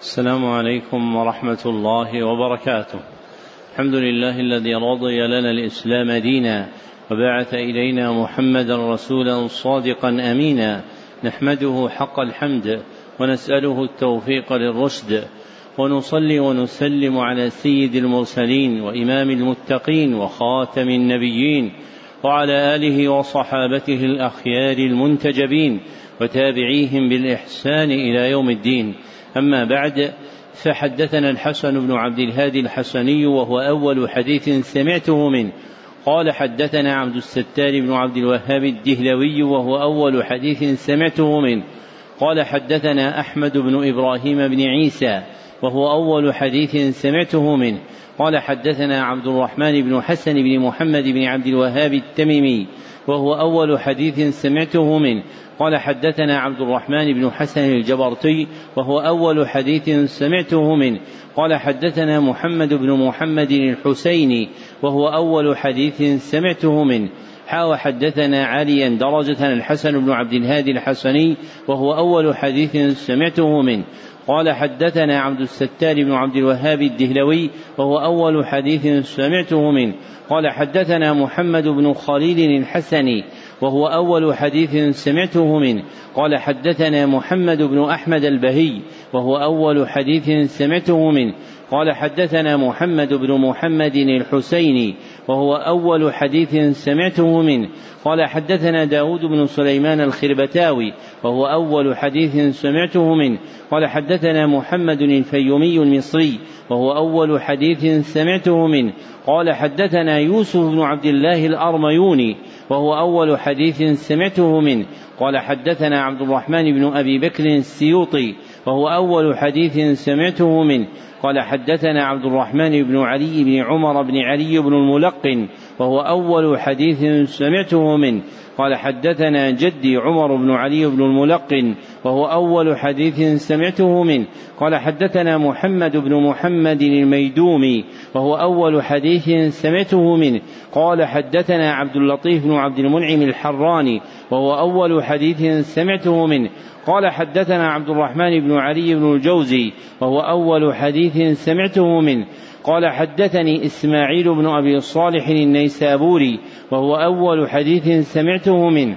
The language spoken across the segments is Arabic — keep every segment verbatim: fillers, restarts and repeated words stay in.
السلام عليكم ورحمة الله وبركاته. الحمد لله الذي رضي لنا الإسلام دينا وبعث إلينا محمدا رسولا صادقا أمينا، نحمده حق الحمد ونسأله التوفيق للرشد، ونصلي ونسلم على سيد المرسلين وإمام المتقين وخاتم النبيين وعلى آله وصحابته الأخيار المنتجبين وتابعيهم بالإحسان إلى يوم الدين. أما بعد، فحدثنا الحسن بن عبد الهادي الحسني وهو أول حديث سمعته منه قال حدثنا عبد الستار بن عبد الوهاب الدهلوي وهو أول حديث سمعته منه قال حدثنا أحمد بن إبراهيم بن عيسى وهو أول حديث سمعته منه قال حدثنا عبد الرحمن بن حسن بن محمد بن عبد الوهاب التميمي وهو أول حديث سمعته منه قال حدثنا عبد الرحمن بن حسن الجبرتي وهو أول حديث سمعته منه قال حدثنا محمد بن محمد الحسيني وهو أول حديث سمعته منه حاو حدثنا عليا درجة الحسن بن عبد الهادي الحسني وهو أول حديث سمعته منه قال حدثنا عبد الستار بن عبد الوهاب الدهلوي وهو أول حديث سمعته منه قال حدثنا محمد بن خليل الحسني وهو أول حديث سمعته منه قال حدثنا محمد بن أحمد البهي وهو أول حديث سمعته منه قال حدثنا محمد بن محمد الحسيني وهو أول حديث سمعته منه قال حدثنا داود بن سليمان الخربتاوي وهو أول حديث سمعته منه قال حدثنا محمد الفيومي المصري وهو أول حديث سمعته منه قال حدثنا يوسف بن عبد الله الأرميوني وهو أول حديث سمعته منه قال حدثنا عبد الرحمن بن أبي بكر السيوطي وهو أول حديث سمعته منه قال حدثنا عبد الرحمن بن علي بن عمر بن علي بن الملقن وهو أول حديث سمعته منه قال حدثنا جدي عمر بن علي بن الملقن وهو أول حديث سمعته منه قال حدثنا محمد بن محمد الميدومي وهو أول حديث سمعته منه قال حدثنا عبد اللطيف بن عبد المنعم الحراني وهو أول حديث سمعته منه قال حدثنا عبد الرحمن بن علي بن الجوزي وهو أول حديث سمعته منه قال حدثني إسماعيل بن أبي صالح النيسابوري وهو أول حديث سمعته منه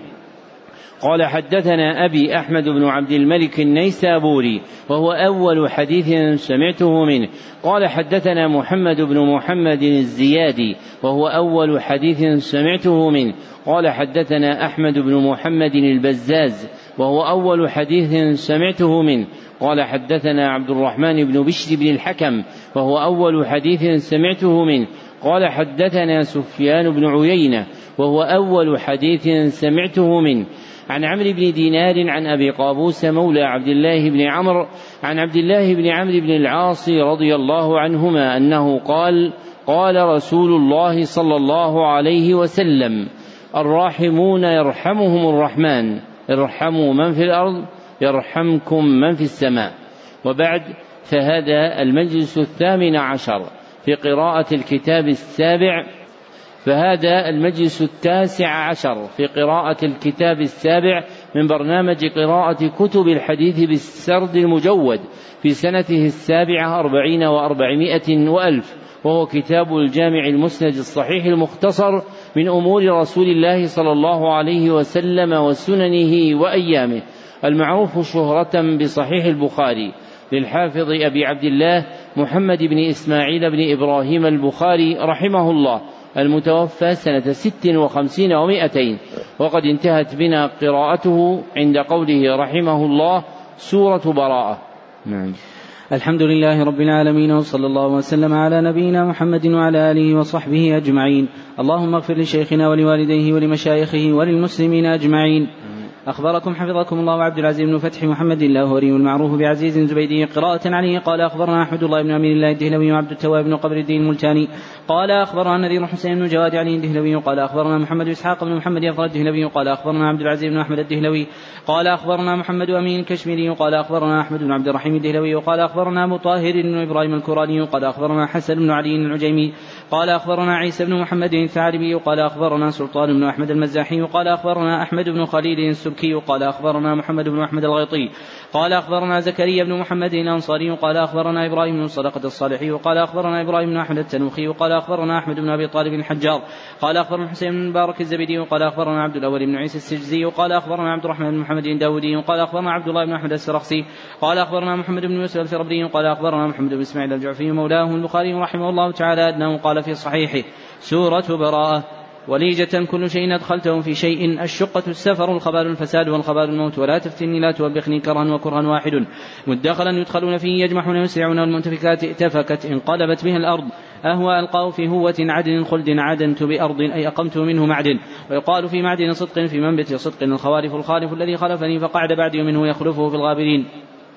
قال حدثنا أبي أحمد بن عبد الملك النيسابوري وهو أول حديث سمعته منه قال حدثنا محمد بن محمد الزيادي وهو أول حديث سمعته منه قال حدثنا أحمد بن محمد البزاز وهو أول حديث سمعته منه قال حدثنا عبد الرحمن بن بشر بن الحكم وهو أول حديث سمعته منه قال حدثنا سفيان بن عيينة وهو أول حديث سمعته منه عن عمرو بن دينار عن أبي قابوس مولى عبد الله بن عمرو عن عبد الله بن عمرو بن العاص رضي الله عنهما أنه قال قال رسول الله صلى الله عليه وسلم الراحمون يرحمهم الرحمن ارحموا من في الأرض يرحمكم من في السماء. وبعد، فهذا المجلس الثامن عشر في قراءة الكتاب السابع فهذا المجلس التاسع عشر في قراءة الكتاب السابع من برنامج قراءة كتب الحديث بالسرد المجود في سنته السابعة أربعين وأربعمائة وألف، وهو كتاب الجامع المسند الصحيح المختصر من أمور رسول الله صلى الله عليه وسلم وسننه وأيامه، المعروف شهرة بصحيح البخاري للحافظ أبي عبد الله محمد بن إسماعيل بن إبراهيم البخاري رحمه الله، المتوفى سنة ست وخمسين ومائتين، وقد انتهت بنا قراءته عند قوله رحمه الله سورة براءة. نعم. الحمد لله رب العالمين، وصلى الله وسلم على نبينا محمد وعلى آله وصحبه أجمعين. اللهم اغفر لشيخنا ولوالديه ولمشايخه وللمسلمين أجمعين. أخبركم حفظكم الله عبد العزيز بن فتح محمد اللاهوري المعروف بعزيز زبيدي قراءة عليه قال أخبرنا أحمد الله بن أمين الله الدهلوي وعبد التواب بن قبر الدين الملتاني قال أخبرنا نذير حسين بن جواد علي الدهلوي قال أخبرنا محمد إسحاق بن محمد يفر الدهلوي قال أخبرنا عبد العزيز بن أحمد الدهلوي قال أخبرنا محمد أمين الكشميري قال أخبرنا أحمد بن عبد الرحيم الدهلوي قال أخبرنا أبو طاهر بن إبراهيم الكراني قال أخبرنا حسن بن علي العجيمي قال أخبرنا عيسى بن محمد الثعلبي قال أخبرنا سلطان بن أحمد المزاحي قال أخبرنا أحمد بن خليل السبكي قال أخبرنا محمد بن أحمد الغيطي قال أخبرنا زكريا بن محمد الأنصاري قال أخبرنا إبراهيم بن صدقة الصالحي قال أخبرنا إبراهيم بن أحمد التنوخي قال أخبرنا أحمد بن أبي طالب الحجار قال أخبرنا حسين بن مبارك الزبيدي قال أخبرنا عبد الأول بن عيسى السجزي قال أخبرنا عبد الرحمن بن محمد الداودي قال أخبرنا عبد الله بن أحمد السرخسي قال أخبرنا محمد بن يوسف الفربري قال أخبرنا محمد بن إسماعيل الجعفي مولاه البخاري رحمه الله تعالى أنه قال في صحيحه: سورة براءة: وليجة كل شيء أدخلته في شيء، الشقة السفر، الخبال الفساد، والخبال الموت، ولا تفتني لا توبخني كرها وكرها واحد، مدخلا يدخلون فيه يجمحون يسرعون، المنتفكات ائتفكت انقلبت بها الأرض، أهوى ألقاه في هوة عدن خلد عدنت بأرض أي أقمت منه معدن. ويقال في معدن صدق في منبت صدق الخوارف الخالف الذي خلفني فقعد بعدي منه يخلفه في الغابرين.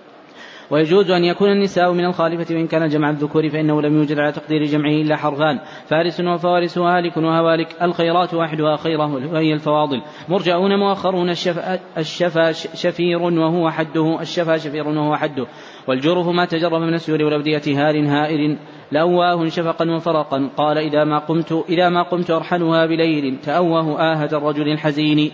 ويجوز أن يكون النساء من الخالفة وإن كان جمع الذكور فإنه لم يوجد على تقدير جمعه إلا حرفان: فارس وفوارس وهالك وهوالك. الخيرات واحدها خيرة وهي الفواضل. مرجعون مؤخرون. الشفا, الشفا شفير وهو حده الشفا شفير وهو حده. والجرف ما تجرب من السور والأودية هار هائر لأواه شفقا وفرقا. قال: إذا ما قمت إذا ما قمت أرحلها بليل تأوه آهة الرجل الحزين.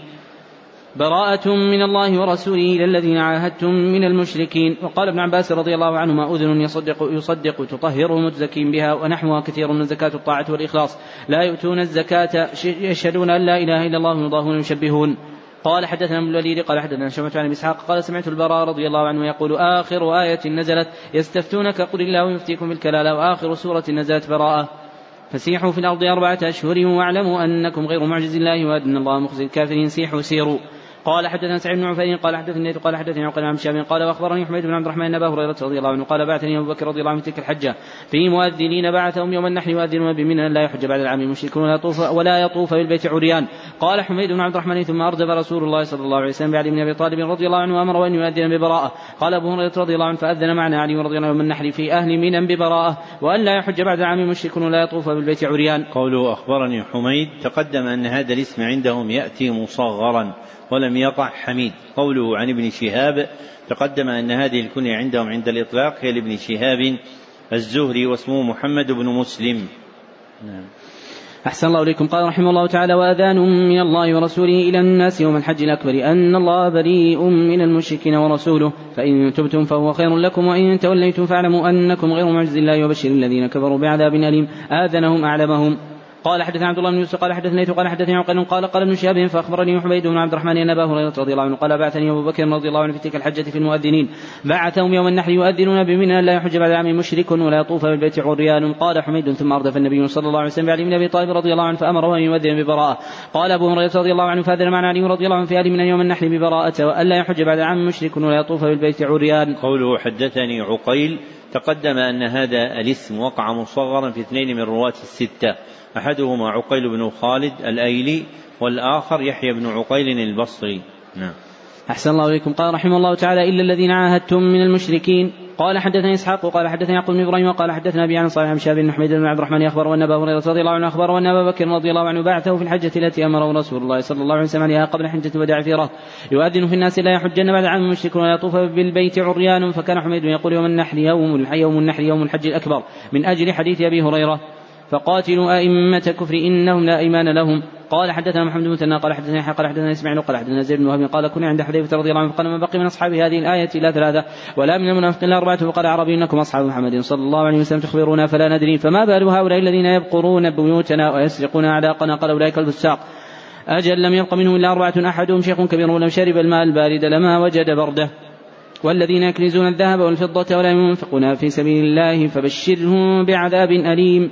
براءة من الله ورسوله إلى الذين عاهدتم من المشركين. وقال ابن عباس رضي الله عنهما: أذن يصدق, يصدق تطهره متزكين بها، ونحوها كثير من زكاة الطاعة والإخلاص، لا يؤتون الزكاة يشهدون أن لا إله إلا الله يضاهون يشبهون. قال: حدثنا ابن الوليد قال حدثنا شعبة عن إسحاق قال: سمعت البراء رضي الله عنه يقول: آخر آية نزلت يستفتونك قل الله يفتيكم في الكلالة، وآخر سورة نزلت براءة. فسيحوا في الأرض أربعة أشهر واعلموا أنكم غير معجز الله وأن الله مخزي الكافرين، سيحوا سيروا. قال: حدثنا سعيد بن عفير قال حدثني قال حدثني عقيل عن شاب قال: واخبرني حميد بن عبد الرحمن ان ابا هريره رضي الله عنه قال: بعثني ابو بكر رضي الله عنه في تلك الحجه في مؤذنين بعثهم يوم النحر يؤذنون بمنى لا يحج بعد العام المشركون ولا يطوف ولا يطوف بالبيت عريان. قال حميد بن عبد الرحمن: ثم اردف رسول الله صلى الله عليه وسلم بعلي بن ابي طالب رضي الله عنه امر ان يؤذن ببراءه. قال ابو هريره رضي الله عنه: فاذن معنا علي رضي الله عنه من النحر في اهل منى ببراءه، وان لا يحج بعد العام المشركون ولا يطوف بالبيت عريان. قوله أخبرني حميد تقدم أن هذا الاسم عندهم يأتي مصغرا ولم يقع حميد. قوله عن ابن شهاب تقدم أن هذه الكنية عندهم عند الإطلاق هي لابن شهاب الزهري واسمه محمد بن مسلم. نعم. أحسن الله إليكم. قال رحمه الله تعالى: وأذان من الله ورسوله إلى الناس يوم الحج الأكبر أن الله بريء من المشركين ورسوله، فإن تبتم فهو خير لكم، وإن توليتم فاعلموا أنكم غير معجز الله، وبشر الذين كفروا بعذاب أليم. آذنهم أعلمهم. قال: حدثنا عبد الله بن يوسف قال حدثني قال حدثني عقيل قال قال ابن شهاب فأخبرني حميد بن عبد الرحمن أن أبا هريرة رضي الله عنه قال: بعثني أبو بكر رضي الله عنه في تلك الحجة في المؤذنين، بعثهم يوم النحر يؤذنون بمنى لا يحج بعد العام مشرك ولا يطوف بالبيت عريان. قال حميد: ثم أردف النبي صلى الله عليه وسلم بعلي بن أبي طالب رضي الله عنه فأمره أن يؤذن ببراءة. قال أبو هريرة رضي الله عنه: فأذن معنا علي رضي الله عنه في أهل منى يوم النحر ببراءة، وأن لا يحج بعد العام مشرك ولا يطوف بالبيت عريان. قوله حدثني عقيل تقدم أن هذا الاسم وقع مصغرا في اثنين من رواة الستة، أحدهما عقيل بن خالد الأيلي والآخر يحيى بن عقيل البصري. نعم. أحسن الله إليكم. قال رحمه الله تعالى: إلا الذين عاهدتم من المشركين. قال حدثنا إسحاق وقال حدثنا يعقوب بن إبراهيم وقال حدثنا أبي عن صالح بن شهاب بن حميد بن عبد الرحمن أخبر وأن أبا هريرة رضي الله عنه أخبر وأن أبا بكر رضي الله عنه بعثه في الحجة التي أمره رسول الله صلى الله عليه وسلم عليها قبل حجة الوداع في رهط يؤذن في الناس لا يحجن بعد عام مشرك ولا يطوف بالبيت عريان. فكان حميد يقول: يوم النحر يوم يوم النحر يوم الحج الأكبر، من أجل حديث أبي هريرة: فقاتلوا أئمة كفر إنهم لا إيمان لهم. قال حدثنا محمد بن ثنى قال حدثنا قال حدثنا إسماعيل قال حدثنا زيد بن وهب قال: كنا عند حذيفة رضي الله عنه قال: ما بقي من أصحاب هذه الآية إلا ثلاثة ولا من المنافقين إلا أربعة. فقال أعرابي: إنكم أصحاب محمد صلى الله عليه وسلم تخبرونا فلا ندري، فما بال هؤلاء الذين يبقرون بيوتنا ويسرقون أعناقنا؟ قال: أولئك الفساق. أجل لم يبق منهم إلا أربعة أحدهم شيخ كبير ولو شرب الماء البارد لما وجد برده، والذين يكنزون الذهب والفضة ولا ينفقونها في سبيل الله فبشرهم بعذاب أليم.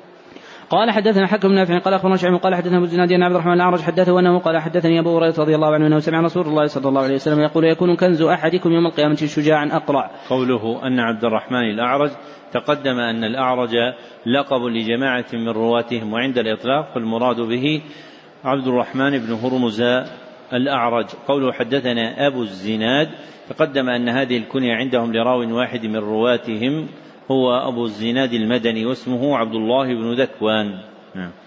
قال حدثنا حكم بن نافع قال أخبرنا شعيب قال حدثنا أبو الزناد عن عبد الرحمن الأعرج حدثه أنه قال: حدثني أبو هريرة رضي الله عنه أنه سمع رسول الله صلى الله عليه وسلم يقول: يكون كنز أحدكم يوم القيامة شجاعا أقرع. قوله أن عبد الرحمن الأعرج تقدم أن الأعرج لقب لجماعة من رواتهم، وعند الإطلاق فالمراد به عبد الرحمن بن هرمز الأعرج. قوله حدثنا أبو الزناد تقدم أن هذه الكنية عندهم لراو واحد من رواتهم هو أبو الزناد المدني واسمه عبد الله بن ذكوان. نعم.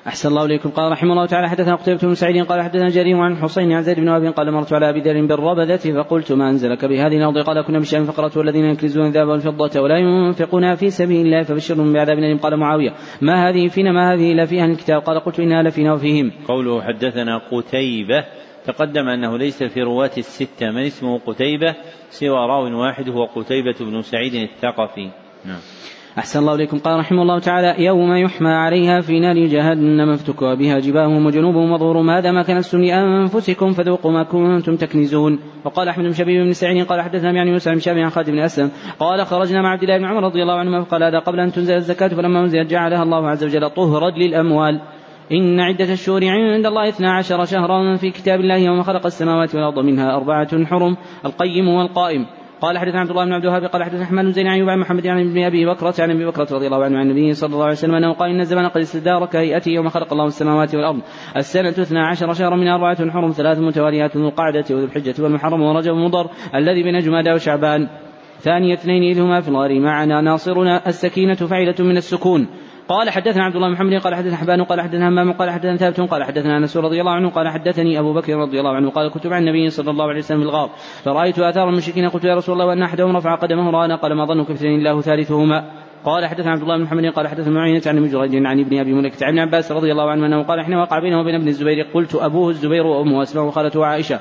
أحسن الله إليكم. قال رحمه الله تعالى حدثنا قتيبة بن سعيد قال حدثنا جرير عن حسين عن زيد بن وهب قال مرت على أبي ذر بالربذة فقلت ما أنزلك بهذه الأرض؟ قال كنا بالشام فقرأت والذين يكنزون الذهب والفضة ولا ينفقونها في سبيل الله فبشرهم بعذاب أليم. قال معاوية ما هذه فينا ما هذه إلا في أهل الكتاب؟ قال قلت إنها لفينا وفيهم. قوله حدثنا قتيبة تقدم أنه ليس في رواة الستة من اسمه قتيبة سوى راو واحد هو قتيبة بن سعيد الثقفي. نعم. أحسن الله إليكم. قال رحمه الله تعالى يوم يحمى عليها في نار جهنم فتكوى بها جباههم وجنوبهم وظهورهم هذا ما كنزتم لأنفسكم فذوقوا ما كنتم تكنزون. وقال أحمد بن شبيب بن سعيد قال حدثنا يعني يوسف بن شابه عن خالد بن أسلم قال خرجنا مع عبد الله بن عمر رضي الله عنهما فقال هذا قبل أن تنزل الزكاة فلما أنزلت جعلها الله عز وجل طهرا للأموال. إن عدة الشهور عند الله اثنا عشر شهرا في كتاب الله يوم خلق السماوات والأرض منها أربعة حرم القيم والقائم. قال حدثنا عبد الله بن عبد الوهاب قال حدثنا حماد بن زين عن أيوب عن محمد عن ابن أبي بكرة عن أبي بكرة رضي الله عنه عن النبي صلى الله عليه وسلم أنه قال إن الزمان قد استدار كهيئته يوم خلق الله السماوات والأرض السنة اثنا عشر شهرا من أربعة حرم ثلاث متواليات ذو القعدة وذو الحجة والمحرم ورجب ومضر الذي بين جمادى وشعبان ثاني اثنين إذ هما في الغار معنا ناصرنا السكينة فعيلة من السكون. قال حدثنا عبد الله بن محمد قال حدثنا حبان قال حدثنا همام قال حدثنا ثابت قال حدثنا انس رضي الله عنه قال حدثني ابو بكر رضي الله عنه قال كنت مع النبي صلى الله عليه وسلم في الغار فرايت اثار المشركين قلت يا رسول الله وان احدهم رفع قدمه رانا قال ما ظنك باثنين الله ثالثهما. قال حدثنا عبد الله بن محمد قال حدثنا معينة عن ابن جريج عن ابن ابي مليكة عن ابن عباس رضي الله عنه انه قال حين وقع بينه وبين ابن الزبير قلت ابوه الزبير وامه اسماء وخالته عائشه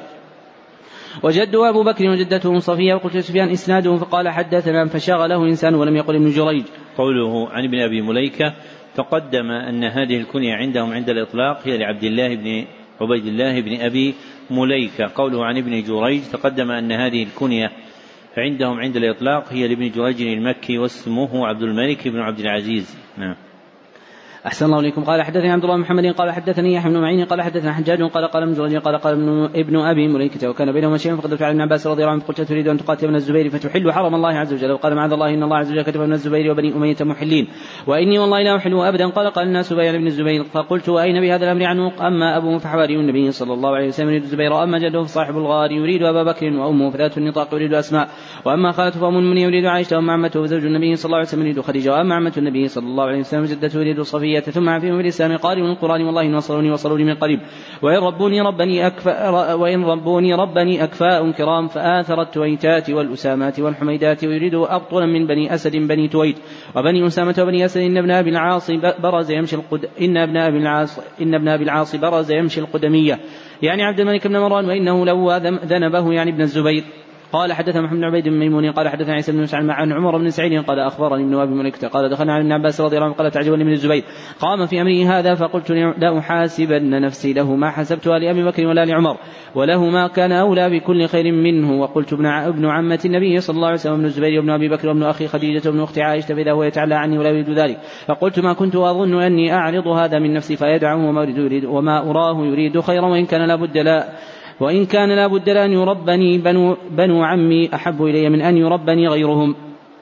وجده أبو بكر وجدته صفية. وقلت سفيان إسناده فقال حدثنا فشغله إنسان ولم يقل ابن جريج. قوله عن ابن أبي مليكة تقدم أن هذه الكنية عندهم عند الإطلاق هي لعبد الله بن عبيد الله بن أبي مليكة. قوله عن ابن جريج تقدم أن هذه الكنية عندهم عند الإطلاق هي لابن جريج المكي واسمه عبد الملك بن عبد العزيز. نعم. أحسن الله إليكم. قال حدثني عبد الله بن محمد قال حدثني يحيى بن معين قال حدثنا حجاج قال قال ابن جريج قال قال ابن أبي مليكة وكان بينهما شيء فقد على ابن عباس رضي الله عنه قلت تريد أن تقاتل من الزبير فتحل حرم الله عز وجل وقال معاذ الله إن الله عز وجل كتب من الزبير وبني أمية محلين وإني والله لا أحل أبدا. قال قال الناس بين ابن الزبير فقلت وأين بهذا الأمر عنه أما أبوه فحواري النبي صلى الله عليه وسلم يريد الزبير أما جده فصاحب الغار يريد أبا بكر وأمه فذات النطاق يريد أسماء وأما خالته فأم المؤمنين يريد عائشة وأما عمته فزوج النبي صلى الله عليه وسلم يريد خديجة وأما عمة النبي صلى الله عليه وسلم جدته يريد صفية ثم عفيهم في الإسلام قارئ القرآن والله نصروني وصلوني من قريب وإن ربوني ربني أكفاء وإن ربوني ربني أكفاء كرام فآثر التويتات والأسامات والحميدات ويريد أبطلا من بني أسد بني تويت وبني أسامة وبني أسد إن ابن أبي العاص برز يمشي القد إن ابن أبي العاص إن ابن أبي العاص برز يمشي القدمية يعني عبد الملك بن مروان وإنه لو ذنبه يعني ابن الزبير. قال حدثنا محمد بن عبيد بن ميمون قال حدثنا عيسى بن مسعود عن عمر بن سعيد قال اخبرني ابن ابي مليكة قال دخلنا على ابن عباس رضي الله عنه قال تعجبني من الزبير قام في امره هذا فقلت لا احاسبن نفسي له ما حسبتها لابي بكر ولا لعمر وله ما كان اولى بكل خير منه. وقلت ابن ابن عمة النبي صلى الله عليه وسلم ابن الزبير وابن ابي بكر وابن اخي خديجة وابن اختي عائشة فاذا هو يتعلى عني ولا يريد ذلك فقلت ما كنت اظن اني اعرض هذا من نفسي فيدعه وما يريد وما اراه يريد خيرا وان كان لابد لا وإن كان لا بد لأن يربني بنو, بنو عمي أحب إلي من أن يربني غيرهم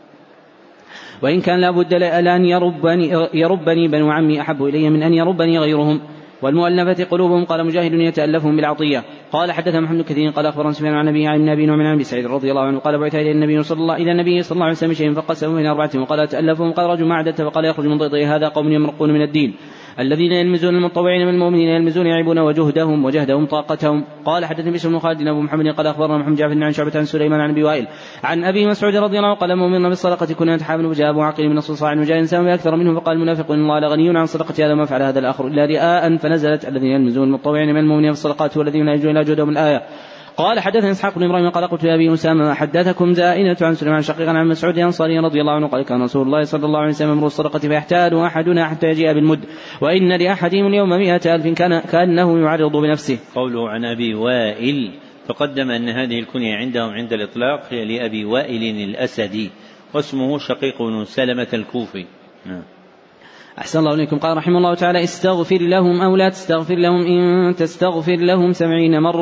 وإن كان لا بد لأن يربني, يربني بنو عمي أحب إلي من أن يربني غيرهم والمؤلفة قلوبهم. قال مجاهد يتألفهم بالعطية. قال حدثنا محمد كثير قال أخبرنا سفيان عن النبي عن النبي نعم عن سعيد رضي الله عنه قال بعث إلى النبي صلى الله إلى النبي صلى الله عليه وسلم شيء فقسموا من أربعة وقال تألفهم قال رجل ما عدت فقال يخرج من ضيطه هذا قوم يمرقون من الدين الذين يلمزون المتطوعين من المؤمنين يلمزون يعيبون وجهدهم وجهدهم طاقتهم. قال حدثني بشر بن خالد أبو محمد قال أخبرنا محمد جعفر عن شعبة عن سليمان عن أبي وائل عن أبي مسعود رضي الله عنه قال مؤمن بالصدقة كنا نتحامل وجاء أبو عقيل من الصصاع وجاء إنسان أكثر منه فقال المنافق إن الله لغني عن صدقة هذا ما فعل هذا الآخر إلا رئاء فنزلت الذين يلمزون المتطوعين من المؤمنين بالصدقات والذين لا يجون إلى جهدهم الآية. قال حدثنا إسحاق بن إبراهيم قال قلت يا أبي أسامة حدثكم زائنة عن سليمان شقيقا عن مسعود الأنصاري رضي الله عنه قال كان رسول الله صلى الله عليه وسلم يمر الصدقة فيحتاج أحدنا حتى يجيء بالمد وإن لأحدهم اليوم مئة ألف كان كأنه يعرض بنفسه. قوله عن أبي وائل تقدم أن هذه الكنية عندهم عند الإطلاق هي لأبي وائل الأسدي واسمه شقيق بن سلمة الكوفي. نعم. أحسن الله إليكم. قال رحمه الله تعالى استغفر لهم أو لا تستغفر لهم إن تستغفر لهم سبعين مرة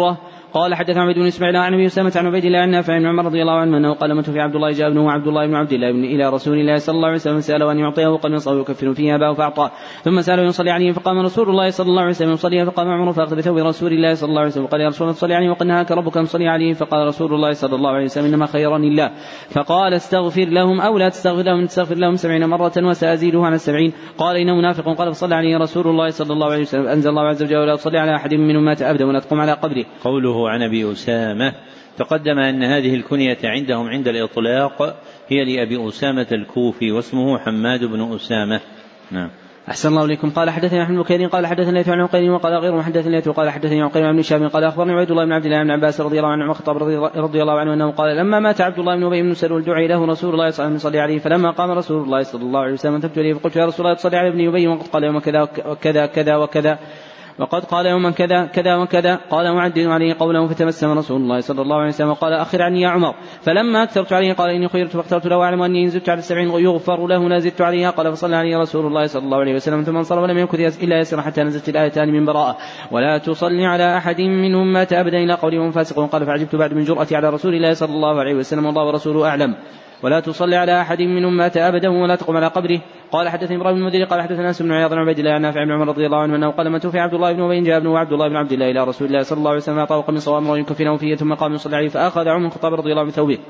قال حدثنا عبيد بن اسماعيل عن ابي اسامه عن عبيد الله عن نافع عن عمر رضي الله عنه انه قال من توفي عبد الله جاء ابنه عبد الله بن عبد الله بن الى رسول الله صلى الله عليه وسلم ساله ان يعطيه قميصه ويكفن فيها اباه فاعطاه ثم ساله يصلي عليه فقام رسول الله صلى الله عليه وسلم يصلي فقام عمر فاخذ بثوب رسول الله صلى الله عليه وسلم وقال يا رسول الله صلي عليه وقد نهاك ربك ان تصلي عليه فقال رسول الله صلى الله عليه وسلم انما خيرني الله فقال استغفر لهم او لا تستغفر لهم تستغفر لهم سبعين مره وسازيده على السبعين قال انه منافق قال فصلى عليه رسول الله صلى الله عليه وسلم انزل الله عز وجل ولا تصلي على احد منهم مات ابدا ولا تقم على قبره. قوله عن ابي اسامه تقدم ان هذه الكنيه عندهم عند الاطلاق هي لابي اسامه الكوفي واسمه حماد بن اسامه. نعم. أحسن الله إليكم. قال حدثني أحمد بن بكير قال حدثني ليث عن عقيل وقال غير محدث ليث وقال حدثني عقيل عن ابن شهاب قال أخبرني عبيد الله بن عبد الله بن عباس رضي الله عنه عن الخطاب رضي الله عنه أنه قال لما مات عبد الله بن أبي بن سلول دعي له رسول الله صلى الله عليه وسلم يصلي عليه فلما قام رسول الله صلى الله عليه وسلم ذهبت إليه فقلت يا رسول الله تصلي على ابن أبي وقد قال يوم كذا وكذا كذا وكذا وقد قال يوما كذا كذا وكذا قال أعدد عليه قوله فتبسم رسول الله صلى الله عليه وسلم وقال أخر عني يا عمر فلما أكثرت عليه قال إني خيرت فاخترت له وأعلم أني إن زدت على السبعين يغفر له لا زدت عليها قال فصلى عليه رسول الله صلى الله عليه وسلم ثم انصرف ولم يمكث إلا يسير حتى نزلت الآيتان من براءة ولا تصلي على أحد منهم مات أبدا إلى قوله فاسق قال فعجبت بعد من جرأتي على رسول الله صلى الله عليه وسلم والله ورسوله أعلم ولا تصلي على أحد منهم مات أبدا ولا تقم على قبره. قال حدثني إبراهيم بن المنذر قال حدثنا أنس بن عياض عن عبيد الله عن نافع بن عمر رضي الله عنه أنه قال من توفي عبد الله بن أبي جاء ابنه عبد الله بن عبد الله إلى رسول الله صلى الله عليه وسلم أعطاه قميصا وأمره يكفنه فيه ثم قام يصلي عليه فأخذ عمر الخطاب رضي الله عنه ثوبه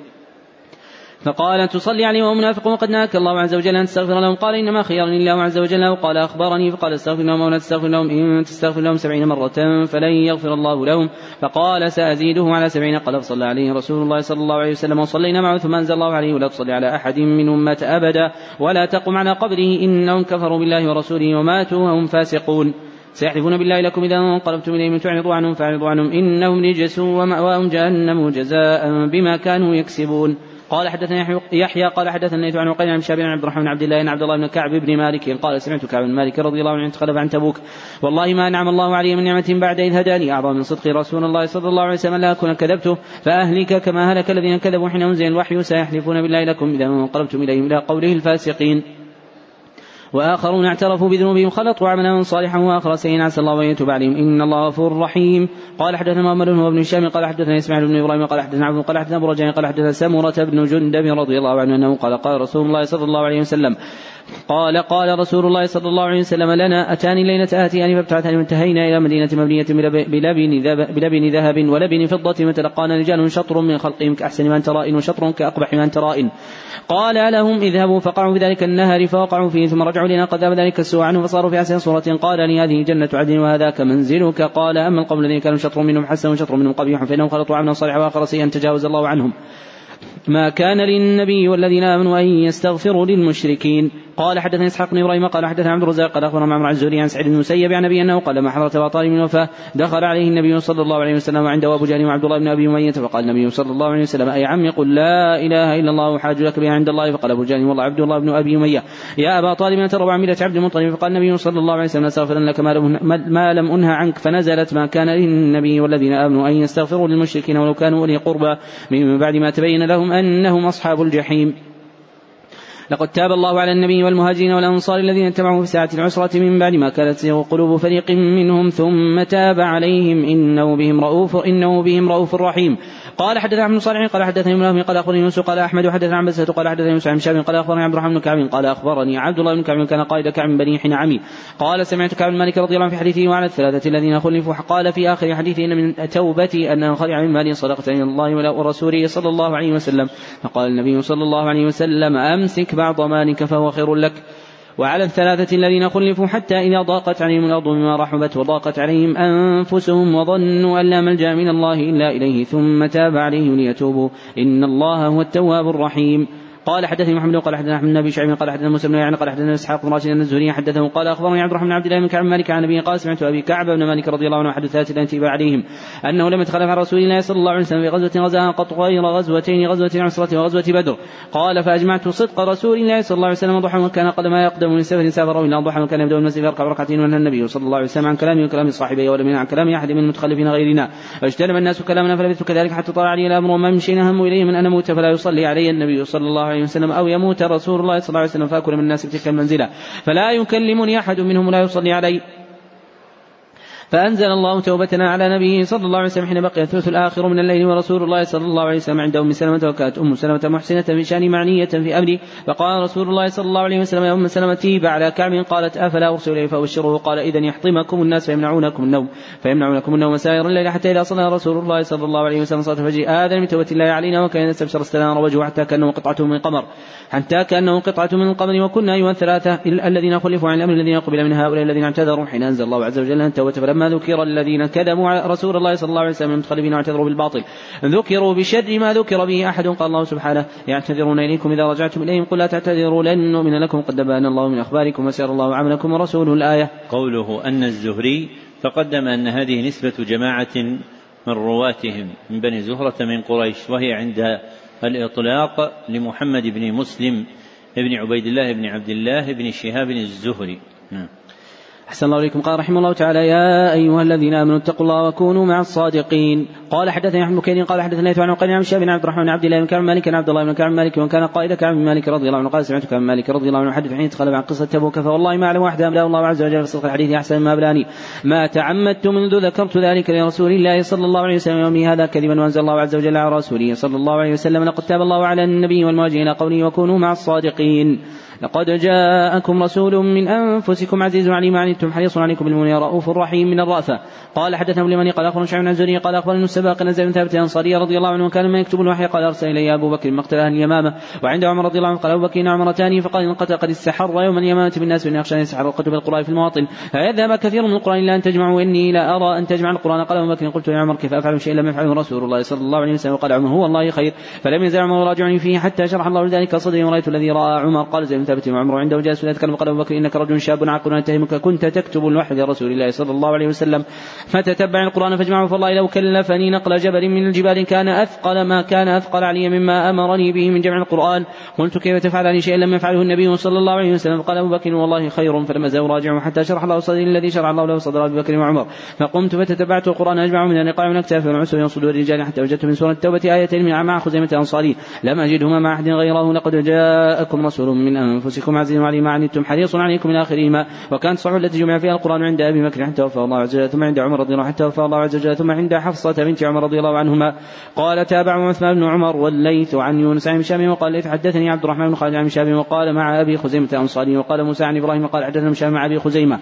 فقال تصلي عليه وهو منافق وقد نهاك الله عز وجل أن تستغفر لهم قال إنما خيرني الله عز وجل وقال أخبرني فقال استغفر لهم ولا تستغفر لهم إن تستغفر لهم سبعين مرة فلن يغفر الله لهم فقال سأزيده على سبعين قال فصلى عليه رسول الله صلى الله عليه وسلم وصلينا معه ثم أنزل الله عليه ولا تصلي على أحد منهم مات أبدا ولا تقم على قبره إنهم كفروا بالله ورسوله وماتوا وهم فاسقون سيحلفون بالله لكم إذا انقلبتم إليهم تعرضوا عنهم فاعرضوا عنهم إنهم رجس ومأواهم جهنم جزاء بما كانوا يكسبون. قال حدثنا يحيى قال حدثنا ليث عن عقيل عن شاب عن عبد الرحمن بن عبد الله بن عبد الله بن كعب بن مالك قال سمعت كعب بن مالك رضي الله عنه تخلف عن تبوك والله ما أنعم الله علي من نعمة بعد إذ هداني أعظم من صدق رسول الله صلى الله عليه وسلم لا أكون كذبته فأهلك كما هلك الذين كذبوا حين أنزل الوحي سيحلفون بالله لكم إذا انقلبتم إليهم إلى قوله الفاسقين. وآخرون اعترفوا بذنوبهم خلطوا عملا صالحا وآخر سيئا عسى الله أن يتوب عليهم إن الله غفور رحيم. قال حدثنا محمد هو ابن هشام قال حدثنا إسماعيل بن إبراهيم قال حدثنا عبد قال حدثنا أبو رجاء قال حدثنا سمرة بن جندب رضي الله عنه أنه قال قال رسول الله صلى الله عليه وسلم قال قال رسول الله صلى الله عليه وسلم لنا أتاني ليلة آتياني فابتعثني وانتهينا إلى مدينة مبنية بلبن ذهب ولبن فضة وتلقانا رجال شطر من خلقهم كأحسن من ترائن وشطر كأقبح من ترائن قال لهم اذهبوا فقعوا في ذلك النهر فوقعوا فيه ثم رجعوا لنا قد ذهب ذلك السوء عنه فصاروا في أحسن صورة قال لي هذه جنة عدن وهذاك منزلك قال أما القوم الذين كانوا شطر منهم حسن وشطر منهم قبيح فإنهم خلطوا عملا صالحا وآخر سيئا تجاوز الله عنهم ما كان للنبي والذين آمنوا أن يستغفروا للمشركين. قال حدثنا إسحاق بن إبراهيم قال حدثنا عبد الرزاق قال أخبرنا معمر عن الزهري عن سعيد بن المسيب عن أبي أنه قال ما حضرت أبا طالب من وفاة دخل عليه النبي صلى الله عليه وسلم وعنده أبو جهل وعبد الله بن أبي أمية فقال النبي صلى الله عليه وسلم أي عم قل لا إله إلا الله وحاج لك بها عند الله فقال أبو جهل والله عبد الله بن أبي أمية يا أبا طالب أن ترى عملة عبد المطلب فقال النبي صلى الله عليه وسلم أستغفر لك ما لم أنهى عنك فنزلت ما كان للنبي والذين آمنوا أن يستغفروا للمشركين ولو كانوا أولي قربى من بعد ما تبين لهم أنهم أصحاب الجحيم. لقد تاب الله على النبي والمهاجرين والأنصار الذين اتبعوه في ساعة العسرة من بعد ما كانت تزيغ قلوب فريق منهم ثم تاب عليهم إنه بهم رؤوف إنه بهم رؤوف رحيم. قال حدثنا عبد صالح قال حدثني ابن قال أخبرني يونس قال أحمد حدثنا عن بسة قال حدثني يونس عن شاب قال أخبرني عبد الرحمن بن كعب قال أخبرني عبد الله بن كعب كان قائد كعب بني حين عمي قال سمعت كعب بن مالك رضي الله عنه في حديثه وعلى الثلاثة الذين خلفوا قال في آخر حديثه إن من توبتي أن أنخلع من مالي صدقة إلى الله ورسوله صلى الله عليه وسلم فقال النبي صلى الله عليه وسلم أمسك بعض مالك فهو خير لك. وعلى الثلاثة الذين خلفوا حتى إذا ضاقت عليهم الأرض بما رحبت وضاقت عليهم أنفسهم وظنوا أن لا ملجأ من الله إلا إليه ثم تاب عليهم ليتوبوا إن الله هو التواب الرحيم. قال حدثني محمد قال حدثنا احمد بن ابي شعيب قال حدثنا موسى بن يعني قال حدثنا اسحاق بن راشد الزهري حدثه قال اخبرني عبد الرحمن بن عبد الله بن كعب مالك عن ابي قال سمعت ابي كعب بن مالك رضي الله عنه احد الثلاثه التي تبع عليهم انه لم يتخلف عن رسول الله صلى الله عليه وسلم في غزوه غزاها قط غير غزوتين غزوه العسره وغزوه بدر. قال فاجمعت صدق رسول الله صلى الله عليه وسلم ضحى وكان قد ما يقدم من سفر سافر الى ضحى وكان يبدا المسجد يركع ركعتين ونهى النبي صلى الله عليه وسلم عن كلامه وكلام صاحبه ولم عن كلام احد من المتخلفين غيرنا فاجتنب الناس كلامنا فلبثت كذلك حتى طلع علي الامر وما مشينا هم اليه من ان اموت فلا يصلي علي النبي صلى الله عليه وسلم او يموت رسول الله صلى الله عليه وسلم فأكل من الناس بتلك المنزلة فلا يكلمني أحد منهم لا يصلي علي فأنزل الله توبتنا على نبيه صلى الله عليه وسلم حين بقي الثلث الآخر من الليل ورسول الله صلى الله عليه وسلم عند أم سلمة، وكانت أم سلمة محسنة في شأن معنية في أمري، فقال رسول الله صلى الله عليه وسلم يا أم سلمة تيب على كعب، قالت أفلا أرسل إليه فأبشره، قال إذن يحطمكم الناس فيمنعونكم النوم فيمنعونكم النوم سائر الليل حتى إذا صلى رسول الله صلى الله عليه وسلم صلاة الفجر آذن من توبة الله علينا، وكان يستبشر استنار وجهه حتى كأنه قطعة من قمر حتى كأنه قطعة من القمر. وكنا أيها الثلاثة الذين خلفوا عن الأمر الذين قبل من هؤلاء الذين اعتذروا حين أنزل الله عز وجل التوبة، فلما ذكر الذين كذبوا على رسول الله صلى الله عليه وسلم المتخلفين واعتذروا بالباطل ذكروا بشر ما ذكر به أحد، قال الله سبحانه يعتذرون إليكم إذا رجعتم إليهم قل لا تعتذروا لن نؤمن لكم قد نبأنا الله من أخباركم وسيرى الله عملكم ورسوله الآية. قوله أن الزهري تقدم أن هذه نسبة جماعة من رواتهم من بني زهرة من قريش، وهي عند الإطلاق لمحمد بن مسلم ابن عبيد الله بن عبد الله بن شهاب الزهري. أحسن الله إليكم. قال رحمه الله تعالى يا أيها الذين آمنوا اتقوا الله وكونوا مع الصادقين. قال حدثني أحمد بن قال حدثني عن عقيل عن شاب بن عبد الرحمن عبد الله بن كعب مالك عبد الله بن كعب مالك، وكان قائد كعب بن مالك رضي الله عنه قال سمعت كعب مالك رضي الله عنه حدث حين تخلف عن قصة تبوك فوالله ما أعلم واحدا أملاه الله عز وجل في صدق الحديث أحسن ما أبلاني، ما تعمدت منذ ذكرت ذلك لرسول الله صلى الله عليه وسلم يومي هذا كذبا، وأنزل الله عز وجل على رسوله صلى الله عليه وسلم لقد تاب الله على النبي والمهاجرين قوله وكونوا مع الصادقين. لقد جاءكم رسول من أنفسكم عزيز عليم ما عنتم حريص عليكم بالمؤمنين رؤوف رحيم من الرأفة. قال حدثنا ابن لمن قال أخبرنا شعيب بن الزهري قال أخبرنا السباق نزل بن ثابت الأنصاري رضي الله عنه وكان ما يكتب الوحي قال أرسل إلي أبو بكر مقتل أهل اليمامة، وعند عمر رضي الله عنه قال أبو بكر عمرتان فقال إن قتل قد استحر يوم اليمامة بالناس وإن أخشى أن يسحر القتل بالقرآن في المواطن فيذهب كثير من القرآن إلا أن تجمعوا إني لا أرى أن تجمع القرآن. قال أبو بكر قلت يا عمر كيف أفعل شيء لم يفعله رسول الله صلى الله عليه وسلم؟ وقال عمر هو الله خير، فلم يزل عمر يراجعني فيه حتى شرح الله ذلك صدري ورأيت الذي رأى عمر. قال زيد بن ثابت وعمر عنده جالس يذكر وقال أبو بكر إنك رجل شاب عاقل أتهمك كنت تكتب الوحي لرسول الله صلى الله عليه وسلم فتتبع القرآن فاجمعه، فالله لو كلفني نقل جبل من الجبال كان أثقل ما كان أثقل علي مما أمرني به من جمع القرآن. قلت كيف تفعل علي شيئا لم يفعله النبي صلى الله عليه وسلم؟ قال أبو بكر والله خير، فلم أزل راجعه حتى شرح الله صدري الذي شرع الله له صدر أبي بكر وعمر، فقمت فتتبعت القرآن أجمعه من النقاع من أكتاف والعسر من صدور الرجال حتى وجدت من سورة التوبة آيتين مع خزيمة الأنصاري لم أجدهما مع أحد غيره لقد جاءكم رسول من أنفسكم عزيز عليم ما عنتم حريص عليكم إلى آخرهما. وكانت صحبة التي جمع فيها القرآن عند أبي بكر حتى وفاه الله عز وجل، ثم عند عمر رضي الله عنه حتى وفاه الله عز وجل، ثم عند حفصة بنت عمر رضي الله عنهما. قال تابع عثمان بن عمر والليث عن يونس عن هشام وقال ليث حدثني عبد الرحمن بن خالد عن هشام وقال مع أبي خزيمة الأنصاري، وقال موسى عن إبراهيم قال حدثنا هشام مع أبي خزيمة،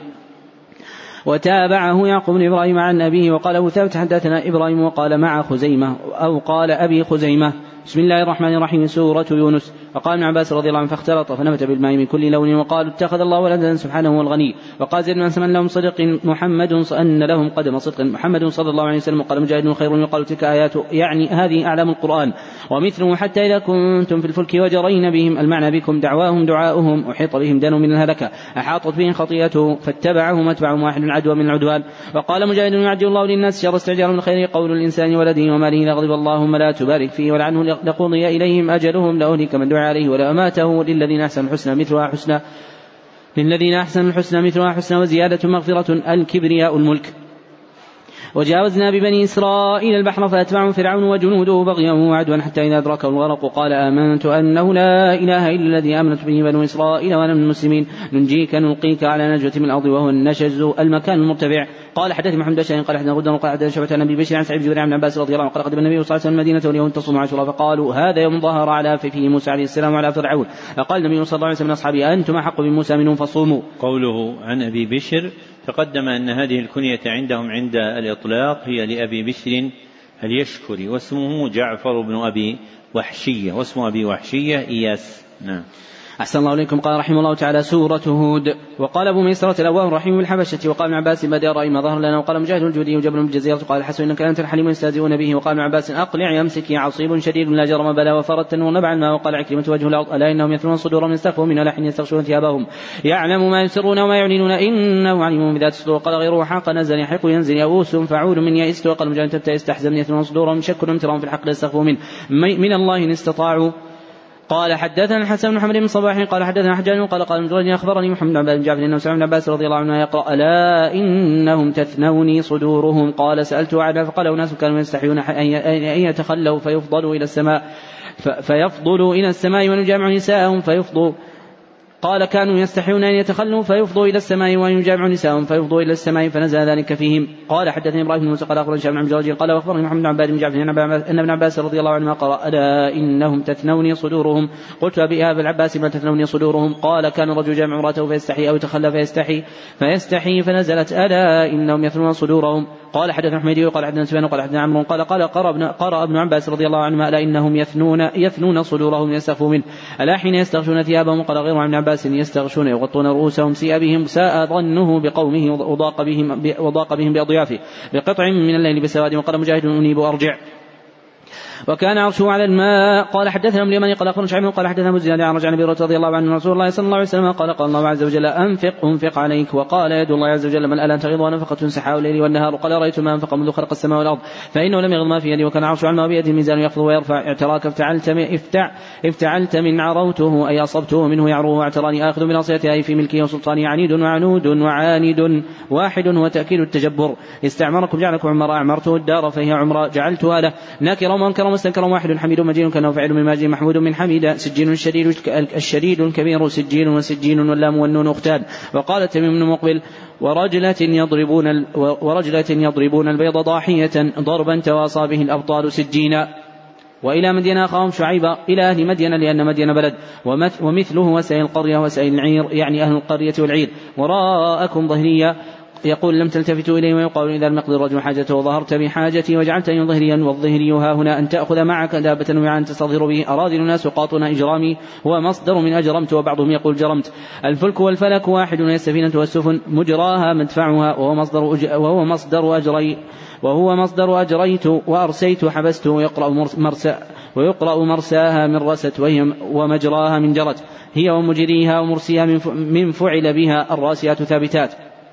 وتابعه يعقوب بن إبراهيم عن أبيه وقال أبو ثابت حدثنا إبراهيم وقال مع خزيمة أو قال أبي خزيمة. بسم الله الرحمن الرحيم. سورة يونس. وقال ابن عباس رضي الله عنه فاختلط فنبت بالماء من كل لون وقالوا اتخذ الله ولدا سبحانه والغني. وقال زيد بن سمن لهم صدق محمد أن لهم قدم صدق محمد صلى الله عليه وسلم. وقال مجاهد خير يقال تلك آيات يعني هذه أعلام القرآن ومثله حتى إذا كنتم في الفلك وجرين بهم المعنى بكم دعواهم دعاؤهم أحيط بهم دنو من الهلكة أحاطت بهم خطيئته فاتبعهم أتبعهم واحد العدوى من العدوان. وقال مجاهد يعجل الله للناس شر استعجال من الخير قول الإنسان ولده وماله إذا غضب اللهم لا تبارك فيه ولعنه لقضي إليهم أجلهم لأهلك من دعا عليه ولا أماته للذين أحسنوا الحسنى مثلها حسنى للذين أحسنوا الحسنى مثلها حسنى وزيادة مغفرة الكبرياء الملك. وجاوزنا ببني إسرائيل البحر فأتبعهم فرعون وجنوده بغيا وعدوا حتى إذا أدركه الغرق قال آمنت أنه لا إله إلا الذي آمنت به بنو إسرائيل وأنا من المسلمين ننجيك نلقيك على نجوة من الأرض وهو النشز المكان المرتفع. قال حدثني محمد بن قال حدثنا غدا وقال حدثنا شعبة عن أبي بشر عن سعيد بن عن عباس رضي الله عنه قال قدم النبي صلى الله عليه وسلم المدينة واليوم تصوم عاشوراء فقالوا هذا يوم ظهر على فيه موسى عليه السلام وعلى فرعون. فقال النبي صلى الله عليه وسلم أصحابه أنتم أحق بموسى منهم فصوموا. قوله عن أبي بشر تقدم أن هذه الكنية عندهم عند الإطلاق هي لأبي بشر اليشكري واسمه جعفر بن أبي وحشية واسم أبي وحشية إياس. نعم. أحسن الله إليكم. قال رحمه الله تعالى سورة هود. وقال أبو ميسرة الأواه رحيم الحبشة وقال ابن عباس بدأ رأي ما ظهر لنا. وقال مجاهد الجودي وجبل بن الجزيرة قال حسن إنك أنت الحليم يستهزئون به. وقال ابن عباس أقلع يمسك يا عصيب شديد لا جرم بلا وفرت ونبع الماء. وقال عكرمة وجه الأرض ألا إنهم يثنون صدورهم يستخفون من لحن يستغشون ثيابهم يعلم ما يسرون وما يعلنون إنه عليم بذات الصدور. قال غيره حق نزل يحق ينزل يئوس فعول من يئست. وقال مجاهد تبتئ يستحزن يثنون صدورهم شك امترهم في الحق يستخفون من من الله إن استطاعوا. قال حدثنا الحسن بن محمد بن صباح قال حدثنا حجاج قال قال مجرد أخبرني محمد بن جعفر أنه سمع ابن عباس رضي الله عنه يقرأ ألا إنهم تثنوني صدورهم. قال سألت عنها فقال أناس كانوا يستحيون أن يتخلوا فيفضلوا إلى السماء فيفضلوا إلى السماء ونجامع نساءهم فيفضوا قال كانوا يستحيون أن يتخلوا فيفضوا إلى السماء وأن يجامعوا نساءهم فيفضوا إلى السماء فنزل ذلك فيهم. قال حدثني إبراهيم بن موسى قال أخبرني هشام بن عبد الرجيل قال أخبرني محمد بن عباد بن جعفر أن ابن عباس رضي الله عنهما قرأ ألا إنهم تثنوني صدورهم. قلت أبي أبا العباس ما تثنوني صدورهم؟ قال كان الرجل جامع امرأته فيستحي أو يتخلى فيستحي فيستحي فنزلت ألا إنهم يثنون صدورهم. قال حدثنا حميدي وقال حدثنا سفيان قال حدثنا عمرو قال قال قرأ ابن عباس رضي الله عنهما ألا إنهم يثنون يثنون صدورهم يستخفوا منه ألا حين يستغشون ثيابهم. قال غير ابن عباس يستغشون يغطون رؤوسهم سيء بهم ساء ظنه بقومه وضاق بهم وضاق بهم بأضيافه بقطع من الليل بسواد. وقال مجاهد أنيب أرجع وكان عرشه على الماء. قال حدثنا ابن اليماني قال أخبرنا شعيب قال حدثنا أبو الزناد عن رجع النبي رضي الله عنه رسول الله صلى الله عليه وسلم قال قال الله عز وجل أنفق أنفق عليك. وقال يد الله عز وجل من ألا تغيض ونفقة سحاء الليل والنهار. قال رأيت ما أنفق منذ خلق السماء والأرض فإنه لم يغض ما في يدي وكان عرشه على الماء بيده الميزان يخفض ويرفع اعتراك افتعلت من افتع افتعلت من عروته أي أصبته منه يعروه واعتراني آخذ بناصيته أي في ملكه وسلطاني عنيد وعنود وعاند واحد وتأكيد التجبر. استعمركم جعلكم عمر أعمرته الدار فهي عمر جعلتها له ناكرا ومنكرا مستنكرا واحد حميد مجيد كانه فعل من ماجد محمود من حميد سجين شديد الشديد الكبير سجين وسجين واللام والنون أختان. وقال تميم بن مقبل ورجلة يضربون ورجلة يضربون البيض ضاحية ضربا تواصى به الأبطال سجينا. وإلى مدين أخاهم شعيبا إلى أهل مدين لأن مدين بلد ومثله وسائل القرية وسائل العير يعني أهل القرية والعير. وراءكم ظهرية يقول لم تلتفتوا إليه ويقال إذا المقدر الرجل حاجته وظهرت بحاجتي وجعلتني ظهريا والظهري ها هنا أن تأخذ معك دابة وعن تستظهر به أراذل الناس قاطن إجرامي هو مصدر من أجرمت وبعضهم يقول جرمت. الفلك والفلك واحد والسفينة والسفن مجراها مدفعها وهو مصدر أج... وهو مصدر أجري وهو مصدر أجريت وأرسيت حبست ويقرأ مرسى ويقرأ مرساها من رست وهي ومجراها من جرت هي ومجريها ومرسيها من فعل بها الراسيات ثابتات.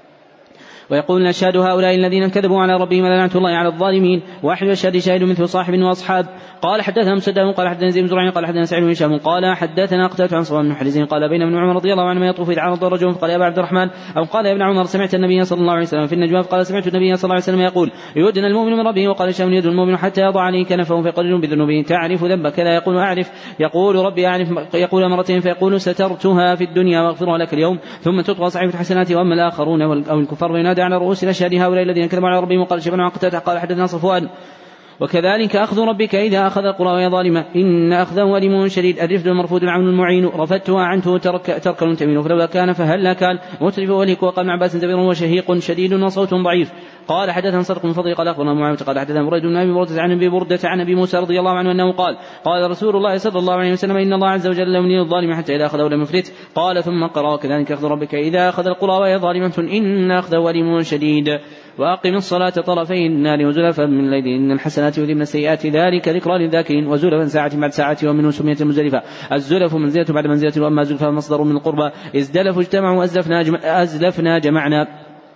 ويقول نشهد هؤلاء الذين كذبوا على ربهم لعنة الله على الظالمين. واحد يشهد شاهد مثل صاحب وأصحاب. قال حدثنا مسدد قال حدثنا زيد بن زرع قال حدثنا سعيد بن هشام قال حدثنا قتادة عن صفوان بن حريز قال بين ابن عمر رضي الله عنهما يطوف إذ عرض رجل فقال يا أبا عبد الرحمن أو قال يا ابن عمر سمعت النبي صلى الله عليه وسلم في النجوى فقال سمعت النبي صلى الله عليه وسلم يقول يدنى المؤمن من ربه. وقال هشام يد المؤمن حتى يضع عليه كنفه فيقرر بذنوبه تعرف ذنبك لا يقول أعرف يقول ربي أعرف يقول مرتين فيقول سترتها في الدنيا واغفرها لك اليوم ثم تطوى صحيفة الحسنات. وأما الآخرون أو الكفار وينادى على رؤوس الأشهاد هؤلاء الذين كذبوا على ربهم. وقال شيخنا قتادة قال حدثنا صفوان وكذلك أخذ ربك إذا أخذ القرى وهي ظالمة إن أخذه أليم شديد. الرفد المرفود العون المعين رفدتها عنه ترك ترك تمين فلولا كان فهلا كان مترف وليك. وقال عباس كبير وشهيق شديد وصوت ضعيف. قال حدثنا صدق من فضل قال أخبرنا معاوية قال حدثنا بريد بن أبي بردة عن أبي بردة عن أبي موسى رضي الله عنه أنه قال قال رسول الله صلى الله عليه وسلم إن الله عز وجل يملي الظالم حتى إذا أخذه لم يفلت. قال ثم قرأ كذلك أخذ ربك إذا أخذ القرى وهي ظالمة إن أخذه أليم شديد. وأقم الصلاة طرفي النار وزلفا من الليل إن الحسنات يذهبن السيئات ذلك ذكرى للذاكرين. وزلفا ساعة بعد ساعة ومنه سميت المزدلفة. الزلف منزلة بعد منزلة وأما زلفا مصدر من القربى ازدلفوا اجتمعوا أزلفنا جمعنا.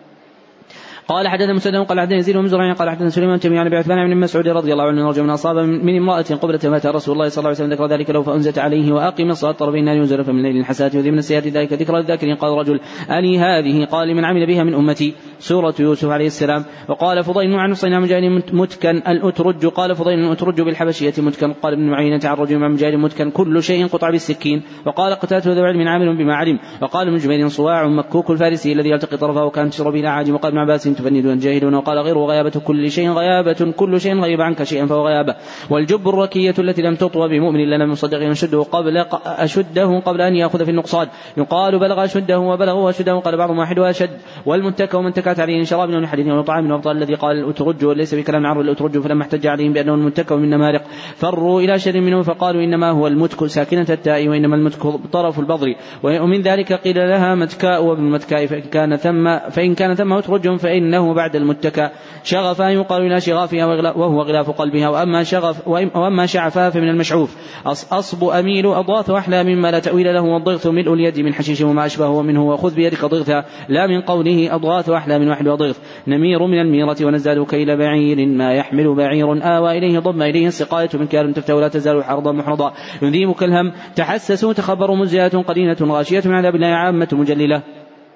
قال حدثنا مسدد قال حدثنا يزيد بن زرع قال حدثنا سليمان تيمي عن ابي عثمان بن مسعود رضي الله عنه رجل من اصاب من امراه قبلة مات رسول الله صلى الله عليه وسلم ذكر ذلك له فانزلت عليه واقم الصلاه طرفي النار وزلفا من الليل الحسنات وذي السيئات ذلك ذكر الذاكرين. قال رجل اني هذه قال من عمل بها من امتي سوره يوسف عليه السلام. وقال فضيل عن صينام مجاهد متكن الاترج قال فضيل الاترج بالحبشيه متكن. قال ابن معينة عن رجل من مجاهد متكن كل شيء قطع بالسكين. وقال قتاده ذو علم عامل بما علم. وقال من جبير صواع مكوك الفارسي الذي يلتقي طرفه وكان تشرب الى عاجم. وقال ابن عباس تفندون جاهدون. وقال غير غيابة كل شيء غيابة كل شيء غيب عنك شيئا فهو غيابة. والجب الركية التي لم تطوى بمؤمن إلا لم يصدق يشده قبل أشده قبل أن يأخذ في النقصان. يقال بلغ أشده وبلغ أشده قال بعضهم واحد وأشد. والمتكى ومن تكات عليه شراب من حديث وطعام وأبطال الذي قال الأترج وليس بكلام عرض الأترج فلما احتج عليهم بأنه المتكى من نمارق فروا إلى شر منه فقالوا إنما هو المتك ساكنة التاء وإنما المتك طرف البضر. ومن ذلك قيل لها متكاء وابن المتكاء فإن كان ثم فإن كان ثم أترج فإنه بعد المتكى. شغفا يقال إلى شغافها وهو غلاف قلبها. وأما, شغف وأما شعفها فمن المشعوف أصب أميل أضاث أحلى مما لا تأويل له والضغث ملء اليد من حشيش وما أشبهه منه وخذ بيدك ضغثها لا من قوله أضغاث أحلى من وحل وضغث. نمير من الميرة ونزداد كيل بعير ما يحمل بعير آوى إليه ضم إليه السقاية من كار تفتح لا تزال حرضا محرضا يذيبك الهم تحسسوا تخبروا مزيات قدينة غاشية من عذاب الله عامة مجللة.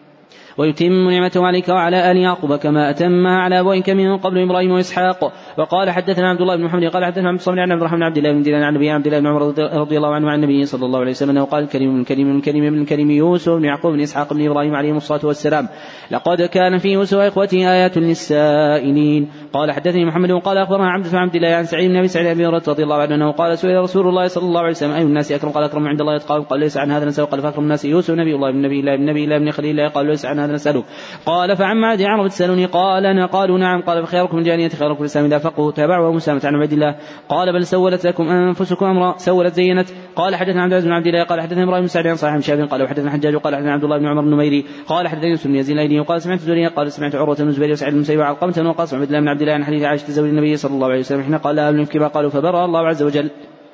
ويتم نعمته عليك وعلى آل يعقوب كما أتمها على أبويك من قبل إبراهيم وإسحاق. وقال حدثنا عبد الله بن محمد قال حدثنا عبد الصمد عن عبد الرحمن عبد الله بن دينار عن النبي عبد الله بن عمر رضي الله عنه عن النبي صلى الله عليه وسلم أنه قال كريم من كريم من كريم من كريم يوسف بن يعقوب بن إسحاق بن إبراهيم عليهم الصلاة والسلام لقد كان في يوسف وإخوته آيات للسائلين. قال حدثني محمد وقال أخبرنا عبد بن عبد الله عن سعيد بن أبي سعيد أبي هريرة رضي الله عنه أنه قال سئل رسول الله صلى الله عليه وسلم أي الناس أكرم قال أكرم عند الله يتقاهم قال ليس عن هذا نسأله قال فأكرم الناس يوسف نبي الله بن نبي الله بن نبي الله بن خليل الله قال ليس عن هذا نسأله قال فعما عاد عرب تسألوني قال أنا قالوا نعم قال فخيركم الجانية خيركم الإسلام إذا فقهوا تابعوا ومسامة عن عبد الله قال بل سولت لكم أنفسكم أمرا سولت زينت. قال حدثنا عبد العزيز بن عبد الله قال حدثنا إبراهيم بن سعد عن صاحب شاب قال وحدثنا حجاج قال حدثنا عبد الله بن عمر النميري قال حدثنا يوسف بن يزيد الأيلي وقال سمعت زوريا قال سمعت عروة بن الزبير وسعيد بن المسيب وعلقمة وقاسم عبد الله بن عبد الله عن حديث عائشة زوج النبي صلى الله عليه وسلم حين قال لها ابن كما قالوا فبرأ الله عز وجل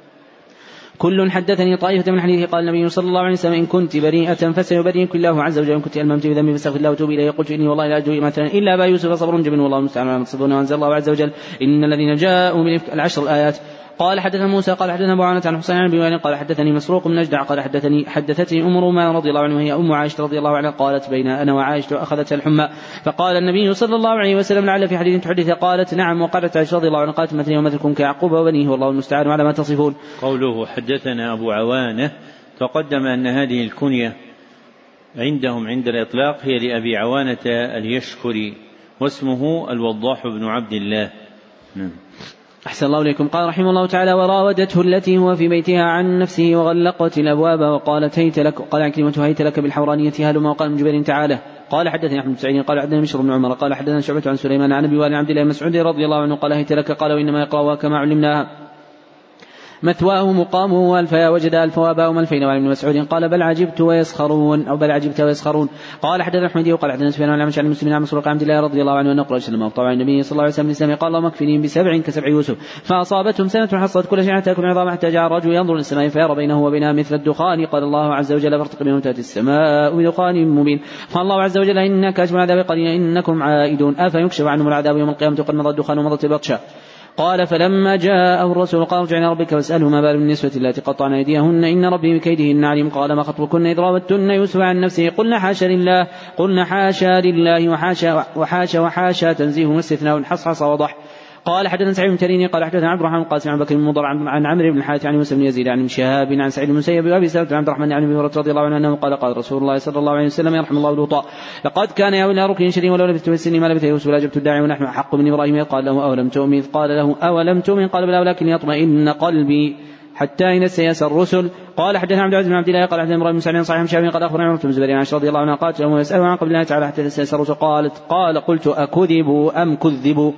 كل حدثني طائفة من حديثه قال النبي صلى الله عليه وسلم إن كنت بريئة فسيبرئك الله عز وجل إن كنت ألممت بذنبي فاستغفر الله وتوب إليه قلت إني والله لا أجوء مثلا إلا أبا يوسف صبر جبن والله المستعان على ما تصفون وأنزل الله عز وجل إن الذين جاءوا من العشر الآيات. قال حدثنا موسى قال حدثنا أبو عوانة عن حسين عن أبي قال حدثني مسروق بن نجدع قال حدثني حدثتني أم رومان رضي الله عنها وهي أم عائشة رضي الله عنها قالت بين أنا وعائشة أخذتها الحمى فقال النبي صلى الله عليه وسلم لعل في حديث تحدث قالت نعم وقالت عائشة رضي الله عنها قالت مثلي ومثلكم كيعقوب وبنيه والله المستعان على ما تصفون. قوله حدثنا أبو عوانة تقدم أن هذه الكنية عندهم عند الإطلاق هي لأبي عوانة اليشكري واسمه الوضاح بن عبد الله. نعم. أحسن الله إليكم. قال رحمه الله تعالى وراودته التي هو في بيتها عن نفسه وغلقت الأبواب وقالت هيت لك قال عن كلمة هيت لك بالحورانية هلما وقال من جبل تعالى. قال حدثني أحمد بن سعيد قال حدثنا بشر بن عمر قال حدثنا شعبة عن سليمان عن أبي وائل عبد الله مسعود رضي الله عنه قال هيت لك قال وإنما يقرأها كما علمناها مثواه مقامه والفيا وجد ألف واباء ملفين. وعن ابن مسعود قال بل عجبت ويسخرون أو بل عجبت ويسخرون. قال حدثنا أحمد وقال حدثنا سفيان عن عن المسلمين عن مسروق عبد الله رضي الله عنه أن قال سلم طبعا النبي صلى الله عليه وسلم الإسلام قال اللهم اكفنيهم بسبع كسبع يوسف فأصابتهم سنة حصت كل شيء حتى يكون عظام حتى جاء الرجل ينظر إلى السماء فيرى بينه وبينها مثل الدخان قال الله عز وجل فارتق بهم تأتي السماء بدخان مبين قال الله عز وجل إنك أجمع العذاب قليلا إنكم عائدون أفيكشف عنهم العذاب يوم القيامة قد مضى الدخان ومضت البطشة. قال فلما جاءه الرسول قال ارجع إلى ربك واسأله ما بال النسوة التي قطعن أيديهن إن ربي بكيدهن عليم. قال ما خطبكن إذ راودتن يوسف عن نفسه قلنا حاشا لله قلنا حاشا لله وحاشا وحاشا وحاشا تنزيه واستثناء حصحص وضح. قال حدثنا سعيد بن تريني قال حدثنا عبد الرحمن القاسم عن بكر بن مضر عن عمرو بن الحارث عن موسى بن يزيد عن شهاب عن سعيد بن المسيب وابي سلمة عن عبد الرحمن عن ابي هريرة رضي الله عنه انه قال قال رسول الله صلى الله عليه وسلم يرحم الله لوطا لقد كان يأوي الى ركن شديد ولو لبثت بالسن ما لبث يوسف لاجبت الداعي ونحن احق من ابراهيم. قال له اولم تؤمن قال له اولم تؤمن قال بلى ولكن يطمئن قلبي حتى إن سيأس الرسل. قال حدثنا عبد العزيز بن عبد الله قال حدثنا إبراهيم بن سعد صحيح شافعي قال أخبرنا عمرو بن الزبير عن عائشة رضي الله عنها قالت له يسأله عن قبل الله تعالى حتى سيأس الرسل قالت قال قلت أكذبوا أم كذبوا.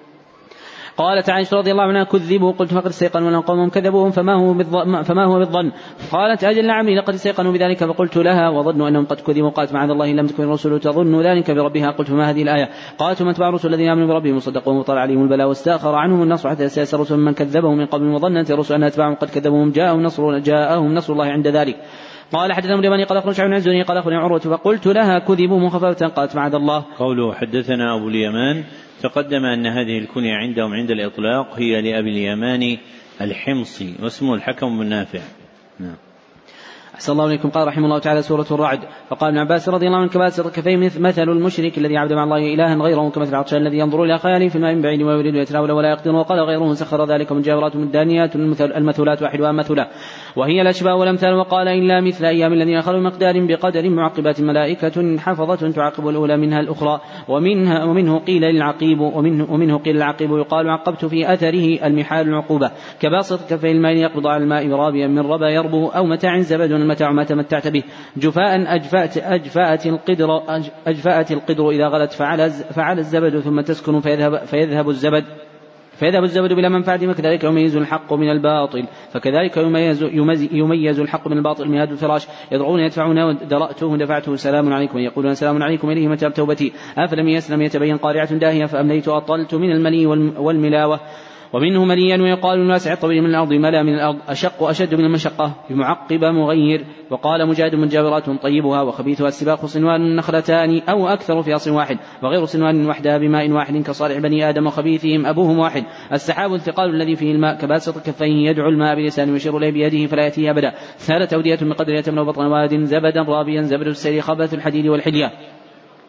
قالت عائشة رضي الله عنها كذبوا قلت فقد استيقنوا ولن قومهم كذبوهم فما هو بالظن فما هو بالظن. قالت أجل عمري لقد استيقنوا بذلك فقلت لها وظنوا أنهم قد كذبوا. قالت معاذ الله لم تكن الرسل تظن ذلك بربها. قلت فما هذه الآية. قالت من اتبع الرسل الذين آمنوا بربهم وصدقوا وطلع عليهم البلاء واستأخر عنهم النصر حتى سيأس الرسل من كذبهم من قبل وظنت الرسل أن أتباعهم قد كذبوهم جاءهم نصر جاءهم نصر الله عند ذلك. قال حدثنا ابن اليماني قال أخبرنا شعيب بن الزهري قال أخبرني عروة فقلت لها كذبوا مخففة. قالت معاذ الله. قوله حدثنا أبو اليمان تقدم أن هذه الكنية عندهم عند الإطلاق هي لأبي اليمان الحمصي واسمه الحكم بن نافع. نعم. أحسن الله إليكم. قال رحمه الله تعالى سورة الرعد فقال ابن عباس رضي الله عنه كباسط كفيه مثل المشرك الذي عبد مع الله إلها غيره كمثل العطشان الذي ينظر إلى خياله في الماء من بعيد ويريد يتناول ولا يقدر. وقال غيره سخر ذلك من جاورات من دانيات المثلات واحدها مثلة وهي الأشباه والأمثال. وقال إلا مثل أيام الذين خلوا مقدار بقدر معقبات ملائكة حفظة تعقب الأولى منها الأخرى ومنها ومنه قيل للعقيب ومنه, ومنه قيل العقيب يقال عقبت في أثره المحال العقوبة كباسط كفيه الماء يقبض على الماء رابيا من ربا يربو أو متاع زبد المتاع ما تمتعت به جفاء أجفأت, أجفأت, القدر أجفأت القدر إذا غلت فعل, فعل الزبد ثم تسكن فيذهب, فيذهب الزبد فيذهب الزبد بلا منفعة. كذلك يميز الحق من الباطل فكذلك يميز, يميز الحق من الباطل مهاد الفراش يدعون يدفعون درأته دفعته سلام عليكم يقولون سلام عليكم إليه متى توبتي أفلم يسلم يتبين قارعة داهية فأمليت أطلت من المني والملاوة. ومنه مليا ويقال الواسع الطويل من الأرض ملا من الأرض أشق أشد من المشقة بمعقبة مغير. وقال مجاهد من جابرات طيبها وخبيثها السباق صنوان نخلتان أو أكثر في أصل واحد وغير صنوان وحدها بماء واحد كصالح بني آدم وخبيثهم أبوهم واحد. السحاب الثقال الذي فيه الماء كباسط كفيه يدعو الماء بلسانه ويشير إليه بيده فلا يأتيه أبدا. ثالث أودية من قدر يتمنى بطن واد زبدا رابيا زبد السير خبث الحديد والحلية.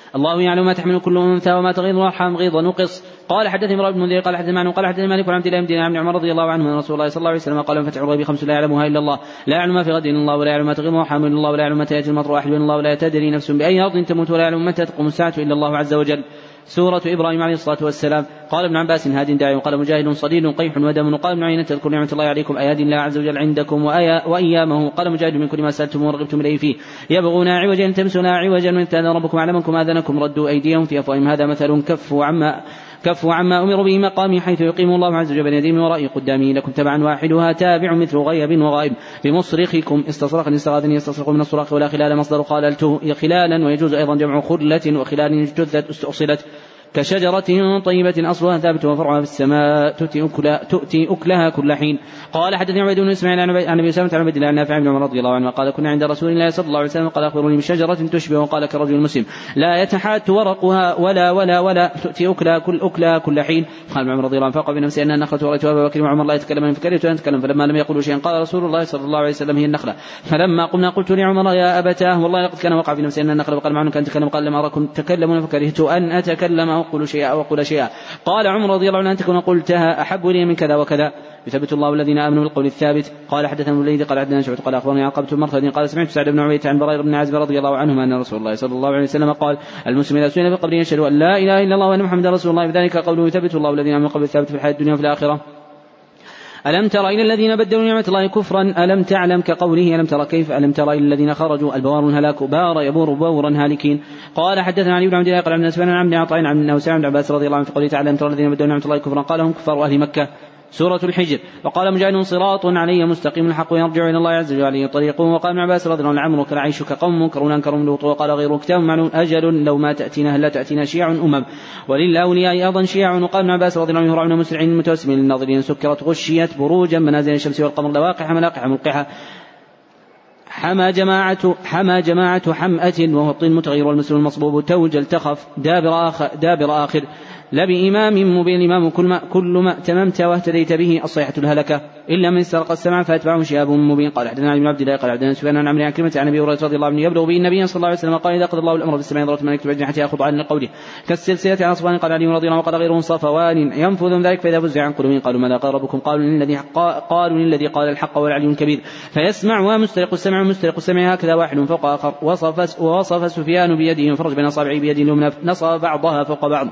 الله يعلم ما تحمل كل أنثى وما تغيض الأرحام غيظ نقص. قال حدثني ابن بن منذر قال حدثني معن قال حدثني مالك عن عبد الله بن دينار بن عمر رضي الله عنه أن رسول الله صلى الله عليه وسلم قال: فتح الغيب خمس لا يعلمها إلا الله، لا يعلم ما في غد إلا الله، ولا يعلم ما تغيض الأرحام إلا الله، ولا يعلم متى يأتي المطر أحد إلا الله، ولا تدري نفس بأي أرض تموت، ولا يعلم متى تقوم الساعة إلا الله عز وجل. سورة إبراهيم عليه الصلاة والسلام. قال ابن عباس: هاد داعي. وقال مجاهد: صديد قيح ودم. وقال ابن عيينة: تذكر نعمة الله عليكم أياد الله عز وجل عندكم وأيامه. قال مجاهد: من كل ما سألتم ورغبتم إليه فيه يبغون عوجا تمسنا عوجا، وإن كان ربكم أعلمكم آذنكم ردوا أيديهم في أفواههم، هذا مثل كفوا عما كفوا عما أمروا به مقامي، حيث يقيم الله عز وجل بين يديه ورائي قدامي لكم تبعا واحدها تابع مثل غيب وغائب. بمصرخكم استصرخني استغاثني يستصرخ من الصراخ، ولا خلال مصدر خاللته خلالا، ويجوز أيضا جمع خلة وخلال جثت استأصلت، كشجرة طيبة أصلها ثابت وفرعها في السماء تؤتي, أكلا تؤتي أكلها كل حين. قال حدثني عبيد بن إسماعيل عن أبي أسامة عن عبد الله نافع بن عمر رضي الله عنه قال: كنا عند رسول الله صلى الله عليه وسلم قال: أخبروني بشجرة تشبه. وقال: كرجل مسلم لا يتحات ورقها ولا ولا ولا تؤتي أكلها كل أكلها كل حين. قال ابن عمر رضي الله عنه: فقع بنفسي أنها النخلة، ورأيت أبا بكر وعمر لا يتكلمون فكرهت أن أتكلم، فلما لم يقولوا شيئا قال رسول الله صلى الله عليه وسلم: هي النخلة. فلما قمنا قلت لعمر: يا أبتاه والله لقد كان وقع في نفسي أنها النخلة. وقال معن: كان تكلم. قال: لم أراكم تكلمون فكرهت أن أتكلم أو أقول شيئا أو أقول شيئا. قال عمر رضي الله عنه: أن تكون قلتها أحب لي من كذا وكذا. يثبت الله الذين آمنوا بالقول الثابت. قال حدثنا ابن الوليد قال حدثنا شعبة قال أخبرني عقبة بن مرثد قال: سمعت سعد بن عبيدة عن براء بن عازب رضي الله عنهما أن رسول الله صلى الله عليه وسلم قال: المسلم إذا سئل بقبره يشهد أن لا إله إلا الله وأن محمدا رسول الله، بذلك قوله يثبت الله الذين آمنوا بالقول الثابت في الحياة الدنيا وفي الآخرة. ألم تر إلى الذين بدلوا نعمة الله كفرا ألم تعلم كقوله ألم تر كيف ألم تر إلى الذين خرجوا البوار الهلاك بار يبور بورا هالكين. قال حدثنا علي بن عبد الله قال عن سفيان عن عطاء عن نوسان بن عباس رضي الله عنه في قوله تعالى: ألم تر الذين بدلوا نعمة الله كفرا قال: هم كفار أهل مكة. سورة الحجر. وقال مجاهد: صراط علي مستقيم الحق يرجع إلى الله عز وجل طريقه. وقال ابن عباس رضي الله عنه: عمرك لعيشك قوم منكرون أنكرهم لوط. وقال غير كتاب معلوم أجل لو ما تأتينا هل لا تأتينا شيع أمم وللأولياء أيضا شيع. وقال ابن عباس رضي الله عنه: يهرعون مسرعين متوسمين للناظرين سكرت غشيت بروجا منازل الشمس والقمر لواقح ملاقح ملقحة حمى جماعة حمى جماعة حمأة وهو الطين المتغير والمسلم المصبوب توج التخف دابر آخر, دابر آخر لبإمام مبين الإمام كل ما, كل ما تممت واهتديت به الصيحة الهلكة إلا من استرق السمع فأتبعه شهاب مبين. قال حدثنا علي بن عبد الله قال حدثنا سفيان عن عمرو عن كلمة عن أبي هريرة رضي الله عنه يبلغ به النبي صلى الله عليه وسلم قال: إذا قضى الله الأمر بالسماء ضربت من يكتب حتى يأخذ عن قوله كالسلسلة عن صفوان. قال علي رضي الله عنه: وقال غيرهم صفوان ينفذ ذلك فإذا فزع عن قلوبهم قالوا: ماذا قال ربكم؟ قالوا للذي قالوا للذي قال الحق والعلي الكبير فيسمع ومسترق السمع ومسترق السمع هكذا واحد فوق آخر. وصف ووصف سفيان بيده فرج بين أصابعه بيده اليمنى نصب بعضها فوق بعض،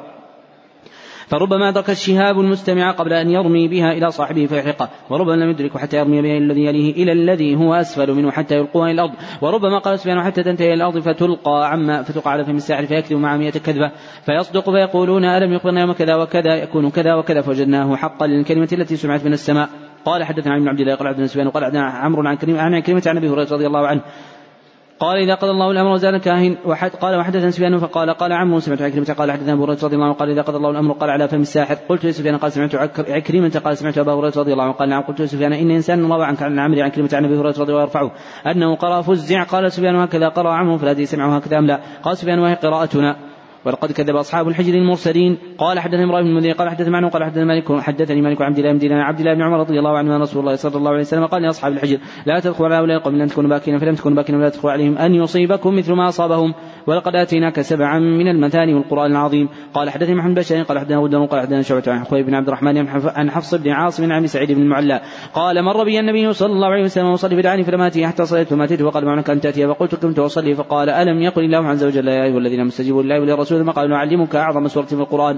فربما أدرك الشهاب المستمع قبل أن يرمي بها إلى صاحبه فيحرقه، وربما لم يدرك حتى يرمي بها الذي يليه إلى الذي هو أسفل منه حتى يلقوها إلى الأرض. وربما قال سفيان: حتى تنتهي إلى الأرض فتلقى عما فتقع على فم الساحر فيكذب مع مئة كذبة فيصدق فيقولون: ألم يخبرنا يوم كذا وكذا يكون كذا وكذا فوجدناه حقا للكلمة التي سمعت من السماء. قال حدثنا عن عبد الله قال حدثنا سفيان قال حدثنا عمرو عن كلمة عن كلمة عن أبي هريرة رضي الله عنه قال: إذا قضى الله الأمر وزال الكاهن. وحد قال وحدثنا سفيان فقال قال عمرو سمعت عكرمة قال حدثنا أبو هريرة رضي الله عنه قال: إذا قضى الله الأمر قال على فم الساحر. قلت لسفيان قال سمعت عكرمة قال سمعت أبا هريرة رضي الله عنه قال: نعم. قلت لسفيان: إن إنسان روى عن عمرو عن كلمة عن أبي هريرة رضي الله عنه يرفعه أنه قرأ فزع. قال سفيان: هكذا قرأ عمرو فلا أدري سمعه هكذا أم لا. قال سفيان: وهي قراءتنا. ولقد كذب أصحاب الحجر المرسلين. قال حدثني إبراهيم بن المنذر قال حدثني معه قال حدثني مالك حدثني مالك عبد الله بن دينار عبد الله بن عمر رضي الله عنه أن رسول الله صلى الله عليه وسلم قال لأصحاب الحجر: لا تدخلوا على هؤلاء القوم لن تكونوا باكين فلم تكونوا باكين ولا تدخلوا عليهم أن يصيبكم مثل ما أصابهم ولقد آتيناك سبعا من المثاني والقرآن العظيم. قال حدثني محمد بن بشار قال حدثنا غدر قال حدثنا شعبة عن خويلد بن عبد الرحمن عن حفص بن عاصم عن سعيد بن المعلى قال: مر بي النبي صلى الله عليه وسلم وصلي بدعاني فلم آتي حتى صليت فما أتيت وقال: معنك أن تأتي. فقلت: كنت أصلي. فقال: ألم يقل الله عز وجل: يا أيها الذين استجيبوا لله وللرسول ثم قال: نعلمك أعظم سورة في القرآن.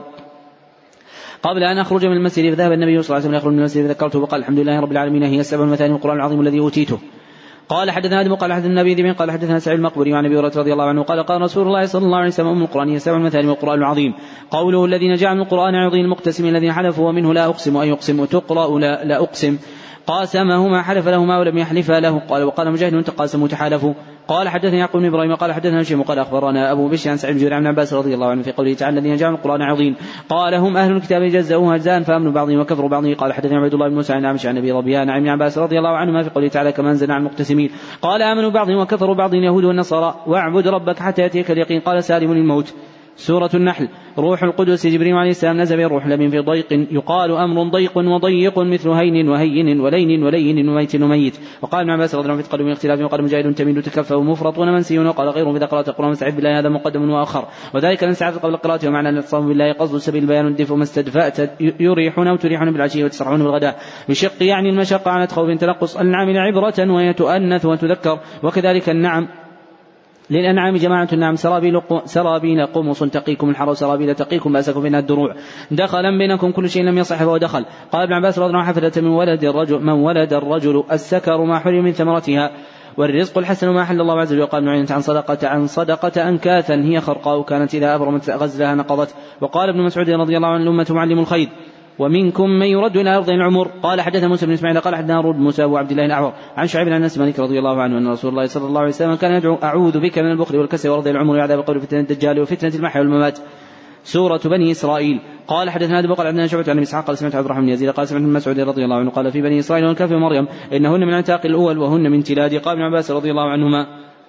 قبل أن أخرج من المسجد فذهب النبي صلى الله عليه وسلم يخرج من المسجد فذكرته وقال: الحمد لله رب العالمين هي السبع المثاني والقرآن العظيم الذي أوتيته. قال حدثنا آدم قال حدثنا أبي ذئب قال حدثنا سعيد المقبري وعن أبي هريرة رضي الله عنه قال: قال رسول الله صلى الله عليه وسلم: أم القرآن هي السبع المثاني والقرآن العظيم. قوله: الذين جعلوا القرآن عظيم المقتسم الذين حلفوا ومنه لا أقسم أن يقسم وتقرأ لا, لا أقسم قاسمهما حلف لهما ولم يحلف له. قال وقال مجاهد: تقاسموا تحالفوا. قال حدثنا يعقوب بن إبراهيم قال حدثنا هشام قال أخبرنا أبو بشر عن سعيد بن جبير عن عباس رضي الله عنه في قوله تعالى: الذين جعلوا القرآن عظيم. قال: هم أهل الكتاب جزأوه أجزاء فأمنوا بعضهم وكفروا بعضهم. قال حدثنا عبد الله بن موسى عن عامش عن أبي ربيان عن ابن عباس رضي الله عنهما في قوله تعالى: كما أنزلنا على المقتسمين. قال: آمنوا بعضهم وكفروا بعضهم اليهود والنصارى واعبد ربك حتى يأتيك اليقين. قال سالم الموت سورة النحل. روح القدس جبريل عليه السلام نزل بالروح الأمين في ضيق يقال أمر ضيق وضيق مثل هين وهين ولين ولين وميت وميت. وقال ابن عباس رضي الله عنه في قدم اختلاف وقال مجاهد تميل تكفى ومفرطون منسيون. وقال غيره إذا قرأت القرآن مستعذ بالله هذا مقدم وآخر وذلك الانسعاف قبل القراءة ومعنى الاعتصام بالله قصد سبيل البيان الدفء ما استدفأت يريحون وتريحون بالعشي وتسرعون بالغداء بشق يعني المشقة على خوف تلقص النعم عبرة وهي تؤنث وتذكر. وكذلك النعم للأنعام جماعة النعم سرابيل سرابيل قمص تقيكم الحر سرابيل تقيكم بأسكم بين الدروع دخلا بينكم كل شيء لم يصح فهو دخل. قال ابن عباس رضي الله عنه حفلة من ولد الرجل من ولد الرجل السكر ما حرم من ثمرتها والرزق الحسن ما حل الله عز وجل. وقال نعينت عن صدقة عن صدقة أنكاثا هي خرقاء كانت إذا أبرمت غزلها نقضت. وقال ابن مسعود رضي الله عنه الأمة معلم الخير ومنكم من يرد إلى أرض العمر. قال حدثنا موسى بن إسماعيل قال حدثنا رد موسى أبو عبد الله الأعور عن شعيب عن أنس مالك رضي الله عنه أن رسول الله صلى الله عليه وسلم كان يدعو أعوذ بك من البخل والكسل وأرض العمر وعذاب القبر وفتنة الدجال وفتنة المحيا والممات. سورة بني إسرائيل. قال حدثنا أبو بكر عن شعبة عن إسحاق قال سمعت عبد الرحمن بن يزيد قال سمعت ابن مسعود رضي الله عنه قال في بني إسرائيل والكهف ومريم إنهن من عتاق الأول وهن من تلاد. قال ابن عباس رضي الله عنهما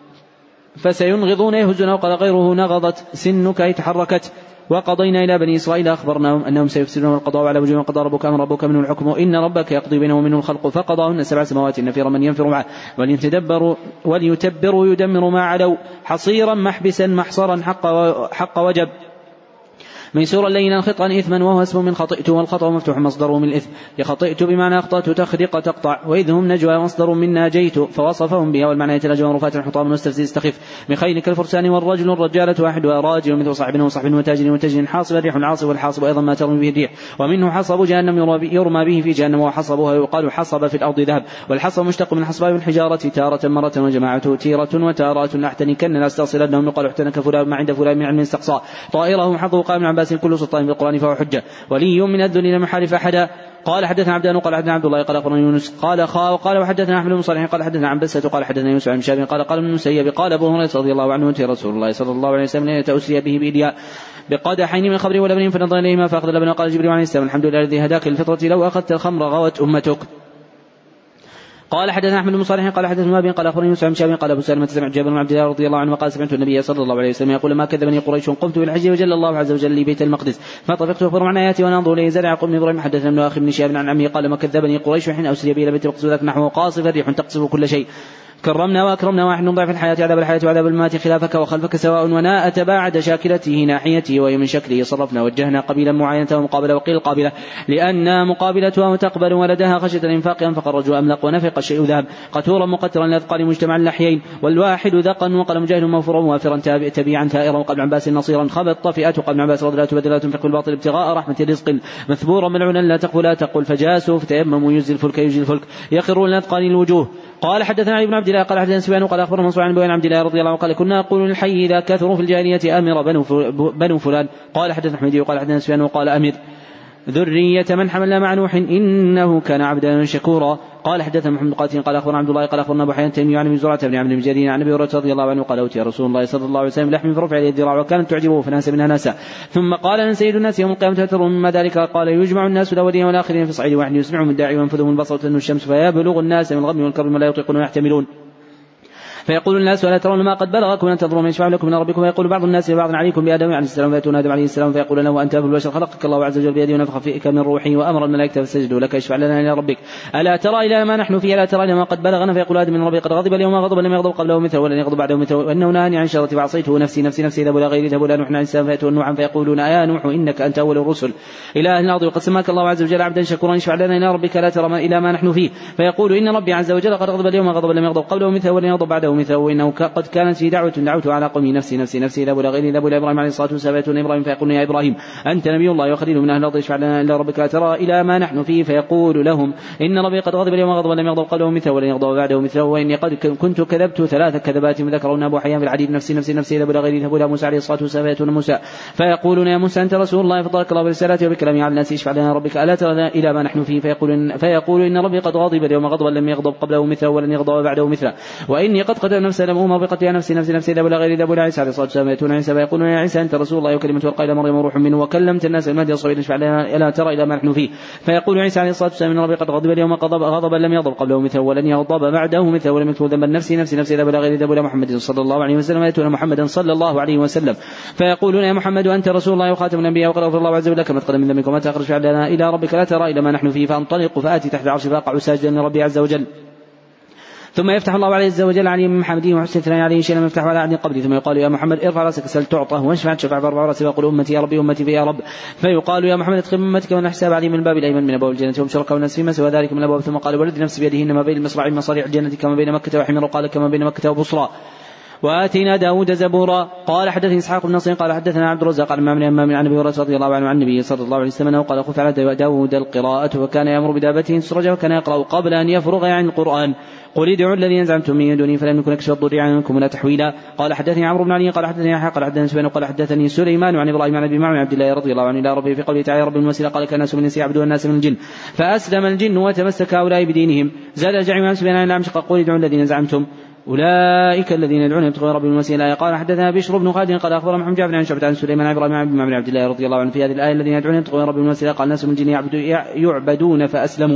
فسينغضون يهزون. وقال غيره نغضت سنك أي تحركت. وقضينا إلى بني إسرائيل أخبرناهم أنهم سيفسدون القضاء على وجوه قضى ربك أمر ربك منه الحكم إن ربك يقضي بينهم منه الخلق فقضاهن سبع سماوات نفير من ينفر معه وليتدبروا وليتبروا يدمروا ما علوا حصيرا محبسا محصرا حق, حق وجب ميسورا لينا خطأ إثما وهو اسم من خطئت والخطأ مفتوح مصدره من الإثم يخطئت بمعنى أخطأت تخرق تقطع وإذ هم نجوى مصدر من ناجيت فوصفهم بها والمعنى يتلاجون رفات حطام واستفزي استخف من خيلك الفرسان والرجل الرجالة واحد وراجل مثل صاحب وصاحب وتاجر وتاجر حاصب الريح العاصب والحاصب أيضا ما ترمي به الريح ومنه حصب جهنم يرمى به في جهنم وحصبها يقال حصب في الأرض ذهب والحصب مشتق من حصباء الحجارة تارة مرة وجماعته تيرة وتارات أحتنكن لا استغسلنهم يقال احتنك فلان ما عند فلان من علم استقصاء طائره حظه قال ابن عباس كل سلطان بالقرآن فهو حجة ولي من الذل لم يحارف أحدا. قال حدثنا عبدان قال حدثنا عبد الله قال أخبرنا يونس قال خا وقال وحدثنا أحمد بن صالح قال حدثنا عن بسة قال حدثنا يوسف عن شاب قال قال ابن المسيب قال أبو هريرة رضي الله عنه أتي رسول الله صلى الله عليه وسلم ليلة أسري به بإلياء بقدحين من خمر ولبن فنظر إليهما فأخذ اللبن وقال جبريل عليه السلام الحمد لله الذي هداك للفطرة لو أخذت الخمر غوت أمتك. قال حدثنا أحمد بن صالح قال حدثنا أبي قال أخبرني يوسف عن شاب قال أبو سلمة سمعت جابر بن عبد الله رضي الله عنه قال سمعت النبي صلى الله عليه وسلم يقول ما كذبني قريش قمت بالحج وجل الله عز وجل لي بيت المقدس فطفقت أخبر عن آياتي وأنظر إليه زرع قوم إبراهيم حدثنا ابن أخي بن شهاب عن عمه قال ما كذبني قريش حين أسري بي إلى بيت المقدس وذاك نحو قاصف ريح تقصف كل شيء كرمنا وأكرمنا واحد من ضعف الحياة عذاب الحياة وعذاب الممات خلافك وخلفك سواء وناء تباعد شاكلته ناحيته وهي من شكله صرفنا وجهنا قبيلا معاينة ومقابلة وقيل قابلة لأن مقابلتها وتقبل ولدها خشية الإنفاق أنفق الرجل أملق ونفق الشيء ذهب قتورا مقترا لأثقال مجتمع اللحيين والواحد ذقا وقال مجاهد موفرا وافرا تبيعا ثائرا وقال عباس نصيرا خبت طفئة وقال عباس رضي لا تبدل لا تنفق بالباطل ابتغاء رحمة رزق مثبورا ملعونا لا تقول لا تقول فجاسوا فتيمموا يجزي الفلك يجزي الفلك يخرون لأثقال الوجوه. قال حدثنا علي بن عبد الله قال حدثنا سفيان قال أخبرنا منصور عن بن عبد الله رضي الله عنه قال كنا نقول للحي إذا كثروا في الجاهلية أمر بنو فلان. قال حدثنا حميدي وقال حدثنا سفيان وقال أمر ذرية من حملنا مع نوح إنه كان عبدا شكورا. قال حدثنا محمد قاتل قال أخبرنا عبد الله قال أخبرنا أبو حيان تيمي عن ابن زرعة بن عمرو بن جرير عن أبي هريرة رضي الله عنه قال أوتي رسول الله صلى الله عليه وسلم لحم في رفع الذراع وكانت تعجبه فناس منها ناسا ثم قال أن سيد الناس يوم القيامة تأثر مما ذلك قال يجمع الناس الأولين والآخرين في صعيد واحد يسمعهم الداعي وينفذهم البصر وتنو الشمس فيبلغ الناس من الغم والكرب لا يطيقون ويحتملون فيقول الناس ولا ترون ما قد بلغكم أن تنظروا من يشفع لكم من ربكم فيقول بعض الناس لبعض عليكم بآدم عليه السلام فيأتون آدم عليه السلام فيقول له أنت أبو البشر خلقك الله عز وجل بيده ونفخ فيك من روحه وأمر الملائكة فسجدوا لك اشفع لنا إلى ربك ألا ترى إلى ما نحن فيه ألا ترى إلى ما قد بلغنا فيقول آدم من ربي قد غضب اليوم غضب لم يغضب قبله مثله ولن يغضب بعده مثله وأنه نهاني عن شرة فعصيته نفسي نفسي نفسي ذهبوا إلى غيري ذهبوا إلى نوح عليه السلام فيأتون نوحا فيقولون يا نوح إنك أنت أول الرسل إلى أهل الأرض وقد سماك الله عز وجل عبدا شكورا اشفع لنا إلى ربك ألا ترى إلى ما نحن فيه فيقول إن ربي عز وجل قد غضب اليوم غضب لم يغضب قبله مثله ولن يغضب بعده مثله وإنه قد كانت في دعوة دعوت على قومي نفسي نفسي نفسي ذهبوا إلى غيري ذهبوا إلى إبراهيم عليه الصلاة والسلام فيأتون إبراهيم فيقولون يا إبراهيم أنت نبي الله وخليل من أهل الأرض اشفع لنا إلى ربك لا ترى إلى ما نحن فيه فيقول لهم إن ربي قد غضب اليوم غضب لم يغضب قبله مثله ولن يغضب بعده مثله وإني قد كنت كذبت ثلاث كذبات ذكرون أبو حيان في العديد نفسي نفسي نفسي ذهبوا إلى غيري ذهبوا إلى موسى عليه الصلاة والسلام فيأتون موسى فيقولون يا موسى أنت رسول الله فضلك الله برسالته وبكلامه على الناس اشفع لنا ربك ألا ترى إلى ما نحن فيه فيقول فيقول إن ربي قد غضب اليوم غضب لم يغضب قبله مثله ولن يغضب بعده مثله وإني قد قتل نفسا لم أمر بقتل نفسي نفسي نفسي ذهب إلى غير ذهب إلى عيسى عليه الصلاة والسلام يأتون عيسى فيقولون يا عيسى أنت رسول الله وكلمة القائل مريم روح منه وكلمت الناس المهدي الصغير اشفع لنا ألا ترى إلى ما نحن فيه. فيقول عيسى عليه الصلاة والسلام إن ربي قد غضب اليوم غضبا لم يغضب قبله مثله ولن يغضب بعده مثله ولم يكتب ذنبا نفسي نفسي نفسي ذهب إلى غير ذهب إلى محمد صلى الله عليه وسلم يأتون محمدا صلى الله عليه وسلم فيقولون يا محمد أنت رسول الله وخاتم الأنبياء وقد غفر الله عز وجل لك ما تقدم من ذنبك وما تأخر اشفع لنا إلى ربك لا ترى إلى ما نحن فيه. فانطلق فآتي تحت العرش فأقع ساجدا لربي عز وجل ثم يفتح الله عز وجل علي من محمده وحسن ثناء عليه شيئا لم يفتح على عهد قبلي ثم يقال يا محمد ارفع راسك سل تعطه واشفع تشفع فارفع راسي ويقول امتي يا ربي امتي في يا رب. فيقال يا محمد ادخل امتك من حساب علي من الباب الايمن من ابواب الجنه وشركاء الناس فيما سوى ذلك من الابواب. ثم قال والذي نفسي بيده انما بين المصراع مصاريع الجنه كما بين مكه وحمير وقال كما بين مكه وبصرى. وآتينا داود زبورا. قال حدثني إسحاق بن نصر قال حدثنا عبد الرزاق عن مامن أمام عن أبي هريرة رضي الله عنه عن النبي صلى الله عليه وسلم أنه قال خف على داود القراءة وكان يأمر بدابته سرجا وكان يقرأ قبل أن يفرغ عن القرآن قل ادعوا الذين زعمتم من دوني فلن يكن يكشف الضر عنكم ولا تحويلا. قال حدثني عمرو بن علي قال حدثني يحيى قال حدثني سفيان قال حدثني سليمان عن إبراهيم عن أبي معمر عبد الله رضي الله عنه إلى ربه في قوله تعالى رب المسيرة قال كان الناس من الناس يعبدون الناس من الجن فأسلم الجن وتمسك هؤلاء بدينهم. زاد الجعي عن سفيان عن الأعمش قل ادعوا الذين زعمتم أولئك الذين يدعون يبتغون رب المسيرة. قال حدثنا بشر بن خالد قال أخبر محمد جعفر عن شعبة عن سليمان عن إبراهيم عن معمر عبد الله رضي الله عنه في هذه الآية الذين يدعون يبتغون رب المسيرة قال الناس من الجن يعبدون فأسلموا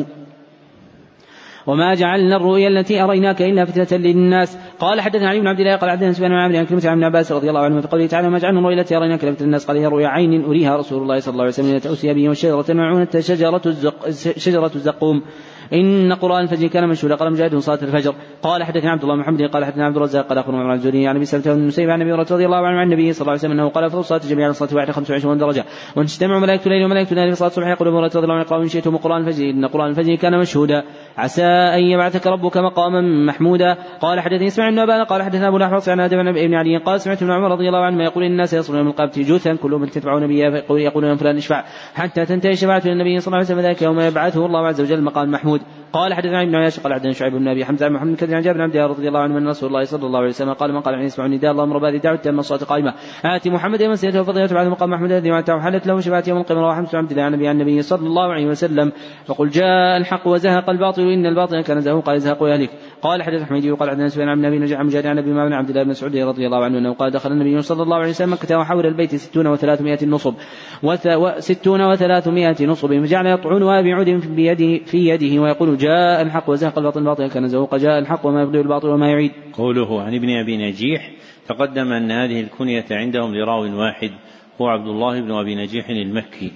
وما جعلنا الرؤيا التي أريناك إلا فتنة للناس. قال حدثنا علي بن عبد الله قال حدثنا سفيان عن عمرو عن كلمة عن ابن عباس رضي الله عنه في قوله تعالى ما جعلنا الرؤيا التي أريناك إلا فتنة للناس قال هي رؤيا عين أريها رسول الله صلى الله عليه وسلم تأسي به والشجرة الملعونة شجرة الزق شجرة الزقوم إن قرآن الفجر كان مشهودا. قال مجاهد صلاة الفجر. قال حدثنا عبد الله محمد قال حدثنا عبد الرزاق قال أخبرنا عن الزهري عن أبي سلمة بن المسيب عن أبي هريرة رضي الله عنه عن النبي صلى الله عليه وسلم أنه قال أفضل الصلاة جميعا الصلاة واحدة خمسة وعشرين درجة وتجتمع ملائكة الليل وملائكة النهار في صلاة الصبح يقول أبو هريرة رضي الله عنه اقرأوا إن شئتم قرآن الفجر إن قرآن الفجر كان مشهودا عسى أن يبعثك ربك مقاما محمودا. قال حدثني اسماعيل بن أبان قال حدثنا أبو الأحوص عن آدم بن علي قال سمعت ابن عمر رضي الله عنه يقول إن الناس يصلون من القيامة جثا كلهم من تتبعون به يقولون فلان اشفع حتى تنتهي شفاعة النبي صلى الله عليه وسلم ذلك يوم يبعثه الله عز وجل مقام محمود. قال حدثنا ابن عياش قال حدثنا شعيب بن ابي حمزه عن محمد كذب عن جابر بن عبد الله رضي الله عنه من رسول الله صلى الله عليه وسلم قال من قال حين يسمع النداء اللهم رب هذه الدعوه تم الصلاه قائمه آتي محمد يوم سيدته وفضيلته بعد مقام محمود الذي وعدته حلت له شفاعه يوم القيامه رواه حمزه عبد الله عن النبي عن النبي صلى الله عليه وسلم فقل جاء الحق وزهق الباطل ان الباطل كان زهوقا يزهق ويهلك. قال حدث حميدي وقال حدثنا سفيان عن النبي نجح مجاهد عن ابي معمر عبد الله بن مسعود رضي الله عنه انه قال دخل النبي صلى الله عليه وسلم مكه وحول البيت ستون وثلاثمائة نصب وستون وثلاثمائة نصب فجعل يطعنها بعود بيده في يده ويقول جاء الحق وزهق الباطل الباطل كان زهوقا جاء الحق وما يبدو الباطل وما يعيد. قوله عن ابن أبي نجيح تقدم أن هذه الكنية عندهم لراو واحد هو عبد الله بن أبي نجيح المكي.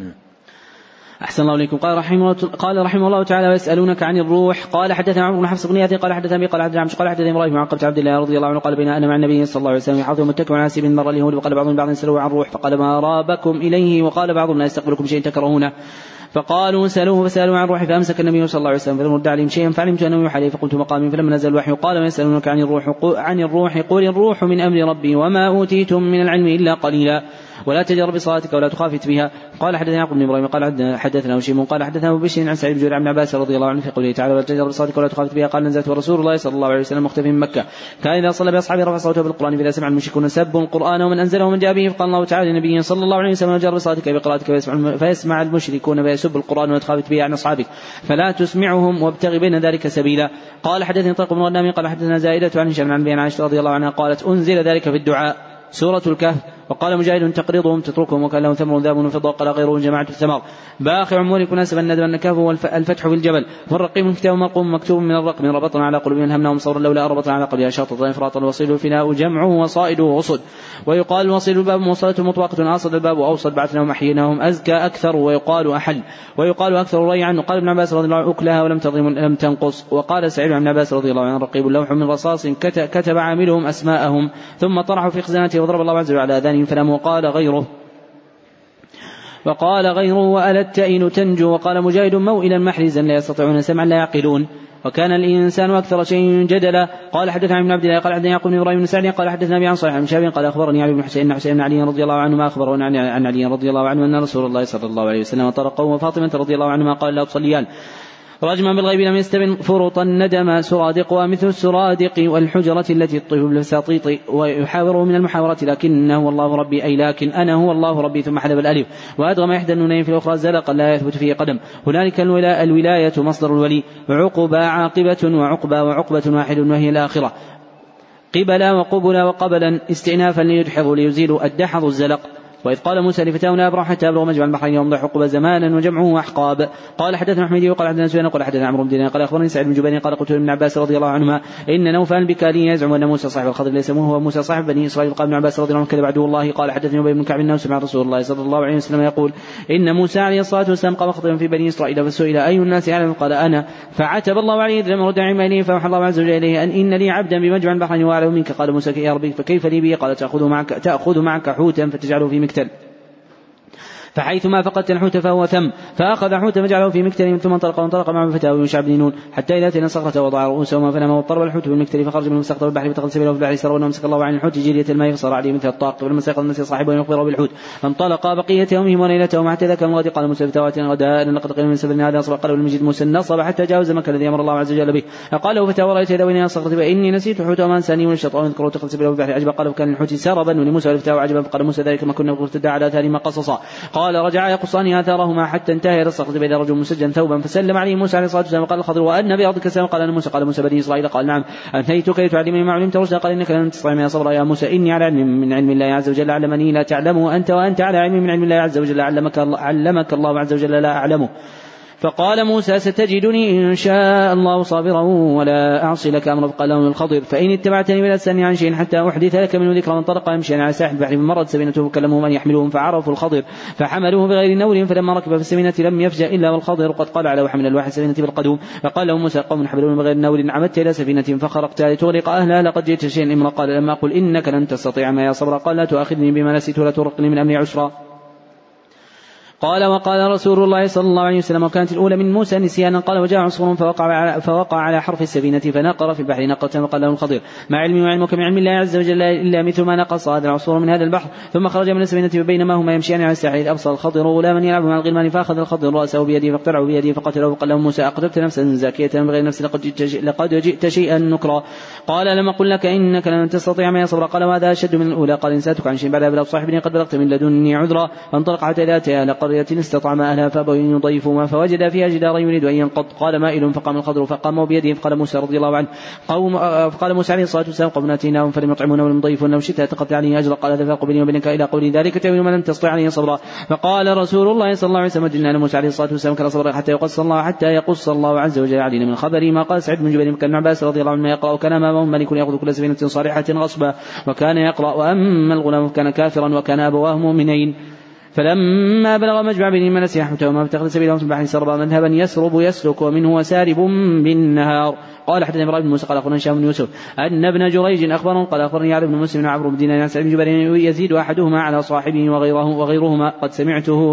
أحسن الله إليكم. قال رحمه قال رحمه الله تعالى ويسألونك عن الروح. قال حدثنا عمرو بن حفص بن ياتي قال حدثنا قال حدثنا عمش قال حدثنا إبراهيم عن قبة عبد الله رضي الله عنه قال بين أنا مع النبي صلى الله عليه وسلم يحاضر متكئ على سيب مر اليهود وقال بعضهم بعض سألوه عن الروح فقال ما رابكم إليه وقال بعضهم لا يستقبلكم شيء تكرهونه فقالوا سألوه فسألوا عن الروح فأمسك النبي صلى الله عليه وسلم فلم يرد عليهم شيئا فعلمت أنه يوحى إليه فقلت مقامي فلما نزل الوحي قال ويسألونك عن الروح عن الروح قل الروح من أمر ربي وما أوتيتم من العلم إلا قليلا ولا تجر بصلاتك ولا تخافت بها. قال حدثنا يعقوب بن إبراهيم قال حدثنا هشيم قال حدثنا أبو بشر عن سعيد بن جبير عن عباس رضي الله عنه في قوله تعالى ولا تجر بصلاتك ولا تخافت بها قال نزلت ورسول الله صلى الله عليه وسلم مختفي من مكة كان إذا صلى بأصحابه رفع صوته بالقرآن فإذا سمع المشركون سبوا القرآن ومن أنزله ومن جاء به فقال الله تعالى لنبيه صلى الله عليه وسلم جر بصلاتك بقراءتك فيسمع, فيسمع المشركون فيسب القرآن وتخافت به عن أصحابك فلا تسمعهم وابتغ بين ذلك سبيلا. قال حدثني طارق بن غنام قال حدثنا زائدة عن هشام عن بن عائشة رضي الله عنها قالت أنزل ذلك في الدعاء سورة الكهف. وقال مجاهد تقرضهم تتركهم وكان لهم ثمر ذهب وفضة قال غيرهم جماعة الثمار باخع مولك ناسبا ندب النكاف والفتح في الجبل والرقيم الكتاب مرقوم مكتوب من الرقم ربطنا على قلوبهم همناهم صورا لولا ربطنا على قلبها شاططا إفراطا الوصيل الفناء جمعه وصائده وصد ويقال الوصيل الباب موصلة مطوقة أصل الباب وأوصل بعثناهم أحييناهم أزكى أكثر ويقال أحل ويقال أكثر ريعا. وقال ابن عباس رضي الله عنه أكلها ولم تظلم لم تنقص. وقال سعيد بن عباس رضي الله عنه رقيب اللوح من رصاص كتب عاملهم أسماءهم ثم طرحوا في خزانته وضرب الله عز وجل على آذانهم فلم وقال غيره وقال غيره وألا التئن تنجو. وقال مجاهد موئلا محرزا لا يستطيعون سمعا لا يعقلون وكان الإنسان أكثر شيء جدلا. قال حدثنا ابن عبد الله قال حدثنا يعقوب بن إبراهيم بن سعد قال حدثنا أبي عن صالح بن شهاب قال أخبرني علي بن حسين حسين بن علي رضي الله عنه ما أخبره عن علي رضي الله عنه أن رسول الله صلى الله عليه وسلم طرقه وفاطمة رضي الله عنهما قال لا تصليان رجما بالغيب لم يستبن فرط الندم سرادق ومثل السرادق والحجرة التي تطيف بالفساطيط ويحاوره من المحاورة لكنه هو الله ربي أي لكن أنا هو الله ربي ثم حذف الألف وأدغم إحدى النونين في الأخرى زلقا لا يثبت فيه قدم. هنالك الولاية مصدر الولي وعقبى عاقبة وعقبى وعقبة واحد وهي الآخرة قبلا وقبلا وقبلا استئنافا ليدحضوا ليزيلوا الدحض الزلق. وإذ قال موسى لفتاه لا أبرح حتى أبلغ مجمع البحرين وأمضي حقبة زمانا وجمعه أحقاب. قال حدثنا حميدي وقال حدثنا سفيان قال حدثنا عمرو بن دينار قال أخبرني سعيد بن جبير قال قلت لابن عباس رضي الله عنهما إن نوفل البكالي يزعم أن موسى صاحب الخضر ليس هو موسى صاحب بني إسرائيل. قال ابن عباس رضي الله عنه كذب عدو الله. قال حدثني أبي بن كعب أنه سمع رسول الله صلى الله عليه وسلم يقول إن موسى عليه الصلاة والسلام قام خطبا في بني إسرائيل فسئل أي الناس أعلم قال أنا فعتب الله عليه إذ لم يرد علما إليه فأوحى الله عز وجل إليه أن إن لي عبدا بمجمع البحرين وأعلم منك. قال موسى يا ربي فكيف لي به؟ قال تأخذ معك, تأخذ معك حوتا فتجعله في مكتل فحيثما فقدت الحوت فهو ثم فأخذ حوتا فجعله في مكتل ثم انطلق وانطلق معه فتاه يوشع بن نون حتى إذا أتينا صخرة وضع رؤوسهما فنام واضطرب الحوت بالمكتل فخرج من سقط البحر فتخذ سبيله في البحر سرا وامسك الله عن الحوت جرية الماء فصار عليه مثل الطاق فلما استيقظ الناس صاحبه يخبره بالحوت فانطلقا بقية يومهم وليلتهم حتى ذاك الغد. قال موسى فتواتنا غداء لقد قيل من سفرنا هذا أصبح قال المجد موسى نصب حتى جاوز مكة الذي أمر الله عز وجل به. فقال له فتى ورأيت إذا وين الصخرة فإني نسيت حوت وما أنساني والشيطان يذكر وتخذ سبيله في البحر عجبا. قال فكان الحوت سربا ولموسى ولفتاه عجبا. فقال موسى ذلك ما كنا ارتدى على آثارهما قصصا. قال رجعا يقصان آثارهما حتى انتهى إلى الصخرة بإذا رجل مسجا ثوبا فسلم عليه موسى عليه الصلاة والسلام. قال الخضر وأن بأرضك السلام. قال أنا موسى. قال موسى بني إسرائيل قال نعم أنهيتك لتعلمني ما علمت رشدا. قال إنك لن تستطيع معي صبرا يا موسى إني على علم من علم الله عز وجل علمني لا تعلمه أنت وأنت على علم من علم الله عز وجل علمك الله, علمك الله عز وجل لا أعلمه. فقال موسى ستجدني إن شاء الله صابرا ولا أعصي لك أمرا. فقال له الخضر فإن اتبعتني فلا تسألني عن شيء حتى أحدث لك منه ذكرا. وانطلقا يمشيان على ساحل البحر فمرت سفينته فكلمهم أن يحملوهم فعرفوا الخضر فحملوه بغير نول فلما ركب في السفينة لم يفجأ إلا والخضر قد قال على وحمل الواحد سفينة بالقدوم. فقال له موسى قوم حملون بغير نول عمدت إلى سفينة فخرقتها لتغرق أهلها لقد جئت شيئا إمرا. قال لما أقول إنك لن تستطيع معي صبرا. قال لا تؤاخذني بما نسيت ولا ترقني من أمري عسرا. قال وقال رسول الله صلى الله عليه وسلم وكانت الأولى من موسى نسيانا. قال وجاء عصفور فوقع على, فوقع على حرف السفينة فنقر في البحر نقرة. وقال له الخضر ما علمي وعلمك من علم الله عز وجل إلا مثل ما نقص هذا العصفور من هذا البحر. ثم خرج من السفينة فبينما هما يمشيان على الساحل أبصر الخضر غلاما يلعب مع الغلمان فأخذ الخضر رأسه بيده فاقتلعه بيده فقتله. فقال له موسى أقتلت نفسا زاكية بغير نفس لقد جئت, لقد جئت شيئا نكرا. قال لما قل لك إنك لن تستطيع معي صبرا. قال وهذا أشد من الأولى. قال إن سألتك عن شيء بعد أبلغ صاحبني قد بلغت من لدني عذرا. فانطلق حتى إذا أتى إلى قرية استطعم أهلها فأبوا أن يضيفوها فوجد فيها جدارا يريد أن ينقض. قال مائل فقام الخضر فقاموا بيده. فقال موسى رضي الله عنه قوم فقال موسى عليه الصلاة والسلام قوم آتيناهم فلم يطعمون ولم يضيفون لو شئت أتقطع عليه أجرا. قال هذا فرق بيني وبينك إلى قولي ذلك تأويل ما لم تستطع عليه صبرا. فقال رسول الله صلى الله عليه وسلم جئنا موسى عليه الصلاة والسلام كان صبرا حتى يقص الله حتى يقص الله عز وجل علينا من خبر ما قال سعيد بن جبير كان عباس رضي الله عنه يقرأ وكان أمامهم ملك يأخذ كل سفينة صالحة غصبا وكان يقرأ وأما الغلام كان كافرا وكان أبواه مؤمنين. فلما بلغ مجمع بينهما نسي حوتهما فاتخذ سبيله في البحر سربا مذهبا يسرب يسلك ومنه وسارب بالنهار. قال حدثنا ابراهيم بن موسى قال اخبرنا هشام بن يوسف ان ابن جريج اخبرهم قال اخبرني علي بن مسلم وعمرو بن دينار عن سعيد بن جبير يزيد احدهما على صاحبه وغيره وغيرهما قد سمعته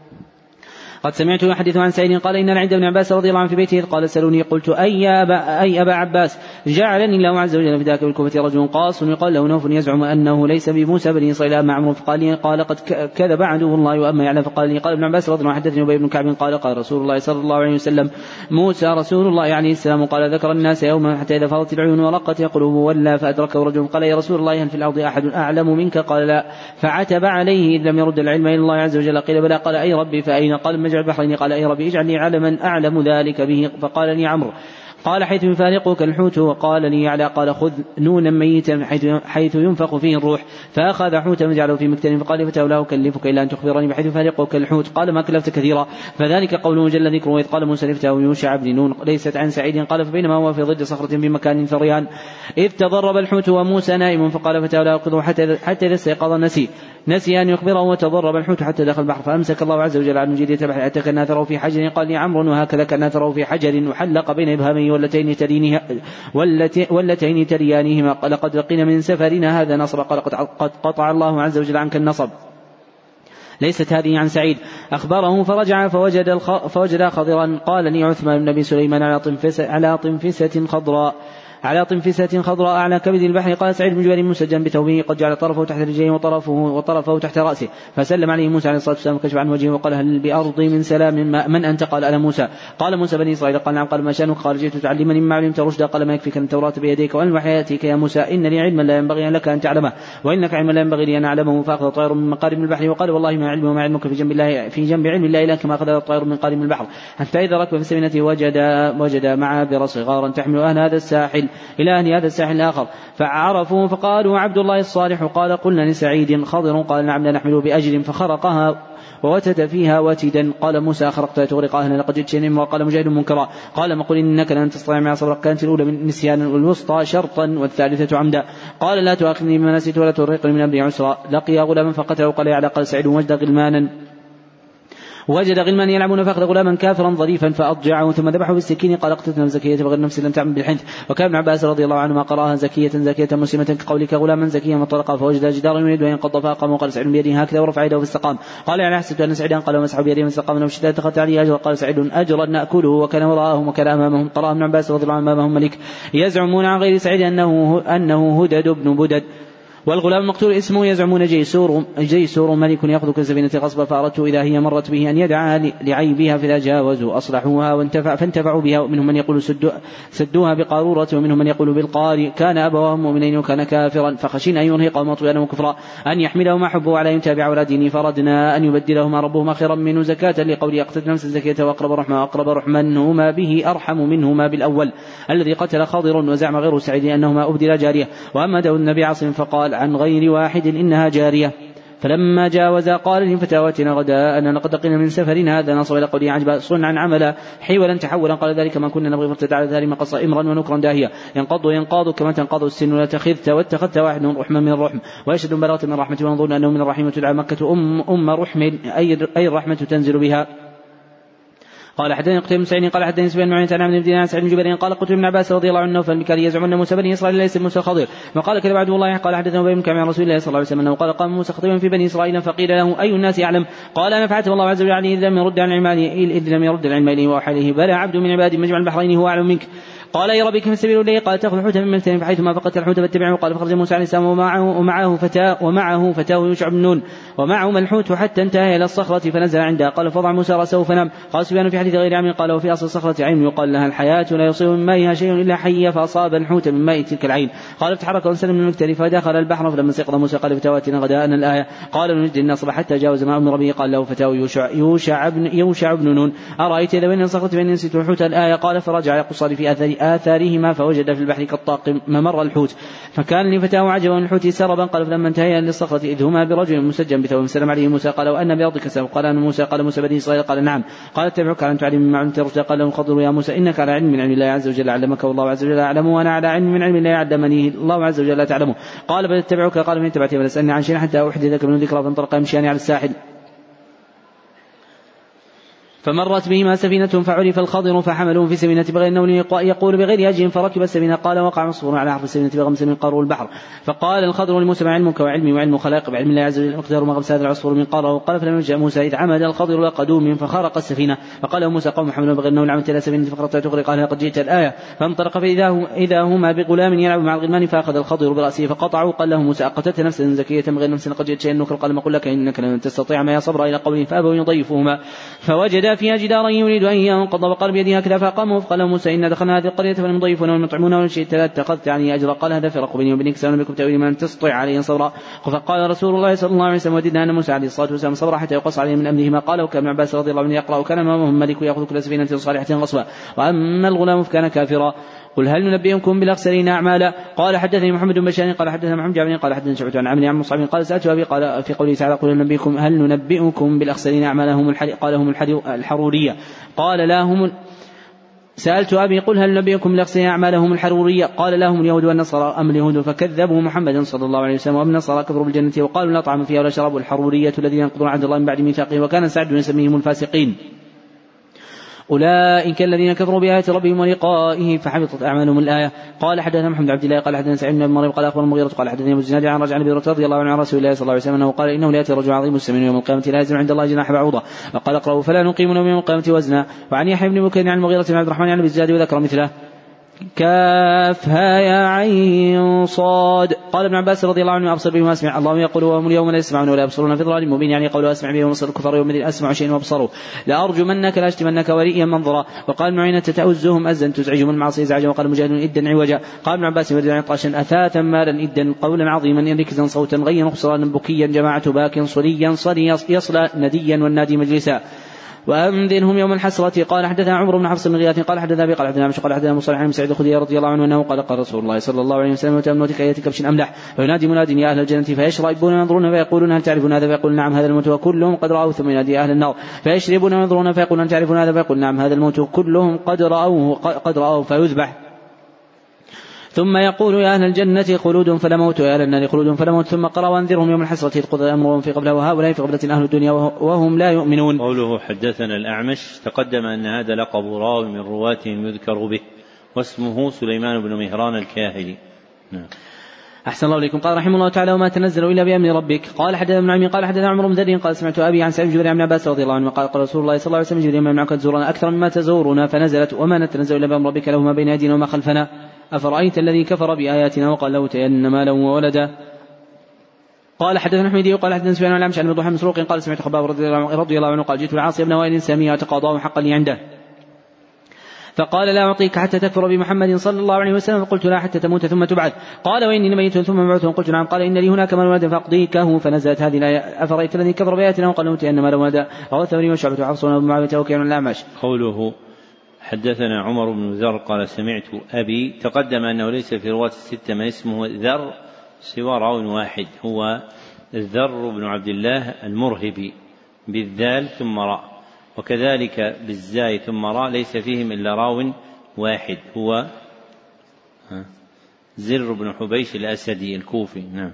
قد سمعته يحدث عن سعيد قال إن عند ابن عباس رضي الله عنه في بيته قال سألوني قلت أي أبا, أي أبا عباس جعلني الله عز وجل في ذاك بالكوفة رجل قاص يقال له نوف يزعم أنه ليس بموسى بني إسرائيل أما عمرو. فقال لي قال قد كذب عدو الله وأما يعلم. فقال لي قال ابن عباس رضي الله عنه حدثني أبي بن كعب قال قال رسول الله صلى الله عليه وسلم موسى رسول الله عليه السلام قال ذكر الناس يوما حتى إذا فاضت العيون ورقت القلوب ولا فأدركه رجل قال يا رسول الله هل في الأرض أحد أعلم منك؟ قال لا. فعتب عليه إذ لم يرد العلم إلى الله عز وجل. قيل بلى. قال أي ربي فأين؟ قال مجمع البحرين. قال أي ربي اجعل لي علما أعلم ذلك به. فقال لي عمرو قال حيث يفارقك الحوت. وقال لي على قال خذ نونا ميتا حيث ينفق فيه الروح. فأخذ حوتا وجعله في مكتل فقال فتاه لا أكلفك إلا أن تخبرني بحيث يفارقك الحوت. قال ما كلفت كثيرا. فذلك قوله جل ذكره. وإذ قال موسى لفتاه يوشع بن نون ليست عن سعيد قال فبينما هو في ضد صخرة في مكان ثريان إذ تضرب الحوت وموسى نائم فقال فتاه لا أخذه حتى, حتى إذا استيقظ نسي نسي أن يخبره وتضرب الحوت حتى دخل البحر فأمسك الله عز وجل عن جدية البحر حتى كان أثره في حجر. قال لي عمرو وهكذا كان أثره في حجر وحلق بين إبهامه واللتين تلينها واللتين تليانهما. لقد لقينا من سفرنا هذا نصب. قال قد قطع الله عز وجل عنك النصب. ليست هذه عن سعيد. أخبره فرجع فوجد, الخ... فوجد خضرا. قال لي عثمان بن أبي سليمان على طنفسة, على طنفسة خضراء على طنفسة خضراء على كبد البحر. قال سعيد بن جبير مسجا بثوبه قد جعل طرفه تحت رجليه وطرفه, وطرفه تحت رأسه. فسلم عليه موسى عليه الصلاة والسلام كشف عن وجهه وقال هل بأرضي من سلام من أنت؟ قال أنا موسى. قال موسى بني إسرائيل. قال نعم. قال ما شأنك؟ قال جئت تعلمني مما علمت رشدا. قال ما يكفيك التوراة بيديك وأن الوحي يأتيك يا موسى إن لي علما لا ينبغي لك أن تعلمه وإنك علما لا ينبغي لي أن أعلمه. فأخذ طائر من مقارم البحر وقال والله ما علمي وما علمك في جنب الله في جنب علم الله إلا كما أخذ الطائر من قارم البحر. حتى إذا ركب في السفينة وجد وجد معها برا صغارا تحمل أهل هذا الساحل إلى أهل هذا الساحل الآخر فعرفوا فقالوا عبد الله الصالح. قال قلنا لسعيد خضر قال نعم لا نحمله بأجل فخرقها ووتد فيها وتدا. قال موسى خرقت تغرق أهلا لقد جئت شيئا. وقال مجاهد منكرا قال ما قل إنك لن تستطيع معي صبرا. كانت الأولى من نسيانا والوسطى شرطا والثالثة عمدا. قال لا تؤاخذني بما نسيت ولا ترهقني من أمري عسرا. لقي غلاما فقتله قال يعلى قال سعيد وجد غلمانا وجد غلمان يلعبون فأخذ غلاما كافرا ظريفا فأضجعه ثم ذبحه بالسكين. قال اقتلت نفس زكية بغير نفس لم تعمل بالحنث. وكان ابن عباس رضي الله عنهما قرأها زكية زكية مسلمة كقولك غلاما زكيا وطلقا فوجد جدارا يريد أن ينقض فأقام وقال سعيد بيده هكذا ورفع يده فاستقام. قال يعني حسبت أن سعيدا قال ومسحه بيده فاستقام لو شدت دخلت عليه أجر. قال سعيد أجرا نأكله وكان وراءهم وكان أمامهم. قرأ ابن عباس رضي الله عنه أمامهم ملك يزعمون عن غير سعيد أنه, أنه هدد بن بدد والغلام المقتول اسمه يزعمون جيسور جيسور ملك يأخذ كالسفينة غصبا فأردت إذا هي مرت به أن يدعى لعيبها فإذا جاوزوا أصلحوها وانتفع فانتفعوا بها. ومنهم من يقول سدوها بقارورة ومنهم من يقول بالقاري. كان أبواه مؤمنين وكان كافرا فخشين أن يرهقهما طغيانا وكفرا أن يحملهما حبه على يتابع ولا ديني فردنا أن يبدلهما ربهما خيرا منه زكاة لقول أقتلت نفس الزكية وأقرب رحمة وأقرب رحمنهما به أرحم منهما بالأول الذي قتل خضر وزعم غير سعيد أنهما أبدل جارية. وأما داود النبي عاصم فقال عن غير واحد إنها جارية. فلما جاوزا قال لفتاواتنا غدا أننا لقد لقينا من سفرنا هذا نصب إلى قوله عجبا صنعا عملا حيولا تحولا. قال ذلك ما كنا نبغي فارتد على ذلك قص إمرا ونكرا داهية ينقض ينقاض كما تنقض السن ولا تخذت واتخذت واحد رحما من الرحم ويشهد بلاغة من رحمة ونظن أنه من الرحيم وتدعى مكة أم, أم رحم أي الرحمة تنزل بها. قال حدثني قتيبة بن سعيد قال حدثني سفيان بن عيينة عن عبد الله بن سعيد بن جبير قال قلت ابن عباس رضي الله عنه فالمكاري يزعم أن موسى بني إسرائيل ليس موسى الخضر. وقال كذب عبد الله قال حدثنا أبي بن كعب عن رسول الله صلى الله عليه وسلم قال قام موسى خطيبا في بني إسرائيل فقيل له أي الناس يعلم قال أنا فعلت الله عز وجل عليه إذ لم يرد عن العلم إذ لم يرد العلم إليه وأوحى إليه بلى عبد من عبادي مجمع البحرين هو أعلم منك. قال يا ربي كيف السبيل إليه قال تأخذ الحوت من مكتب فحيثما فقدت الحوت فاتبعه. قال فخرج موسى عليه السلام ومعه ومعه فتاه ومعه فتاه يوشع بن نون ومعه الحوت حتى انتهى إلى الصخرة فنزل عندها. قال فضع موسى رأسه فنام. قال سفيان في حديث غير عام قال وفي أصل الصخرة عين يقال لها الحياة لا يصيب من مائها شيء إلا حية فأصاب الحوت من ماء تلك العين. قال افتحرك وانسلم من المكتب فدخل البحر فلما استيقظ موسى قال فتواتنا غداء الآية. قال نجد النصب حتى جاوز ماء من ربه. قال له فتاه يوشع يوشع بن يوشع بن نون أرأيت إذا بين الصخرة فإن نسيت الحوت الآية. قال فرجع يقص في آثار آثارهما فوجد في البحر كالطاق ممر الحوت فكان لفتاه عجبا من الحوت سربا. قال فلما انتهيا للصخرة إذ هما برجل مسجن بثوب سلم عليه موسى قال وأن بأرضك سلام. قال أنا موسى. قال موسى بني إسرائيل. قال نعم. قال اتبعك على أن تعلم مما علمت رشدا. قال له الخضر يا موسى إنك على علم من علم الله عز وجل علمك والله عز وجل أعلم وأنا على علم من علم الله علمني الله عز وجل لا تعلمه. قال بل اتبعك. قال من اتبعتني فلا تسألني عن شيء حتى أحدثك من ذكرى. فانطلق يمشيان على الساحل فمرت بهما سفينة فعرف الخضر فحملوه في سفينة بغير نول يقول بغير أجل فركب السفينة. قال وقع مصفور على حرف السفينة بغمس من قارو البحر. فقال الخضر لموسى ما علمك وعلمي وعلم خلائق بعلم الله عز وجل مقدار مغمس هذا العصفور من قاره. قال فلم يرجع موسى إذ عمد الخضر لقدوم فخرق السفينة. فقال موسى قوم حملوا بغير نول عملت إلى سفينة فقرت تغرق. قال لقد جئت الآية. فانطلق فإذا إذا هما بغلام يلعب مع الغلمان فأخذ الخضر برأسه فقطعوا. قال له موسى أقتلت نفسا زكية بغير نفس لقد جئت شيئا نكر. قال ما أقول لك إنك لن تستطيع معي صبرا إلى قوله فأبوا يضيفهما فوجدا فيها جدارا يريد أن ينقض وقال بيده هكذا فقاموا. فقال موسى إن دخلنا هذه القرية فالمضيفون والمطعمون وإن شئت اتخذت عليه أجرا. قال هذا فرق بيني وبينك سألنا بكم تأويل ما لم تستطع عليه صبرا. فقال رسول الله صلى الله عليه وسلم وددنا أن موسى عليه الصلاة والسلام صبرا حتى يقص عليه من أمرهما. قال وكان ابن عباس رضي الله عنه يقرأ وكان أمامهم ملك يأخذ كل سفينة صالحة غصبا وأما الغلام فكان كافرا. قل هل ننبئكم بالأخسرين أعمالا. قال حدثني محمد بن بشار قال حدثنا محمد بن قال حدثنا شعبة عن عمرو عن مصعب قال سألت أبي قال في قوله تعالى قل هل ننبئكم هل ننبئكم بالأخسرين أعمالهم قال هم الحرورية. قال لا هم سألت أبي قل هل نبيكم بالأخسرين أعمالهم الحرورية. قال لهم اليهود والنصارى أم اليهود فكذبوا محمدا صلى الله عليه وسلم وأم النصارى كفروا بالجنة وقالوا لا طعم فيها ولا شراب الحرورية الذين ينقضون عهد الله من بعد ميثاقه وكان سعد يسميهم الفاسقين. أولئك الذين كفروا بآيات ربهم ولقائه فحبطت أعمالهم الآية. قال حدثنا محمد عبد الله قال حدثنا سعيد بن مريم قال أخبر المغيرة قال حدثني أبو الزناد عن رجع النبي رضي الله عنه عن رسول الله صلى الله عليه وسلم أنه قال إنه ليأتي رجل عظيم السمين يوم القيامة لا يزن عند الله جناح بعوضة وقال اقرأوا فلا نقيم لهم يوم القيامة وزنا. وعن يحيى بن بكير عن المغيرة بن عبد الرحمن عن أبي الزناد وذكر مثله. كافها يا عين صاد. قال ابن عباس رضي الله عنه أبصر بهم أسمع الله يقول وهم اليوم لا يسمعون ولا يبصرون في ضلال مبين يعني قولوا أسمع بهم وصل الكفار يوم أسمع شيء وابصروا لأرجمنك لأشتمنك ورئيا منظرا. وقال ابن عيينة تتأوزهم أزا تزعجهم المعصية إزعاجا. وقال مجاهد إدا عوجا. قال ابن عباس ورد عن طاشا أثاثا مالا إدا قولا عظيما ركزا صوتا غيا خسرانا بكيا جماعة باك صليا صلي يصلى نديا والنادي مجلسا. وأنذرهم يوم الحسرة. قال حدثنا عمرو بن حفص بن غياث قال حدثنا أبي قال حدثنا مش قال حدثنا مصالح بن سعيد الخدري رضي الله عنه أنه قال قال رسول الله صلى الله عليه وسلم وتأمنتك أية كبش أملح فينادي مناد يا أهل الجنة فيشربون وينظرون فيقولون هل تعرفون هذا فيقول نعم هذا الموت وكلهم قد رأوه ثم ينادي أهل النار فيشربون وينظرون فيقولون هل تعرفون هذا فيقول نعم هذا الموت وكلهم قد رأوه قد رأوه فيذبح ثم يقول يا أهل الجنة خلود فلا موت ويا أهل النار خلود فلا موت ثم قرأ وأنذرهم يوم الحسرة إذ قضي أمرهم في قبله وهؤلاء في قبلة أهل الدنيا وهم لا يؤمنون. قوله حدثنا الأعمش تقدم أن هذا لقب راوي من رواتهم يذكر به واسمه سليمان بن مهران الكاهلي. نعم. أحسن الله إليكم. قال رحمه الله تعالى وما تنزل إلا بأمر ربك. قال حدثنا ابن عمي قال حدثنا عمرو بن ذر قال سمعت أبي عن سعيد بن جبير عن عباس رضي الله عنه قال قال رسول الله صلى الله عليه وسلم جبريل معك تزورنا أكثر مما تزورنا فنزلت وما نتنزل إلا بأمر ربك له ما بين أيدينا وما خلفنا أفرأيت الذي كفر بآياتنا وقال لأوتين مالا وولدا. قال حدثنا حميدي وقال حدثنا سفيان عن الأعمش عن ضحى مسروق قال سمعت خباب رضي الله عنه قال جئت العاصي بن وائل سامية وتقاضاه حقا لي عنده فقال لا أعطيك حتى تكفر بمحمد صلى الله عليه وسلم فقلت لا حتى تموت ثم تبعث قال وإني لميت ثم مبعوث قلت نعم قال إن لي هناك مال ولدا فأقضيكه فنزلت هذه الآية أفرأيت الذي كفر بآياتنا وقال لأوتين مالا ولدا رواه الثوري وشعبة وحفص وابن معاوية وكيع عن الأعمش. قوله حدثنا عمر بن ذر قال سمعت أبي تقدم أنه ليس في رواة الستة ما اسمه ذر سوى راو واحد هو الذر بن عبد الله المرهبي بالذال ثم راء وكذلك بالزاي ثم راء ليس فيهم إلا راو واحد هو زر بن حبيش الأسدي الكوفي. نعم.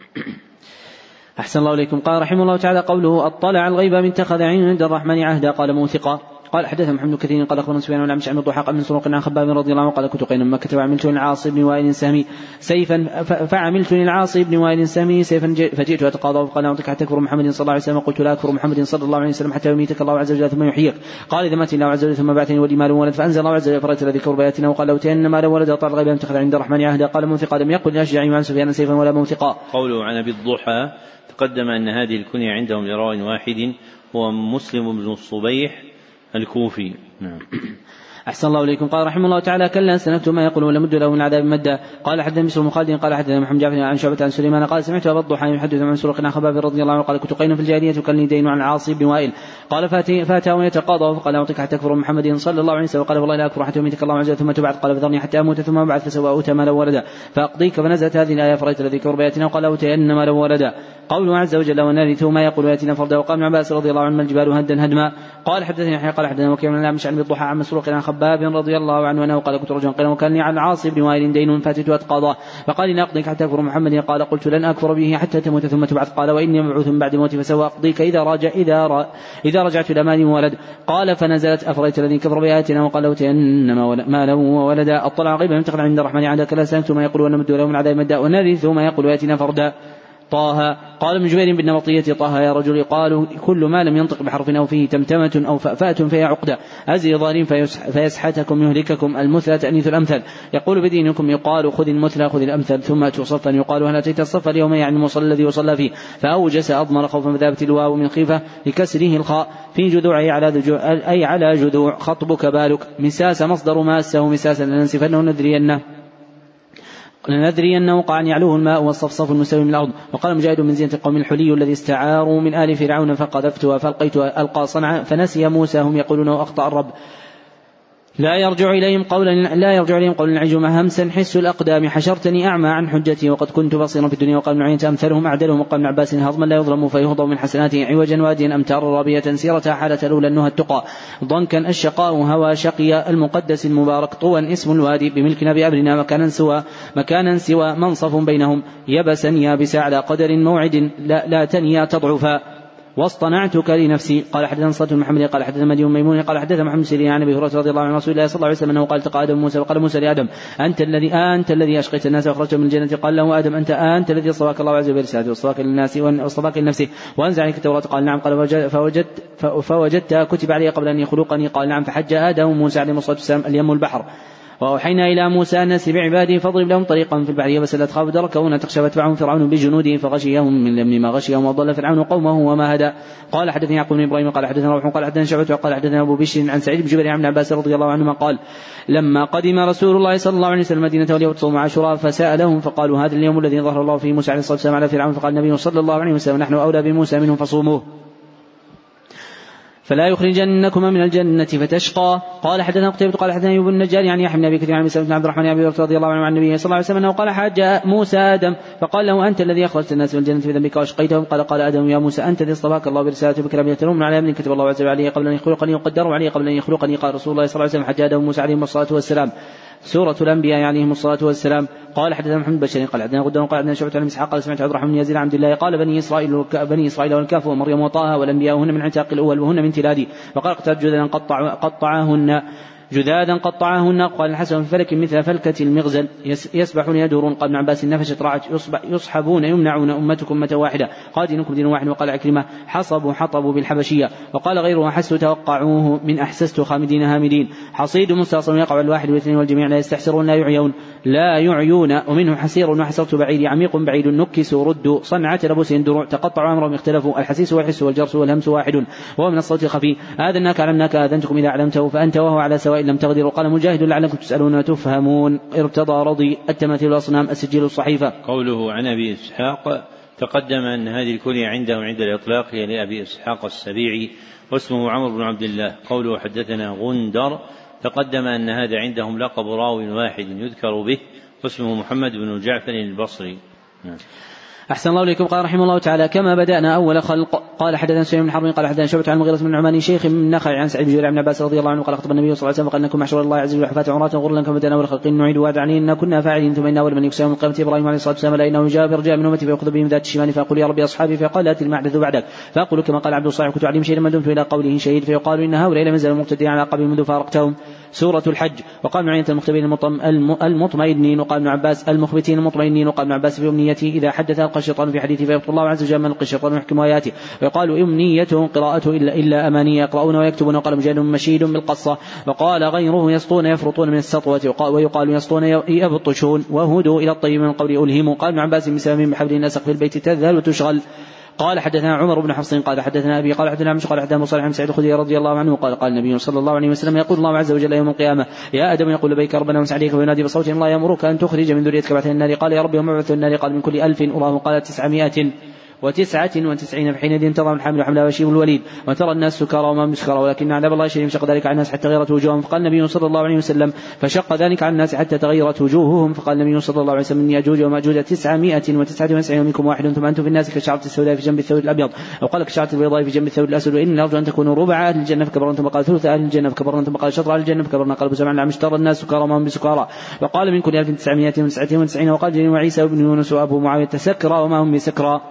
أحسن الله إليكم. قال رحمه الله تعالى قوله اطلع الغيب من اتخذ عند الرحمن عهدا قال موثقا. قال حدثنا محمد كثير قال اخبرنا سفيان عن عمش عن الضحى قال من سروق عن خباب رضي الله عنه قال كنت قينا مكة وعملت للعاص بن وائل سهمي سيفا فعملت للعاص بن وائل سهمي سيفا فجئت اتقاضى فقال اعطيك حتى تكفر محمد صلى الله عليه وسلم قلت لا اكفر محمد صلى الله عليه وسلم حتى يميتك الله عز وجل ثم يحييك قال اذا مات الله عز وجل ثم بعثني ولي مال ولد فانزل الله عز وجل فرأيت الذي كفر بآياتنا وقال لأوتين مالا ولدا طال الغيب اتخذ عند الرحمن عهدا قال موثقا لم يقل لأشجعي عن سفيان سيفا ولا موثقا. قوله عن ابي الضحى تقدم ان هذه الكنية عندهم لراو واحد هو مسلم بن الصبيح الكوفي. نعم. أحسن الله إليكم. قال رحمه الله تعالى كلا سنكتب ما يقول ولمد له من العذاب مدا. قال حدثنا بشر بن خالد قال حدثنا محمد جعفر عن شعبة عن سليمان قال سمعت أبا الضحى يحدث عن سروق عن خباب رضي الله عنه قال كنت قينا في الجاهلية وكلني دين عن العاصي بن وائل قال فاتاه يتقاضى فقال أعطيك حتى تكفر محمد صلى الله عليه وسلم قال والله لا أكفر حتى يميتك الله عز وجل ثم تبعث قال فذرني حتى أموت ثم أبعث فسوى أوتى مالا ولدا فأقضيك فنزلت هذه الآية فرأيت الذي كفر بآياتنا وقال أوتين مالا ولدا. قوله عز وجل ونرث ما يقول آياتنا فردا. وقال ابن عباس رضي الله عنه الجبال هدا هدما. قال حدثني يحيى قال حدثنا وكيع عن الأعمش عن الضحى عن مسروق عن خباب رضي الله عنه أنه قال كنت رجلا قيلا وكان عن عاص بن وائل دين فاتت واتقاضاه فقال إن أقضيك حتى أكفر محمد قال قلت لن أكفر به حتى تموت ثم تبعث قال وإني مبعوث بعد موتي فسوى أقضيك إذا رجع إذا ر... إذا رجعت إلى مالي وولد. قال فنزلت أفرأيت الذي كفر بآياتنا وقال لأوتين مالا وولدا اطلع غيبا لم تخل عند الرحمن عهدا كلا سلمت ما يقول ونمد له من العذاب مدا ونرث ما يقول آياتنا فردا. طه. قال ابن جبير بالنمطية طه يا رجل يقال كل ما لم ينطق بحرف أو فيه تمتمة أو فأفاة فهي عقدة أزي ظالم فيسحتكم يهلككم المثلى تأنيث الأمثل يقول بدينكم يقال خذ المثلى خذ الأمثل ثم تصفا يقال هل أتيت الصف اليوم يعني المصلى الذي وصلى فيه فأوجس أضمر خوفا فذابت الواو من خيفة لكسره الخاء في جذوع أي على, أي على جذوع خطبك بالك مساس مصدر ماسه مساسا لننسفنه ندرينه لندري أنه وقع أن يعلوه الماء والصفصف المستوي من الأرض. وقال مجاهد من زينة القوم الحلي الذي استعاروا من آل فرعون فقذفتها فألقيتها ألقى صنعا فنسي موسى هم يقولون أخطأ الرب لا يرجع إليهم قولا لا يرجع إليهم قولا عجما همسا حس الأقدام حشرتني أعمى عن حجتي وقد كنت بصيرا في الدنيا. وقال ابن عيينة أمثلهم أعدلهم. وقال ابن عباس هضما لا يظلم فيهضم من حسناته عوجا واديا أمتار رابية سيرتها حالة الأولى النهى التقى ضنكا الشقاء هوى شقي المقدس المبارك طوى اسم الوادي بملكنا بأبرنا مكانا سوى مكانا سوى منصف بينهم يبسا يابسا على قدر موعد لا, لا تنيا تضعفا واصطنعتك لنفسي. قال حدثنا صلى محمد قال حدثنا مدين ميمون قال حدثنا محمد سيرين عن ابي هريره رضي الله عنه رسول الله صلى الله عليه وسلم انه قال تقى ادم موسى وقال موسى لادم انت الذي انت الذي اشقيت الناس واخرجت من الجنه. قال له ادم انت انت الذي صواك الله عز وجل برسالته وصواك للناس واصطفاك لنفسه وانزع عليك التوراه. قال نعم. قال فوجدت فوجدت كتب علي قبل ان يخلقني. قال نعم. فحج ادم وموسى عليه الصلاه والسلام اليم والبحر وأوحينا إلى موسى أن أسر بعبادي فاضرب لهم طريقا في البحر يبسا لا تخاف دركا ولا تخشى فاتبعهم فرعون بجنوده فغشيهم من لم ما غشيهم وضل فرعون قومه وما هدى. قال حدثني يعقوب بن إبراهيم قال حدثنا روح قال حدثنا شعبة قال حدثنا أبو بشر عن سعيد بن جبير عن عباس رضي الله عنهما قال لما قدم رسول الله صلى الله عليه وسلم المدينة واليهود صوم عاشوراء فسألهم فقالوا هذا اليوم الذي ظهر الله فيه موسى عليه الصلاة والسلام على فرعون. فقال النبي صلى الله عليه وسلم نحن أولى بموسى منهم فصوموه. فلا يخرجنكما من الجنة فتشقى. قال حدثنا قتيبة قال حدثنا أيوب النجار يعني يحيى بن أبي كثير عن مسلم بن عبد الرحمن أبي هريرة رضي الله عنه عن النبي صلى الله عليه وسلم أنه قال حاج موسى آدم فقال له أنت الذي أخرجت الناس من الجنة بذنبك وأشقيتهم؟ قال قال آدم يا موسى أنت الذي اصطفاك الله برسالته بك لم يتلوم على ابن كتب الله عز وجل عليه قبل أن يخلقني وقدروا عليه قبل أن يخلقني. قال رسول الله صلى الله عليه وسلم حج آدم موسى عليهم الصلاة والسلام. سورة الأنبياء عليهم الصلاة والسلام. قال حدثنا محمد بن قال حدثنا غدان قال حدثنا شعبة عن إسحاق قال سمعت عبد الرحمن بن يزيد عن عبد الله قال بني إسرائيل بني إسرائيل والكهف ومريم وطه والأنبياء هن من عتاق الأول وهن من تلادي وقال قتاد جذلا قطع قطعهن جذادا قطعهن. قال الحسن في فلك مثل فلكة المغزل يسبحون يدورون. قال ابن عباس نفشت رعت يصحبون يمنعون أمتكم أمة واحدة قال دينكم دين واحد. وقال عكرمة حصبوا حطبوا بالحبشية. وقال غيره أحس توقعوه من أحسست خامدين هامدين. حصيد مستأصل يقع الواحد والاثنين والجميع لا يستحسرون لا يعيون لا يعيون ومنه حسير وحسرت بعيد عميق بعيد نكس ردوا صنعة لبوس دروع تقطعوا أمرهم اختلفوا الحسيس والحس والجرس والهمس واحد وهو من الصوت الخفي هذا الناك علمناك آذنتكم إذا علمته فأنت وهو على سواء لم تغدر. وقال مجاهد لعلكم تسألون وتفهمون ارتضى رضي التماثيل والأصنام السجل الصحيفة. قوله عن أبي إسحاق تقدم أن هذه الكنية عنده عند الإطلاق هي لأبي إسحاق السبيعي واسمه عمرو بن عبد الله. قوله حدثنا غندر تقدم أن هذا عندهم لقب راو واحد يذكر به واسمه محمد بن جعفر البصري. أحسن الله إليكم. قال رحمه الله تعالى كما بدأنا أول خلق. قال حدثنا سليمان بن حرب قال حدثنا شعبة عن المغيرة بن نعمان شيخ من نخع عن سعيد بن جبير بن عباس رضي الله عنه قال خطب النبي صلى الله عليه وسلم قال انكم محشر الله عز وجل حفاة عراة غرلا كما بدأنا أول خلق نعيد وعد علينا كنا فاعلين ثم إن أول من يكسر من قيامة إبراهيم عليه الصلاة والسلام لأنه جاء برجاء من أمتي فيأخذ بهم ذات الشمال فيقول يا ربي أصحابي فيقال أتي المحدث بعدك فأقول كما قال عبد الصالح كنت أعلم شيئا ما دمت إلى قوله شهيد فيقال إن هؤلاء لم يزالوا مقتدين على قبل منذ فارقتهم. سورة الحج. وقال معينة المختبرين المطمئنين وقال ابن عباس المخبتين المطمئنين وقال ابن عباس في أمنيته إذا حدث ألقى الشيطان في حديثه فيبطل الله عز وجل من ألقى الشيطان ويحكم آياته ويقال أمنيته قراءته إلا, إلا أماني يقرؤون ويكتبون. وقال مجاهد مشيد بالقصة. وقال غيره يسطون يفرطون من السطوة ويقال يسطون يبطشون وهدوا إلى الطيب من القول ألهموا. قال ابن عباس بسبب بحبل النسق في البيت تذهل وتشغل. قال حدثنا عمر بن حفص قال حدثنا أبي قال حدثنا عمش قال حدثنا مصالح عن سعيد الخدري رضي الله عنه قال قال النبي صلى الله عليه وسلم يقول الله عز وجل يوم القيامة يا آدم يقول لبيك ربنا وسعديك وينادي بصوت الله يأمرك أن تخرج من ذريتك بعث النار. قال يا ربي ومبعث النار قال من كل ألف الله قال تسعمائة وتسعة وتسعين فحينئذ تضع الحمل حملها وشيب الوليد وترى الناس سكارى وما هم بسكارى ولكن عذاب الله شديد فشق ذلك على الناس حتى تغيرت وجوههم. فقال النبي صلى الله عليه وسلم فشق ذلك على الناس حتى تغيرت وجوههم. فقال النبي صلى الله عليه وسلم إني أجوج ومأجوج تسعمائة وتسعة وتسعين ومنكم واحد ثم أنتم في الناس كالشعرة السوداء في جنب الثور الأبيض أو قال كالشعرة البيضاء في جنب الثور الأسود وإن نرجو أن تكونوا ربع أهل الجنة فكبرنا ثم قال ثلث أهل الجنة فكبرنا ثم قال شطر أهل الجنة فكبرنا قال سمعنا عم ترى الناس سكارى وما هم بسكارى. وقال من كل ألف تسعمائة وتسعة وتسعين وقال جرير وعيسى وابن يونس وأبو معاوية تسكرى وما هم بسكرى.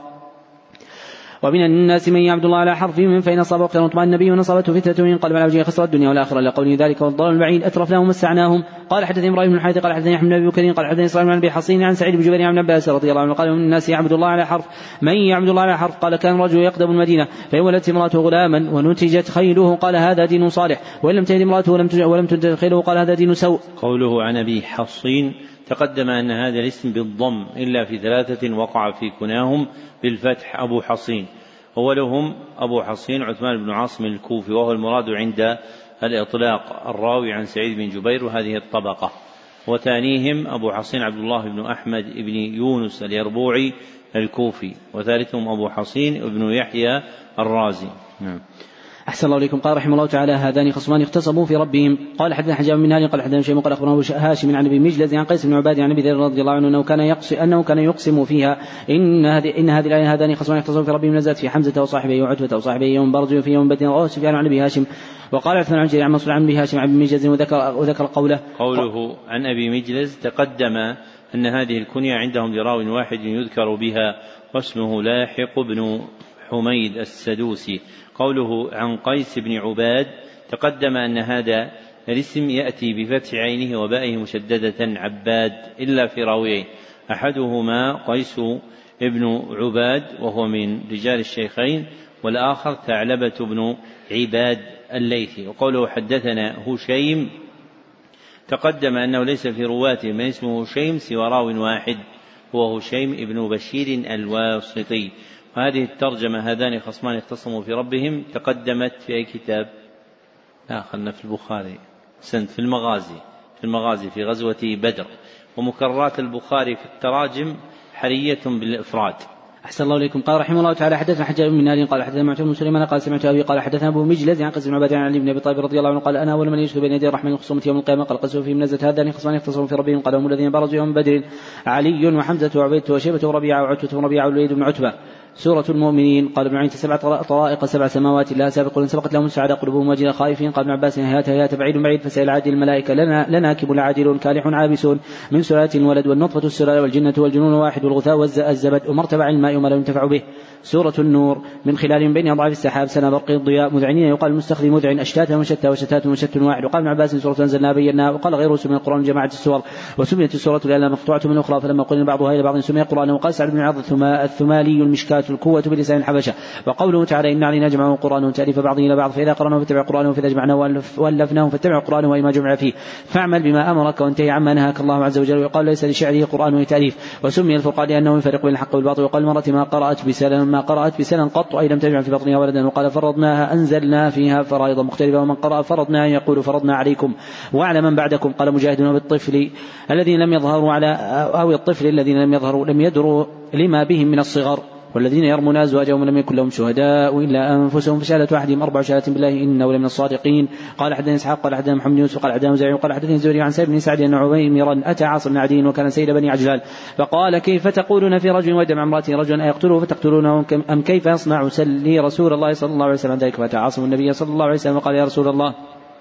ومن الناس من يعبد الله على حرف من فإن أصابه خير اطمأن النبي ونصبته فتنة من قلب على وجهه خسر الدنيا والآخرة لقوله ذلك والضلال البعيد أترفناهم ومسعناهم. قال حدثني إبراهيم بن الحارث قال حدثني أحمد بن بكر قال حدثني إسرائيل بن أبي حصين عن سعيد بن جبير عن عباس رضي الله عنه قال من الناس يعبد الله على حرف من يعبد الله على حرف. قال كان رجل يقدم المدينة فإن ولدت امرأته غلاما ونتجت خيله قال هذا دين صالح وإن لم تلد امرأته ولم تنتج خيله قال هذا دين سوء. قوله عن أبي حصين تقدم أن هذا الاسم بالضم إلا في ثلاثة وقع في كناهم بالفتح أبو حصين. أولهم أبو حصين عثمان بن عاصم الكوفي وهو المراد عند الإطلاق الراوي عن سعيد بن جبير وهذه الطبقة. وثانيهم أبو حصين عبد الله بن أحمد بن يونس اليربوعي الكوفي. وثالثهم أبو حصين بن يحيى الرازي. نعم. أحسن الله إليكم. قال رحمه الله تعالى هذان خصمان اختصموا في ربهم. قال حدثنا حجاب من هاني قال حدثنا شيء قال أخبرنا هاشم عن أبي مجلز عن قيس بن عباد عن أبي ذر رضي الله عنه أنه كان يقسم أنه كان يقسم فيها إن هذه إن هذه الآية هذان خصمان اختصموا في ربهم نزلت في حمزة وصاحبه وعتبة وصاحبه يوم برز وفي يوم بدر رواه سفيان عن أبي هاشم. وقال عثمان عن جرير عن منصور عن أبي هاشم عن أبي مجلز وذكر وذكر قوله قوله عن أبي مجلز تقدم أن هذه الكنية عندهم لراو واحد يذكر بها واسمه لاحق بن حميد السدوسي. قوله عن قيس بن عباد تقدم أن هذا الاسم يأتي بفتح عينه وبائه مشددة عباد إلا في راويين أحدهما قيس بن عباد وهو من رجال الشيخين والآخر ثعلبة بن عباد الليثي. وقوله حدثنا هشيم تقدم أنه ليس في رواته من اسمه هشيم سوى راو واحد هو هشيم بن بشير الواسطي. وهذه الترجمة هذان خصمان اختصموا في ربهم تقدمت في أي كتاب؟ لا خلنا في البخاري سند في المغازي في المغازي في غزوة بدر. ومكررات البخاري في التراجم حرية بالإفراد أحسن الله إليكم. قال رحمه الله تعالى حدثنا حجاج بن منهال قال حدثنا معتمر بن سليمان قال سمعت أبي قال حدثنا أبو مجلد عن قيس بن عبادة عن علي بن أبي طالب رضي الله عنه قال أنا أول من يشهد بين يدي الرحمن الخصومة يوم القيامة قال قسوا فيهم نزلت هذان خصمان يختصرون في ربهم قال هم الذين برزوا يوم بدر علي وحمزة وعبيدة وشيبة وربيعة وعتبة وربيعة والوليد بن عتبة. سورة المؤمنين. قال ابن عين سبع طرائق سبع سماوات لا سابق سبقت لهم السعادة قلوبهم وجل خائفين. قال ابن عباس هيات هيات بعيد بعيد فسائل عادل الملائكة لنا لناكب العادلون كالح عابسون من سلالة الولد والنطفة السلالة والجنة والجنون واحد والغثاء والزبد ومرتبع الماء وما لا ينتفع به. سورة النور. من خلال بين أضعاف السحاب سنة برق الضياء مذعنين يقال المستخدم مذعن أشتاتا وشتى وشتات وشت واحد. وقال ابن عباس سورة أنزلناها بيناها. وقال غيره سمي القرآن جماعة السور وسميت السورة لأنها مقطوعة من أخرى فلما قلنا بعضها إلى بعض سمي القرآن. وقال سعد بن عبد الثمالي المشكاة القوة بلسان الحبشة. وقوله تعالى إن علينا جمعه قرآن تأليف بعضه إلى بعض فإذا قرأناه فاتبع قرآنه فإذا جمعناه وألفناه فاتبع قرآنه وما جمع فيه فاعمل بما أمرك وانتهي عما نهاك الله عز وجل. ويقال ليس لشعره قرآن تأليف وسمي الفرقان لأنه يفرق بين الحق والباطل. وقال مرة ما قرأت بسلام ما قرأت بسلام قط أي لم تجمع في بطنها ولدا. وقال فرضناها أنزلنا فيها فرائض مختلفة ومن قرأ فرضناها يقول فرضنا عليكم وعلى من بعدكم. قال مجاهد بالطفل الذين لم يظهروا على أو الطفل الذين لم يظهروا لم يدروا لما بهم من الصغر والذين يرمون أزواجهم لم يكن لهم شهداء إلا أنفسهم فشهادة أحدهم أربع شهادات بالله إنه لمن الصادقين. قال حدثنا إسحاق قال حدثنا محمد يوسف قال حدثنا زعيم قال حدثني الزهري عن سعيد بن سعد أن عويمرا أتى عاصم بن عدي وكان سيد بني عجلان فقال كيف تقولون في رجل ودم امرأته رجلا أيقتله فتقتلونه أم كيف يصنع سلي رسول الله صلى الله عليه وسلم ذلك فأتى عاصم النبي صلى الله عليه وسلم وقال يا رسول الله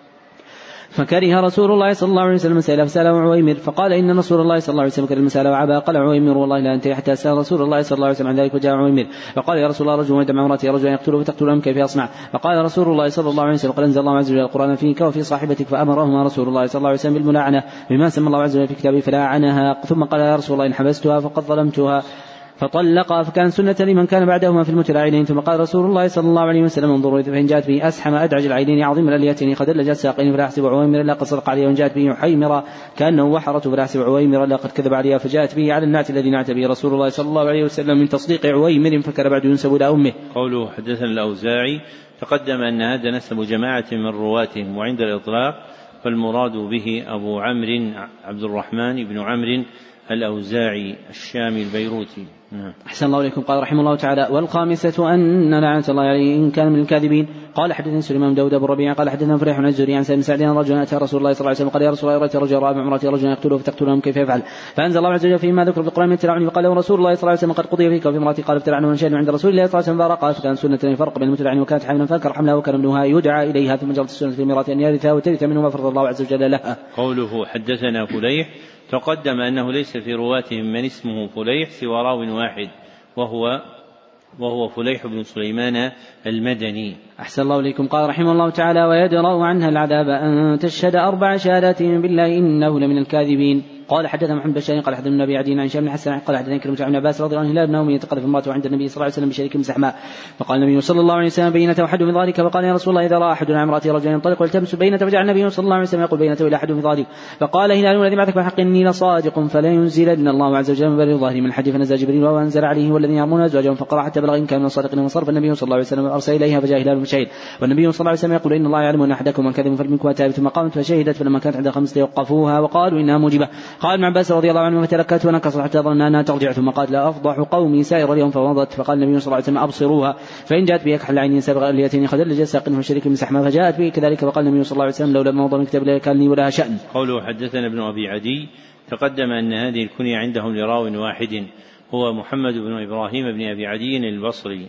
فكره رسول الله صلى الله عليه وسلم المسألة فسأله عويمر فقال إن رسول الله صلى الله عليه وسلم كره المسألة وعبا. قال عويمر والله لا أنتهي حتى سأل رسول الله صلى الله عليه وسلم عن ذلك وجاء عويمر فقال يا رسول الله رجل ودم امرأته رجل يقتله فتقتله كيف يصنع. فقال رسول الله صلى الله عليه وسلم قال أنزل الله عز وجل القرآن فيك وفي صاحبتك فأمرهما رسول الله صلى الله عليه وسلم بالملاعنة بما سمى الله عز وجل في كتابه فلاعنها. ثم قال يا رسول الله إن حبستها فقد ظلمتها فطلقها فكان سنة لمن كان بعدهما في المتلاعنين. ثم قال رسول الله صلى الله عليه وسلم انظروا فإن جاءت به أسحم أدعج العينين عظيم الأليتين قد لجت ساقين فلا أحسب عويمر لا قد صدق عليها وإن جاءت به حيمرا كأنه وحرته فلا أحسب عويمر لا قد كذب عليها فجاءت به على النعت الذي نعت به رسول الله صلى الله عليه وسلم من تصديق عويمر فكان بعد ينسب إلى أمه. قوله حدثنا الأوزاعي تقدم أن هذا نسب جماعة من رواتهم وعند الإطلاق فالمراد به أبو عمرو عبد الرحمن بن عمرو الأوزاعي الشامي البيروتي. أحسن الله إليكم. قال رحمه الله تعالى والخامسة أن لعنة الله عليه إن كان من الكاذبين. قال حدثنا سليمان داود أبو ربيعة قال حدثنا فريح عن الزهري عن سالم سعد رجلا أتى رسول الله صلى الله عليه وسلم قال يا رسول الله رأيت رجلا رأى امرأة رجلا يقتله فتقتلهم كيف يفعل. فأنزل الله عز وجل فيما ذكر في القرآن من التلاعن فقال له رسول الله صلى الله عليه وسلم قد قضي فيك وفي امرأتي قال ابتلعن ونشأ عند رسول الله صلى الله عليه وسلم فقال فكان سنة فرق بين المتلاعن وكانت حاملا فانكر حملها وكان ابنها يدعى إليها ثم جرت السنة في الميراث أن يرثها وترث منه ما فرض الله عز وجل لها. قوله حدثنا فليح تقدم أنه ليس في رواتهم من اسمه فليح سوى راو واحد وهو وهو فليح بن سليمان المدني. أحسن الله إليكم. قال رحمه الله تعالى ويدرأ عنها العذاب أن تشهد أربع شهادات بالله إنه لمن الكاذبين. قال حدثنا محمد بن شاهين قال حدثنا النبي عدي عن هشام بن حسن قال حدثنا كلمة عن عباس رضي الله عنه هلال بن أمية قذف امرأته عند النبي صلى الله عليه وسلم بشريك مسحماء فقال النبي صلى الله عليه وسلم بينة وحد من ذلك فقال يا رسول الله إذا رأى أحد عن امرأته رجلا ينطلق والتمس بينة فجعل النبي صلى الله عليه وسلم يقول بينة إلى أحد من ذلك فقال هلال الذي بعثك بحق إني لصادق فلا ينزلن الله عز وجل من بر ظهري من الحج فنزل جبريل وأنزل عليه والذين يرمون أزواجهم فقرأ حتى بلغ إن كان من الصادقين وصرف النبي صلى الله عليه وسلم أرسل إليها فجاء هلال مشهد والنبي صلى الله عليه وسلم يقول إن الله يعلم أن أحدكم من كذب فلمنكم وتاب ثم قامت فشهدت فلما كانت عند خمسة يوقفوها وقالوا إنها موجبة. قال ابن عباس رضي الله عنه فتركت ونكصت حتى ظن أنها ترجع ثم قالت لا أفضح قومي سائر اليوم فوضت فقال النبي صلى الله عليه وسلم أبصروها فإن جاءت به أكحل العينين سابغ اليتين خدل جساق وشريك مسحمة فجاءت به كذلك فقال النبي صلى الله عليه وسلم لولا موضع من كتاب لا كان لي ولا شأن. قوله حدثنا ابن أبي عدي تقدم أن هذه الكنية عندهم لراو واحد هو محمد بن إبراهيم بن أبي عدي البصري.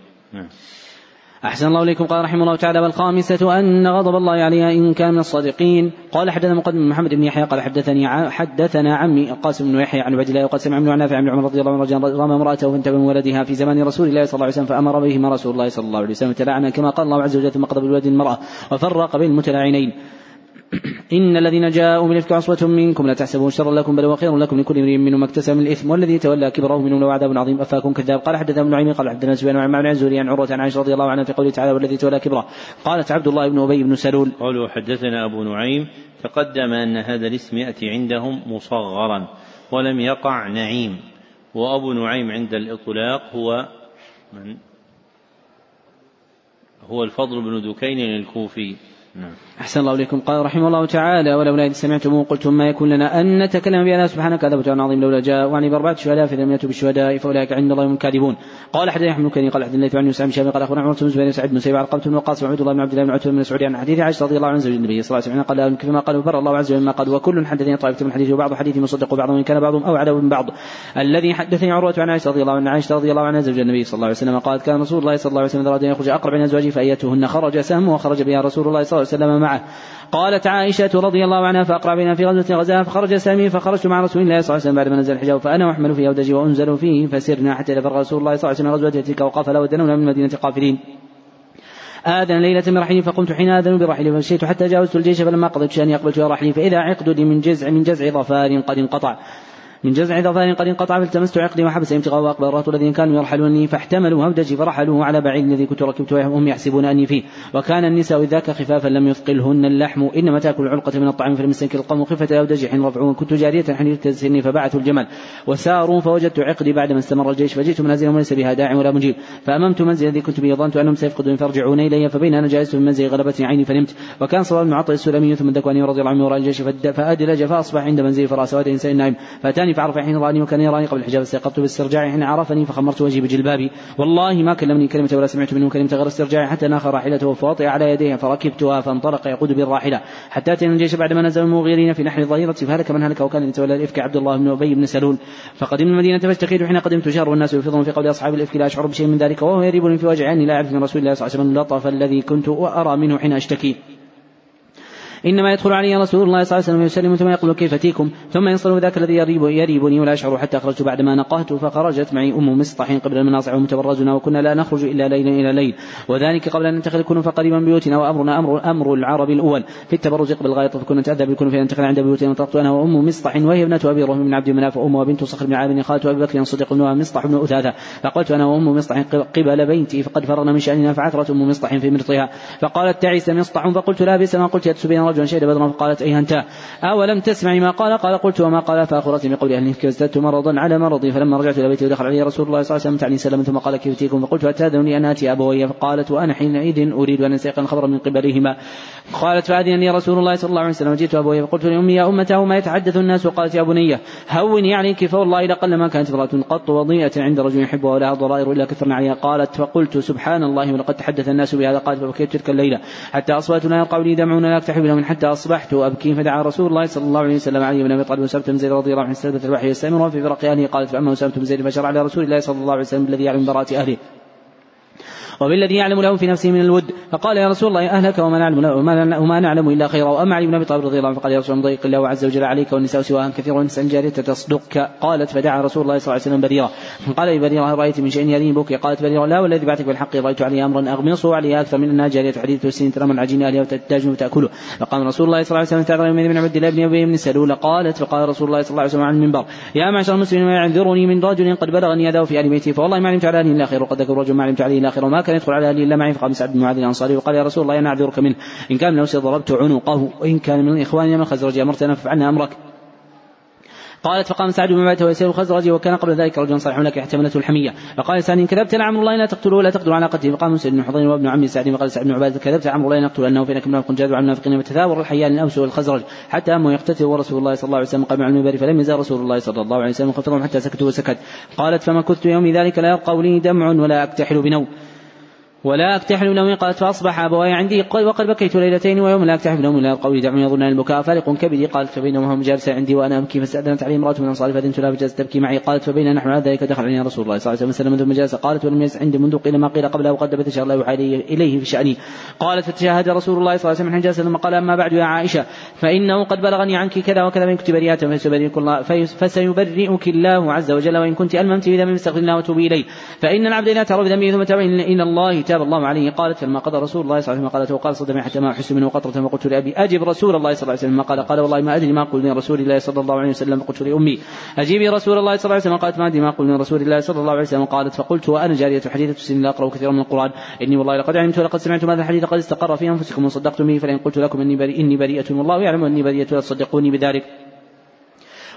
أحسن الله إليكم. قال رحمه الله تعالى والخامسة أن غضب الله عليها إن كان من الصادقين. قال حدثنا مقدم محمد بن يحيى قال حدثني حدثنا عمي قاسم بن يحيى عن عبد الله وقد سمع من نافع عن عمر رضي الله عنه رجلا رمى امرأته فانتبه من ولدها في زمان رسول الله صلى الله عليه وسلم فأمر بهما رسول الله صلى الله عليه وسلم تلاعنا كما قال الله عز وجل ثم قضى بالولد المرأة وفرق بين المتلاعنين إن الذين جاءوا بالإفك عصبة منكم لا تحسبوا شرا لكم بل هو خير لكم لكل امرئ منهم ما اكتسب من الإثم والذي تولى كبره منهم له عذاب عظيم أفاكم كذاب. قال حدثنا ابن نعيم قال حدثنا سفيان عن معمر عن زهري عن عروة عن عائشة رضي الله عنها في قوله تعالى والذي تولى كبره قالت عبد الله بن أبي بن سلول. قوله حدثنا أبو نعيم تقدم أن هذا الاسم يأتي عندهم مصغرا ولم يقع نعيم وأبو نعيم عند الإطلاق هو من هو الفضل بن دكين الكوفي نعم. أحسن الله إليكم. قال رحمه الله تعالى: ولولا إذ سمعتموه قلتم ما يكون لنا أن نتكلم بأننا سبحانك هذا بهتان عظيم لولا جاء وعني بأربعة شهداء فلم يأتوا بالشهداء فأولئك عند الله هم الكاذبون. قال حدثنا يحيى بن كثير قال حدثنا عن يوسف بن شهاب قال أخبرنا عمر بن زبير سعيد بن سيب عن قبة وقاص وعبد الله بن عبد الله بن عتبة بن مسعود عن حديث عائشة رضي الله عنها زوج النبي صلى الله عليه وسلم قال كما قال بر الله عز وجل ما قال وكل حدثني طائفة من حديثه وبعض حديثه مصدق وبعضهم إن كان بعضهم أوعد من بعض. الذي حدثني عروة عن عائشة رضي الله عنها عائشة رضي الله عنها زوج النبي صلى الله عليه وسلم قالت كان رسول الله صلى الله عليه وسلم أراد أن يخرج أقرب من أزواجه فأيتهن خرج سهمه وخرج بها رسول الله صلى الله عليه وسلم معه. قالت عائشة رضي الله عنها فأقرأ بنا في غزوة غزاها فخرج سامي فخرجت مع رسول الله صلى الله عليه وسلم بعد ما نزل الحجاب فأنا أحمل في أودجي وأنزل فيه فسرنا حتى إذا فرغ رسول الله صلى الله عليه وسلم غزوة تلك وقافل ودنونا من المدينة قافلين. آذن ليلة من رحلي فقمت حين آذن برحلي فمشيت حتى جاوزت الجيش فلما قضيت شأني أقبلت يا رحلي فإذا عقد من جزع من جزع ظفار قد انقطع من جزع ظفار قد انقطع فالتمست عقدي وحبس امتغاء وأقبل الرهط الذين كانوا يرحلونني فاحتملوا هودجي فرحلوه على بعيد الذي كنت ركبت وهم يحسبون أني فيه. وكان النساء ذاك خفافا لم يثقلهن اللحم إنما تأكل العلقة من الطعام فلم يستنكر القوم خفة هودجي حين رفعوه كنت جارية حين تسني فبعثوا الجمل وساروا فوجدت عقدي بعد ما استمر الجيش فجئت منازلهم وليس بها داع ولا مجيب فأممت منزل الذي كنت به ظننت أنهم سيفقدون فرجعون إلي فبين أنا جالست في منزل غلبتني عيني فنمت. وكان صلى بن عطية السلمي ثم دكواني رضي الله عنه وراء الجيش فأدلج فأصبح عند منزلي فراس واد إنسان نائم فأتاني فعرف حين راني وكان يراني قبل الحجاب استيقظت باسترجاعي حين عرفني فخمرت وجهي بجلبابي والله ما كلمني كلمة ولا سمعت منه كلمة غير استرجاعي حتى ناخ راحلته فوطئ على يديها فركبتها فانطلق يقود بالراحلة حتى أتينا الجيش بعدما نزل المغيرين في نحر الظهيرة فهلك من هلك وكان يتولى الإفك عبد الله بن أبي بن سلول. فقدمنا المدينة فاستخير حين قدمت شهر والناس يفيضون في قول أصحاب الإفك لا أشعر بشيء من ذلك وهو يريبني في وجعي أني لا أعرف من رسول الله صلى الله عليه وسلم اللطف الذي كنت أرى منه حين أشتكي. إنما يدخل علي رسول الله صلى الله عليه وسلم يسلم ثم يقول كيف تيكم ثم ينصرف ذاك الذي يريب يريبني ولا أشعر حتى أخرجت بعدما نقهت فخرجت معي أم مصطح قبل المناصع ومتبرزنا وكنا لا نخرج إلا ليلا إلى ليل وذلك قبل أن ننتقل كنا فقريبا بيوتنا وأمرنا أمر, أمر العرب الأول في التبرز قبل الغاية فكنا نتأذى بالكون فننتقل عند بيوتنا وطرقت أنا وأم مصطح وهي ابنة أبي رهم بن عبد مناف وأم وبنت صخر بن عامر خالة أبي بكر صديق بن مصطح بن أثاثة فقلت أنا وأم مصطح قبل بيتي فقد فرغنا من شأننا فعثرت أم مصطح في مرطها فقالت تعيس مصطح فقلت لا بئس ما قلت يتسبين رجلا شهد بدرا قالت أيها أنت أولم تسمعي ما قال قال قلت وما قال فأخبرتني بقول أهل الإفك وازددت مرضا على مرضي فلما رجعت إلى بيتي ودخل علي رسول الله صلى الله عليه وسلم تعني سلم ثم قال كيف تيكم فقلت أتاذني أن آتي أبوي فقالت وأنا حينئذ أريد أن أستيقن الخبر من قبلهما قالت فأذنني رسول الله صلى الله عليه وسلم وجئت أبوي فقلت لأمي يا أمته ما يتحدث الناس وقالت يا بنية هوني عليك فوالله لقل ما كانت امرأة قط وضيئة عند رجل يحبها ولها ضرائر إلا كثرنا عليها قالت فقلت سبحان الله ولقد تحدث الناس بهذا قالت فبكيت تلك الليلة حتى أصبحت لا يرقع لي دمع لا أكتحب له من حتى أصبحت أبكي فدعا رسول الله صلى الله عليه وسلم علي بن أبي طالب وأسامة بن زيد رضي الله عنه استلبت الوحي يستمر في فرق أهله قالت فأما أسامة بن زيد فشرع على رسول الله صلى الله عليه وسلم الذي يعلم براءة أهله وبالذي يعلم له في نفسه من الود فقال يا رسول الله أهلك وما نعلم, وما نعلم إلا خيرا. وأما علي بن أبي طالب رضي الله عنه فقال يا رسول الله ضيق الله عز وجل عليك والنساء سواء كثير والنساء جارية تصدقك قالت فدعا رسول الله صلى الله عليه وسلم بريرة فقال لي بريرة رأيت من شيء يرين بك قالت بريرة لا والذي بعثك بالحق رأيت عليه أمرا أغمصه عليه أكثر من أنها جارية حديث السنين ترى من عجين أهلها وتتاج وتأكله. فقام رسول الله صلى الله عليه وسلم تعالى يومئذ من عبد الله بن أبي بن سلول قالت فقال رسول الله صلى الله عليه وسلم عن المنبر يا معشر المسلمين ما يعذرني من رجل قد بلغني يده في آل بيتي فوالله ما علمت على أهله إلا خير وقد ذكر رجل ما علمت عليه إلا خير وما كان يدخل على أهله إلا معي. فقام سعد بن معاذ الأنصاري وقال يا رسول الله أنا أعذرك منه إن كان من أوس ضربت عنقه وإن كان من إخواننا من خزرج أمرتنا ففعلنا أمرك. قالت فقام سعد بن معاذ ويسير خزرجي وكان قبل ذلك رجل صالح لك احتملته الحمية فقال سعد إن كذبت لعمر الله لا تقتله ولا تقدر على قتله. فقام سعد بن حضين وابن عم سعد وقال سعد بن عبادة كذبت عمر الله نقتل أنه فينك منافق جاد وعن المنافقين متثاور الحيان الأوس والخزرج حتى أمه يقتتل ورسول الله صلى الله عليه وسلم قام على المنبر فلم يزال رسول الله صلى الله عليه وسلم خفضهم حتى سكتوا وسكت. قالت فما كنت يومي ذلك لا يرقى لي دمع ولا أكتحل بنوم ولا أكتحل نومي. قالت فأصبح أبواي عندي وقد بكيت ليلتين ويوم لا أكتحل نومي لا القول دعوني يظن البكاء فالق كبدي. قالت فبينما هم جالسة عندي وأنا أبكي فاستأذنت عليه امرأة من أنصاري فأذنت لها فجلست تبكي معي. قالت فبين نحن على ذلك دخل علينا رسول الله صلى الله عليه وسلم ثم جلس. قالت ولم يجلس عندي منذ قيل ما قيل قبله وقد بت شر الله يوحى إليه في شأني. قالت فتشاهد رسول الله صلى الله عليه وسلم جلس ثم قال أما بعد يا عائشة فإنه قد بلغني عنك كذا وكذا من كنت بريئة فسيبرئك الله عز وجل وإن كنت ألممت بذنب فاستغفر الله وتوبي إليه فإن العبد لا تعرف ذنبه ثم تاب إلى الله تاب الله عليه. قالت فلما قضى رسول الله صلى الله عليه وسلم قالت وقال صدمي حتى ما أحس منه قطرة وقلت لأبي أجب رسول الله صلى الله عليه وسلم قال قال والله ما أدري ما قل لرسول الله صلى الله عليه وسلم فقلت لأمي أجيبي رسول الله صلى الله عليه وسلم قالت ما أدري ما قل لرسول الله صلى الله عليه وسلم قالت فقلت وأنا جارية حديثة السن لا أقرأ كثيرا من القرآن إني والله لقد علمت ولقد سمعت هذا الحديث قد استقر في أنفسكم وصدقتم به فلئن قلت لكم إني بريئة والله يعلم أني بريئة لا تصدقوني بذلك.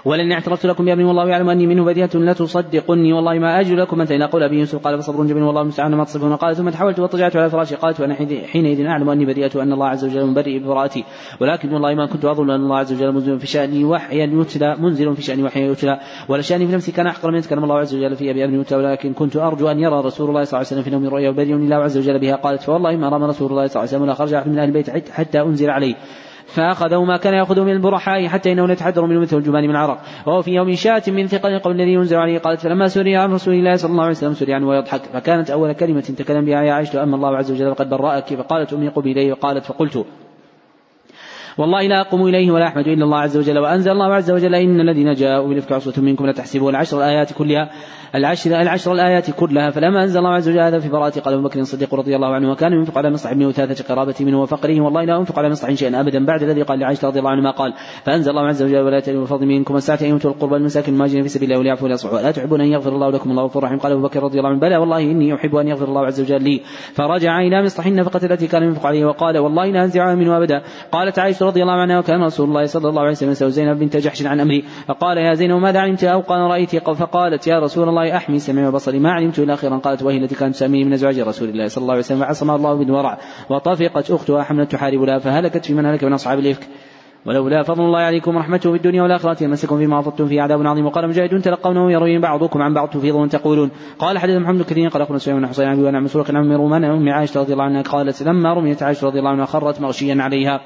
ولن اعترفت لكم بأمر والله يعلم أني منه بديهة لا تصدقني والله ما أجل لكم أنت إلى قول أبي يوسف قال فصبر جميل والله المستعان ما تصفون قال ثم تحولت واتجعت على فراشي قالت وأنا حينئذ أعلم أني بديهة أن الله عز وجل مبرئ ببراءتي ولكن والله ما كنت أظن أن الله عز وجل منزل في شأني وحيا يتلى منزل في شأني وحيا يتلى ولا شأني في نفسي كان أحقر من يتكلم الله عز وجل فيها بأمر يتلى ولكن كنت أرجو أن يرى رسول الله صلى الله عليه وسلم في نوم رؤيا وبرئ الله عز وجل بها قالت فوالله ما رام رسول الله صلى الله عليه وسلم ولا خرج أحد من أهل البيت حتى أنزل عليه فأخذه ما كان يأخذه من البرحاء حتى إنه يتحدر منه مثل الجبان من العرق وهو في يوم شاة من ثقل قبل الذي ينزل عليه قالت فلما سري عن رسول الله صلى الله عليه وسلم سري عنه ويضحك فكانت أول كلمة تكلم بها يا عائشة أما الله عز وجل قد برأك فقالت أمي قم إليه وقالت فقلت والله لا أقوم إليه ولا أحمد إلا الله عز وجل وأنزل الله عز وجل إن الذين جاءوا بالإفك عصبة منكم لا تحسبوا العشر الآيات كلها العشر العشر الآيات كلها فلما أنزل الله عز وجل هذا في براءة قال أبو بكر الصديق رضي الله عنه وكان ينفق على مصلح ابنه وثلاثة قرابة منه وفقره والله لا أنفق على مصلح شيئا أبدا بعد الذي قال لعائشة رضي الله عنه ما قال فأنزل الله عز وجل ولا تأتوا بالفضل منكم والسعة أن يؤتوا القربى المساكين المهاجرين في سبيل الله وليعفوا ويصفحوا لا تحبون أن يغفر الله لكم الله غفور رحيم قال أبو بكر رضي الله عنه بلى والله إني أحب أن يغفر الله عز وجل لي فرجع إلى مصلح النفقة التي كان ينفق عليه وقال والله لا أنزعها منه أبدا قالت عائشة رضي الله عنها وكان رسول الله صلى الله عليه وسلم يسأل زينب بنت جحش عن أمري فقال يا زينب ماذا علمت أو قال رأيت فقالت يا رسول الله أحمي سمعي وبصري ما علمت إلى آخرا قالت وهي التي كانت تساميني من أزواج رسول الله صلى الله عليه وسلم وعصمها الله بالورع وطفقت أختها حملت تحارب لها فهلكت في من هلك من أصحاب الإفك ولولا فضل الله عليكم ورحمته في الدنيا والآخرة يمسكم فيما أفضتم فيه عذاب عظيم وقال مجاهد تلقونه يروي بعضكم عن بعض تفيضون تقولون قال حدث محمد كثير قال أخبرنا سفيان بن حصين عن أبي ونعم مسروق عن أم رومان أم عائشة رضي الله عنها قالت لما رميت عائشة رضي الله عنها خرت مغشيا عليها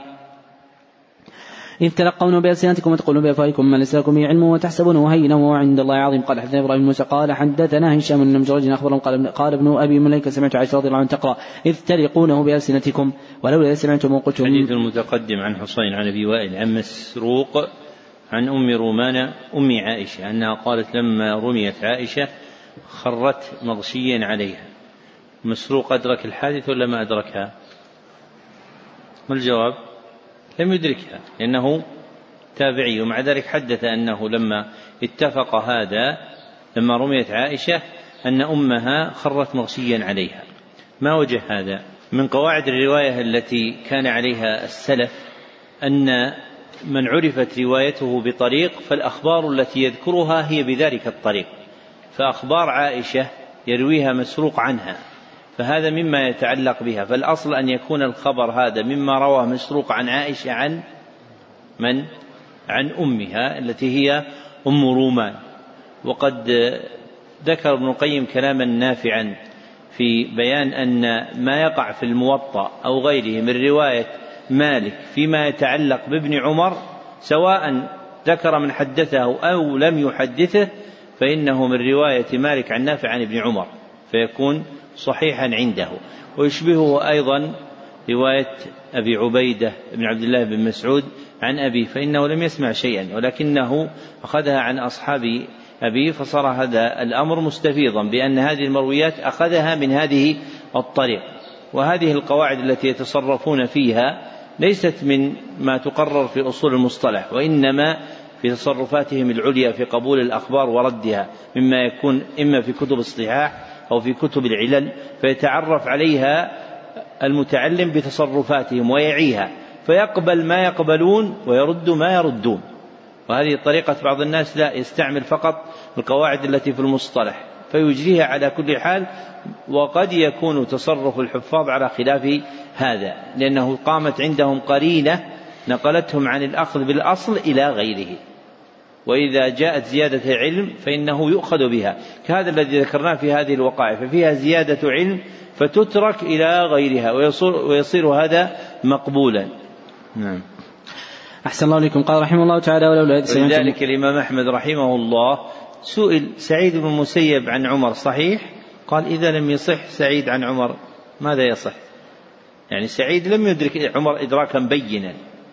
إذ تلقونه بألسنتكم وتقولون بأفواهكم ما ليس لكم به علم وتحسبونه هينا وهو عند الله عظيم قال حدثنا إبراهيم موسى قال حدثنا هشام بن مجرد أخبرهم قال, قال ابن أبي مليكة سمعت عائشة رضي الله عنها تقرأ إذ تلقونه بألسنتكم ولولا سمعتم وقلتم الحديث المتقدم عن حصين عن أبي وائل عن مسروق عن أم رومان أم عائشة أنها قالت لما رميت عائشة خرت مغشيا عليها. مسروق أدرك الحادث ولا ما أدركها؟ ما الجواب؟ لم يدركها لأنه تابعي ومع ذلك حدث أنه لما اتفق هذا لما رميت عائشة أن أمها خرت مغشيا عليها. ما وجه هذا؟ من قواعد الرواية التي كان عليها السلف أن من عرفت روايته بطريق فالأخبار التي يذكرها هي بذلك الطريق، فأخبار عائشة يرويها مسروق عنها فهذا مما يتعلق بها، فالأصل أن يكون الخبر هذا مما رواه مسروق عن عائشة عن من؟ عن أمها التي هي أم رومان. وقد ذكر ابن القيم كلاما نافعا في بيان أن ما يقع في الموطأ أو غيره من رواية مالك فيما يتعلق بابن عمر سواء ذكر من حدثه أو لم يحدثه فإنه من رواية مالك عن نافع عن ابن عمر فيكون صحيحا عنده. ويشبهه أيضا رواية أبي عبيدة بن عبد الله بن مسعود عن أبي فإنه لم يسمع شيئا ولكنه أخذها عن أصحاب أبي فصار هذا الأمر مستفيضا بأن هذه المرويات أخذها من هذه الطريق. وهذه القواعد التي يتصرفون فيها ليست من ما تقرر في أصول المصطلح وإنما في تصرفاتهم العليا في قبول الأخبار وردها مما يكون إما في كتب الصحاح أو في كتب العلل فيتعرف عليها المتعلم بتصرفاتهم ويعيها فيقبل ما يقبلون ويرد ما يردون. وهذه طريقة بعض الناس لا يستعمل فقط القواعد التي في المصطلح فيجريها على كل حال، وقد يكون تصرف الحفاظ على خلاف هذا لأنه قامت عندهم قرينة نقلتهم عن الأخذ بالأصل إلى غيره، وإذا جاءت زيادة علم فإنه يؤخذ بها كهذا الذي ذكرناه في هذه الوقائع ففيها زيادة علم فتترك إلى غيرها ويصير, ويصير هذا مقبولا. نعم. أحسن الله عليكم. قال رحمه الله تعالى ولولا ولذلك الإمام أحمد رحمه الله سئل سعيد بن المسيب عن عمر صحيح؟ قال إذا لم يصح سعيد عن عمر ماذا يصح؟ يعني سعيد لم يدرك عمر إدراكا بينا،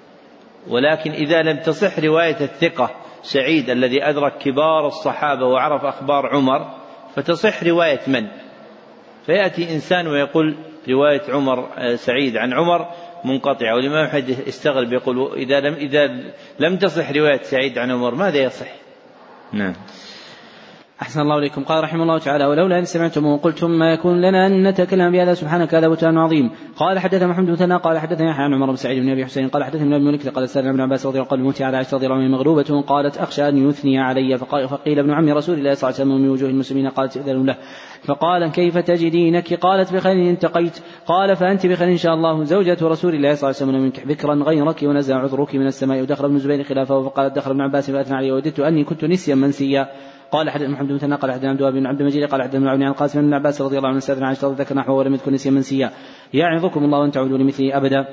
ولكن إذا لم تصح رواية الثقة سعيد الذي أدرك كبار الصحابة وعرف أخبار عمر فتصح رواية من؟ فيأتي إنسان ويقول رواية عمر سعيد عن عمر منقطعة والإمام أحمد استغرب يقول إذا لم, إذا لم تصح رواية سعيد عن عمر ماذا يصح؟ نعم. أحسن الله إليكم. قال رحمه الله تعالى: ولولا إن سمعتم وقلتم ما يكون لنا أن نتكلم بهذا سبحانك هذا بهتان عظيم. قال حدثنا محمد بن ثناء قال حدثنا يحيى عن عمر بن سعيد بن أبي حسين قال حدثنا ابن ملك قال سألنا ابن عباس رضي الله عنه الموت على عائشة رضي الله عنها مغلوبة قالت أخشى أن يثني علي، فقيل ابن عم رسول الله صلى الله عليه وسلم من وجوه المسلمين قالت إذن له، فقال كيف تجدينك؟ قالت بخير انتقيت. قال فأنت بخير إن شاء الله زوجة رسول الله صلى الله عليه وسلم منك بكرا غيرك ونزع عذرك من السماء. ودخل ابن الزبير خلافه فقالت دخل ابن عباس فأثنى عليه وددت أني كنت نسيا منسيا. قال حدثنا محمد بن ثناء قال حدثنا عبد بن عبد المجيد قال حدثنا عن القاسم بن عباس رضي الله عنه سيدنا عائشة ذكر نحوه ولم يذكر نسيا منسيا يعظكم الله أن تعودوا لمثله أبدا.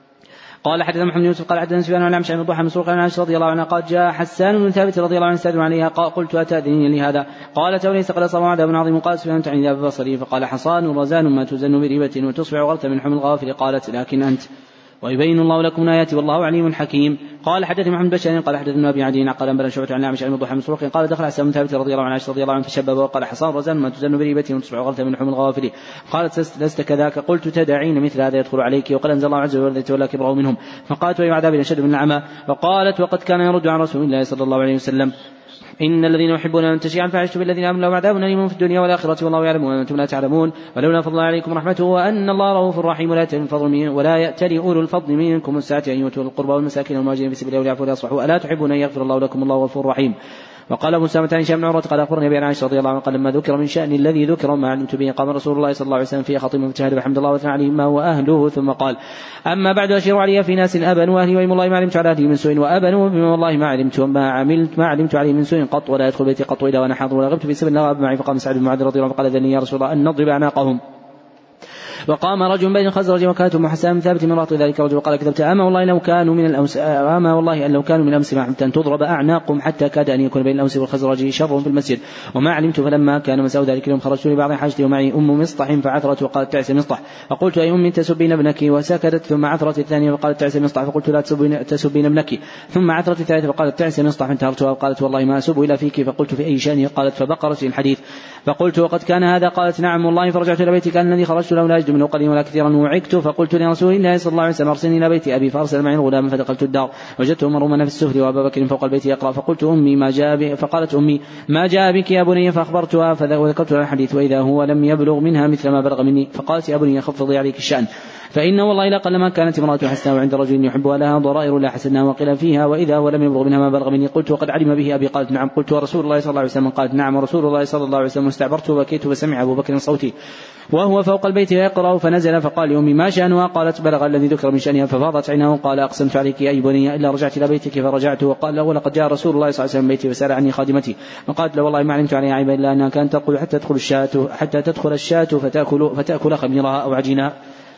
قال حدثنا محمد يوسف قال حدثنا سفيان عن عمش عن الضحى مسروق عن عائشة رضي الله عنها قال جاء حسان بن ثابت رضي الله عنه يستأذن عليها قال قلت أتأذنين لهذا؟ قالت وليس قال صوم عذاب عظيم. قال سفيان تعني ذا ببصري فقال حصان ورزان ما تزن بريبة وتصبح غرة من حمل الغافل. قالت لكن أنت ويبين الله لكم آياته والله عليم حكيم. قال حدثنا محمد بن قال حدثنا أبي عدي قال أنبأنا شعبة عن عمش عن الضحى مسروق قال دخل حسان بن ثابت رضي الله عنه رضي الله عنه فشبب وقال حصان ورزان ما تزن بريبة وتصبح غرة من حمل الغافل. قالت لست كذاك؟ قلت تدعين مثل هذا يدخل عليك وقال أنزل الله عز وجل يتولى كبره منهم. فقالت وأي عذاب أشد من العمى؟ فقالت وقد كان يرد عن رسول الله صلى الله عليه وسلم إن الذين يحبون أن تشيع الفاحشة بالذين آمنوا لهم عذاب أليم في الدنيا والآخرة والله يعلم وأنتم لا تعلمون. ولولا فضل الله عليكم ورحمته وأن الله رؤوف رحيم ولا يأتل الفضل ولا يأتل أولو الفضل منكم والسعة أن يؤتوا القربى والمساكين والمهاجرين في سبيل الله والعفو واليصفحوا ألا تحبون أن يغفر الله لكم الله غفور رحيم. وقال أبو سامة عن هشام بن عروة قال أخبرني أبي عائشة رضي الله عنها قال لما ذكر من شأن الذي ذكر ما علمت به قام رسول الله صلى الله عليه وسلم في خطيب فشهد بحمد الله وثنى عليه ما هو أهله ثم قال أما بعد أشيروا علي في ناس أبنوا أهلي وإيم الله ما علمت على أهلي من سوء وأبنوا بما والله ما علمت ما عملت ما علمت عليه من سوء قط ولا يدخل بيتي قط إذا وأنا حاضر ولا غبت في سبيل الله معي. فقام سعد بن معاذ رضي الله عنه فقال إذن يا رسول الله أن نضرب أعناقهم. وقام رجل بين الخزرج وكانت حسان ثابت من رأط ذلك الرجل وقال كذبت أما والله لو كانوا من الأمس أما والله أن لو كانوا من الأمس ما علمت أن تضرب أعناقهم حتى كاد أن يكون بين الأمس والخزرج شر في المسجد وما علمت. فلما كان مساء ذلك اليوم خرجت لبعض حاجتي ومعي أم مصطح فعثرت وقالت تعس مصطح فقلت أي أم تسبين ابنك وسكتت. ثم عثرت الثانية فقالت تعس مصطح فقلت لا تسبين, تسبين ابنك. ثم عثرت الثالثة فقالت تعس مصطح فانتهرتها وقالت والله ما أسب إلا فيك. فقلت في أي شأن؟ قالت فبقرت الحديث. فقلت وقد كان هذا؟ قالت نعم والله. فرجعت إلى بيتي كان الذي خرجت له لا أجد منه قليلا ولا كثيرا وعكت. فقلت لرسول الله صلى الله عليه وسلم أرسلني إلى بيت أبي فأرسل معي غلاما فدخلت الدار وجدته مرمنا في السفل وأبا بكر فوق البيت يقرأ. فقلت أمي ما جاء بك؟ فقالت أمي ما جاء بك يا بني؟ فأخبرتها وذكرت لها الحديث وإذا هو لم يبلغ منها مثل ما بلغ مني. فقالت يا بني خفضي عليك الشأن فإن والله لقل ما كانت امرأة حسناء عند رجل يحبها لها ضرائر لا حسناها وقيل فيها وإذا هو لم يبلغ منها ما بلغ مني. قلت وقد علم به أبي؟ قالت نعم. قلت ورسول الله صلى الله عليه وسلم؟ قالت نعم ورسول الله صلى الله عليه وسلم. استعبرت وبكيت فسمع أبو بكر صوتي وهو فوق البيت يقرأ فنزل فقال لأمي ما شأنها؟ قالت بلغ الذي ذكر من شأنها. ففاضت عينه قال أقسمت عليك يا أي بني إلا رجعت إلى بيتك. فرجعت وقال له ولقد جاء رسول الله صلى الله عليه وسلم بيتي وسأل عني خادمتي فقالت له والله ما علمت عليها عيبا إلا أنها كانت تقول حتى تدخل الشاة حتى تدخل الشاة فتأكل, فتأكل خميرها أو عجينها.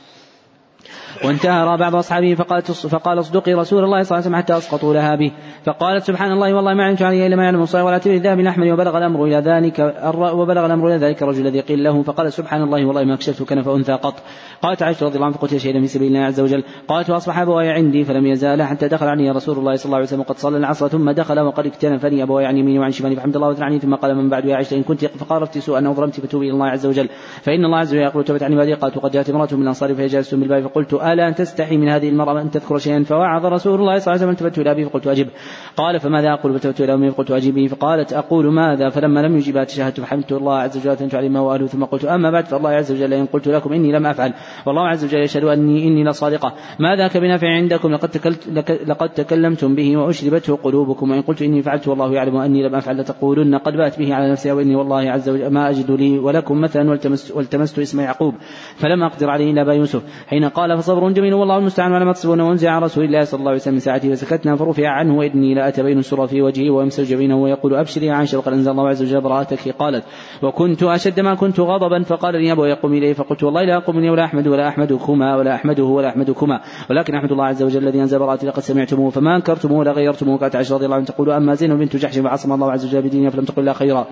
وانتهى بعض أصحابه فقالت فقال اصدقي رسول الله صلى الله عليه وسلم حتى أسقطوا لها به. فقالت سبحان الله والله ما علمت عليه إلا ما يعلم الصلاة ولا تبي الذهب الأحمر. وبلغ الأمر إلى ذلك وبلغ الأمر إلى ذلك الرجل الذي قيل له فقال سبحان الله والله ما كشفت كنف أنثى قط. قالت عائشة رضي الله عنها فقلت شهيدا في سبيل الله عز وجل. قالت وأصبح أبواي عندي فلم يزال حتى دخل عني رسول الله صلى الله عليه وسلم قد صلى العصر ثم دخل وقد اكتنفني أبواي عن يميني وعن شمالي فحمد الله وثنى ثم قال من بعد يا عائشة إن كنت فقارفت سوءا أو ظلمت فتوبي إلى الله عز وجل فإن الله عز وجل يقول توبت عن عبادي. قالت وقد جاءت امرأة من الأنصار فهي جالسة بالباب فقلت ألا أن تستحي من هذه المرأة أن تذكر شيئا؟ فوعظ رسول الله صلى الله عليه وسلم التفت إلى أبي فقلت أجب. قال فماذا أقول؟ فالتفت إلى أمي فقلت أجيبي. فقالت أقول ماذا؟ فلما لم يجب تشهدت فحمدت الله عز وجل وثنيت عليه ما هو أهله ثم قلت أما بعد فالله عز وجل إن قلت لكم إني لم أفعل والله عز وجل يشهد أني إني لصادقة ما ذاك بنافع عندكم لقد, لقد تكلمتم به وأشربته قلوبكم وإن قلت إني فعلت والله يعلم أني لم أفعل لتقولن قد بات به على نفسي وإني والله عز وجل ما أجد لي ولكم مثلا والتمست, والتمست اسم يعقوب فلم أقدر عليه إلا أبا يوسف حين قال فصبر جميل والله المستعان على ما تصبون. وانزع رسول الله صلى الله عليه وسلم من ساعته فسكتنا فرفع عنه وإني لا أتبين السر في وجهه ويمسج جبينه ويقول أبشري يا عائشة وقد أنزل الله عز وجل براءتك. قالت وكنت أشد ما كنت غضبا فقال لي أبو يقوم إليه فقلت والله لا أقوم ولا أحمد ولا أحمدكما ولا أحمده ولا أحمدكما ولكن أحمد الله عز وجل الذي أنزل براءتي لقد سمعتموه فما أنكرتموه ولا غيرتموه. قالت عائشة رضي الله عنها تقول أما زينب بنت جحش فعصم الله عز وجل بدينها فلم تقل لا خيرا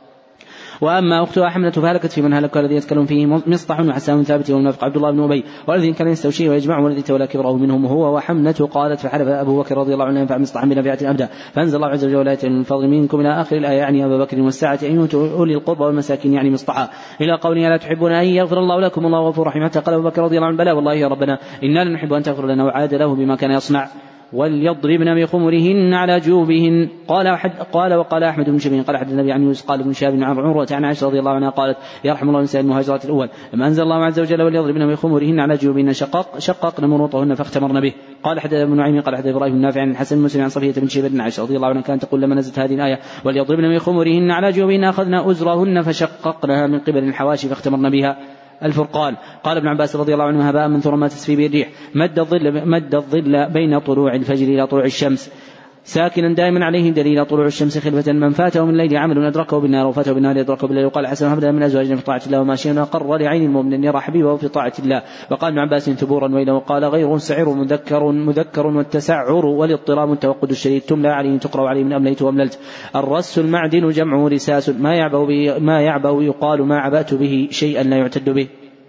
وأما أختها حملة فهلكت في من هلك الذي يتكلم فيه مصطح وحسان ثابت والمنافق عبد الله بن أبي والذي كان يستوشيه ويجمع والذي تولى كبره منهم هو وحملة. قالت فحلف أبو بكر رضي الله عنه ينفع مصطح بنبيعة أبدا فأنزل الله عز وجل آية من الفضل منكم إلى آخر الآية يعني أبا بكر والساعة أن يؤتوا أولي القربى والمساكين يعني مصطحا إلى قوله لا تحبون أن يغفر الله لكم الله غفور رحيم حتى قال أبو بكر رضي الله عنه بلى والله يا ربنا إنا لنحب أن تغفر لنا وعاد له بما كان يصنع. وليضربن بخمرهن على جوبهن. قال حد قال وقال أحمد بن شبين قال حدثنا النبي عن يونس قال ابن شهاب عن عروة عن عائشة رضي الله عنها قالت يرحم الله نساء المهاجرات الأول لما أنزل الله عز وجل وليضربن بخمرهن على جوبهن شقق شققن مروطهن فاختمرن به. قال حدثنا ابن نعيم قال حدثنا إبراهيم النافع عن الحسن المسلم عن صفية بن شيبة بن عائشة رضي الله عنها كانت تقول لما نزلت هذه الآية وليضربن بخمرهن على جوبهن أخذنا أزرهن فشققناها من قبل الحواشي فاختمرن بها. الفرقان. قال ابن عباس رضي الله عنه هباء من ثرى ما تسفي به الريح مد الظل, مد الظل بين طلوع الفجر إلى طلوع الشمس ساكنا دائما عليه دليل طلوع الشمس خلفة من فاته من الليل عمل أدركه بالنار وفاته بالنار يدركه بالليل. وقال حسن هبدا من أزواجنا في طاعة الله وماشيا وقر لعين المؤمن أن يرى حبيبه في طاعة الله. وقال ابن عباس ثبورا ويلا. وقال غير سعر مذكر مذكر والتسعر والاضطرام التوقد الشديد تملى عليه تقرأ عليه من أمليت وأمللت. الرس المعدن جمعه رساس ما يعبأ به ما يعبأ يقال ما عبأت به شيئا لا يعتد به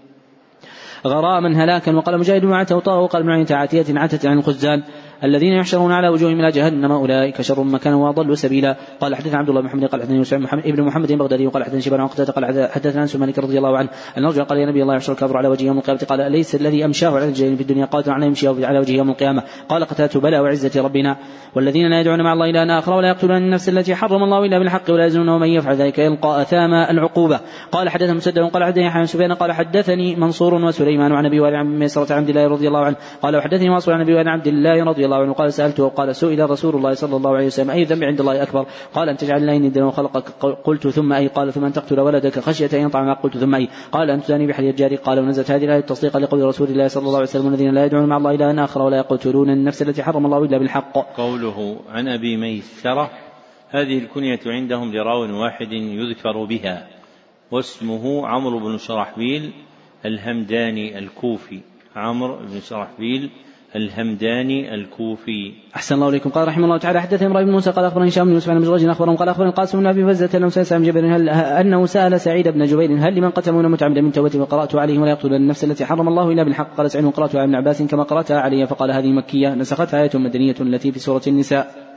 غراما هلاكا. وقال مجاهد معته وطاه وقال من عتية عتت عن الخزان الذين يحشرون على وجوههم إلى جهنم أولئك شر مكانا وأضل سبيلا. قال حدثنا عبد الله بن محمد قال حدثنا يوسف محمد ابن محمد البغدادي وقال حدثنا شيبان عن قتادة قال حدثنا أنس مالك رضي الله عنه أن رجلا قال يا نبي الله يحشر الكافر على وجهه يوم القيامة قال ليس الذي أمشاه على الجاهلين في الدنيا قادر على يمشي على وجهه يوم القيامة. قال قتادة بلى وعزة ربنا والذين لا يدعون مع الله إلها آخر ولا يقتلون النفس التي حرم الله إلا بالحق ولا يزنون ومن يفعل ذلك يلقى أثام العقوبة. قال حدثنا مسدد قال حدثني يحيى بن سفيان قال حدثني منصور وسليمان عن أبي وائل عن ميسرة عبد الله رضي الله عنه قال وحدثني واصل عن أبي وائل عبد الله رضي الله عنه قال سألته قال سئل رسول الله صلى الله عليه وسلم أي ذنب عند الله أكبر قال أن تجعل الله ندا وخلقك قلت ثم أي قال ثم أن تقتل ولدك خشية أن يطعم قلت ثم أي قال أن تزاني بحلي الجاري قال ونزلت هذه الآية تصديقا لقول رسول الله صلى الله عليه وسلم الذين لا يدعون مع الله إلها آخر ولا يقتلون النفس التي حرم الله إلا بالحق. قوله عن أبي ميسرة هذه الكنية عندهم لراو واحد يذكر بها واسمه عمرو بن شرحبيل الهمداني الكوفي عمرو بن شرحبيل الهمداني الكوفي. أحسن الله إليكم. قال رحمه الله تعالى حدثنا إبراهيم بن موسى قال أخبرني هشام بن يوسف عن مجرد أخبرهم قال أخبرني القاسم بن أبي فزة أنه سأل عن جبل هل أنه سأل سعيد بن جبير هل لمن قتلون متعمدا من توبته وقرأت عليه ولا يقتل النفس التي حرم الله إلا بالحق قال سعيد وقرأت على ابن عباس كما قرأتها علي فقال هذه مكية نسختها آية مدنية التي في سورة النساء.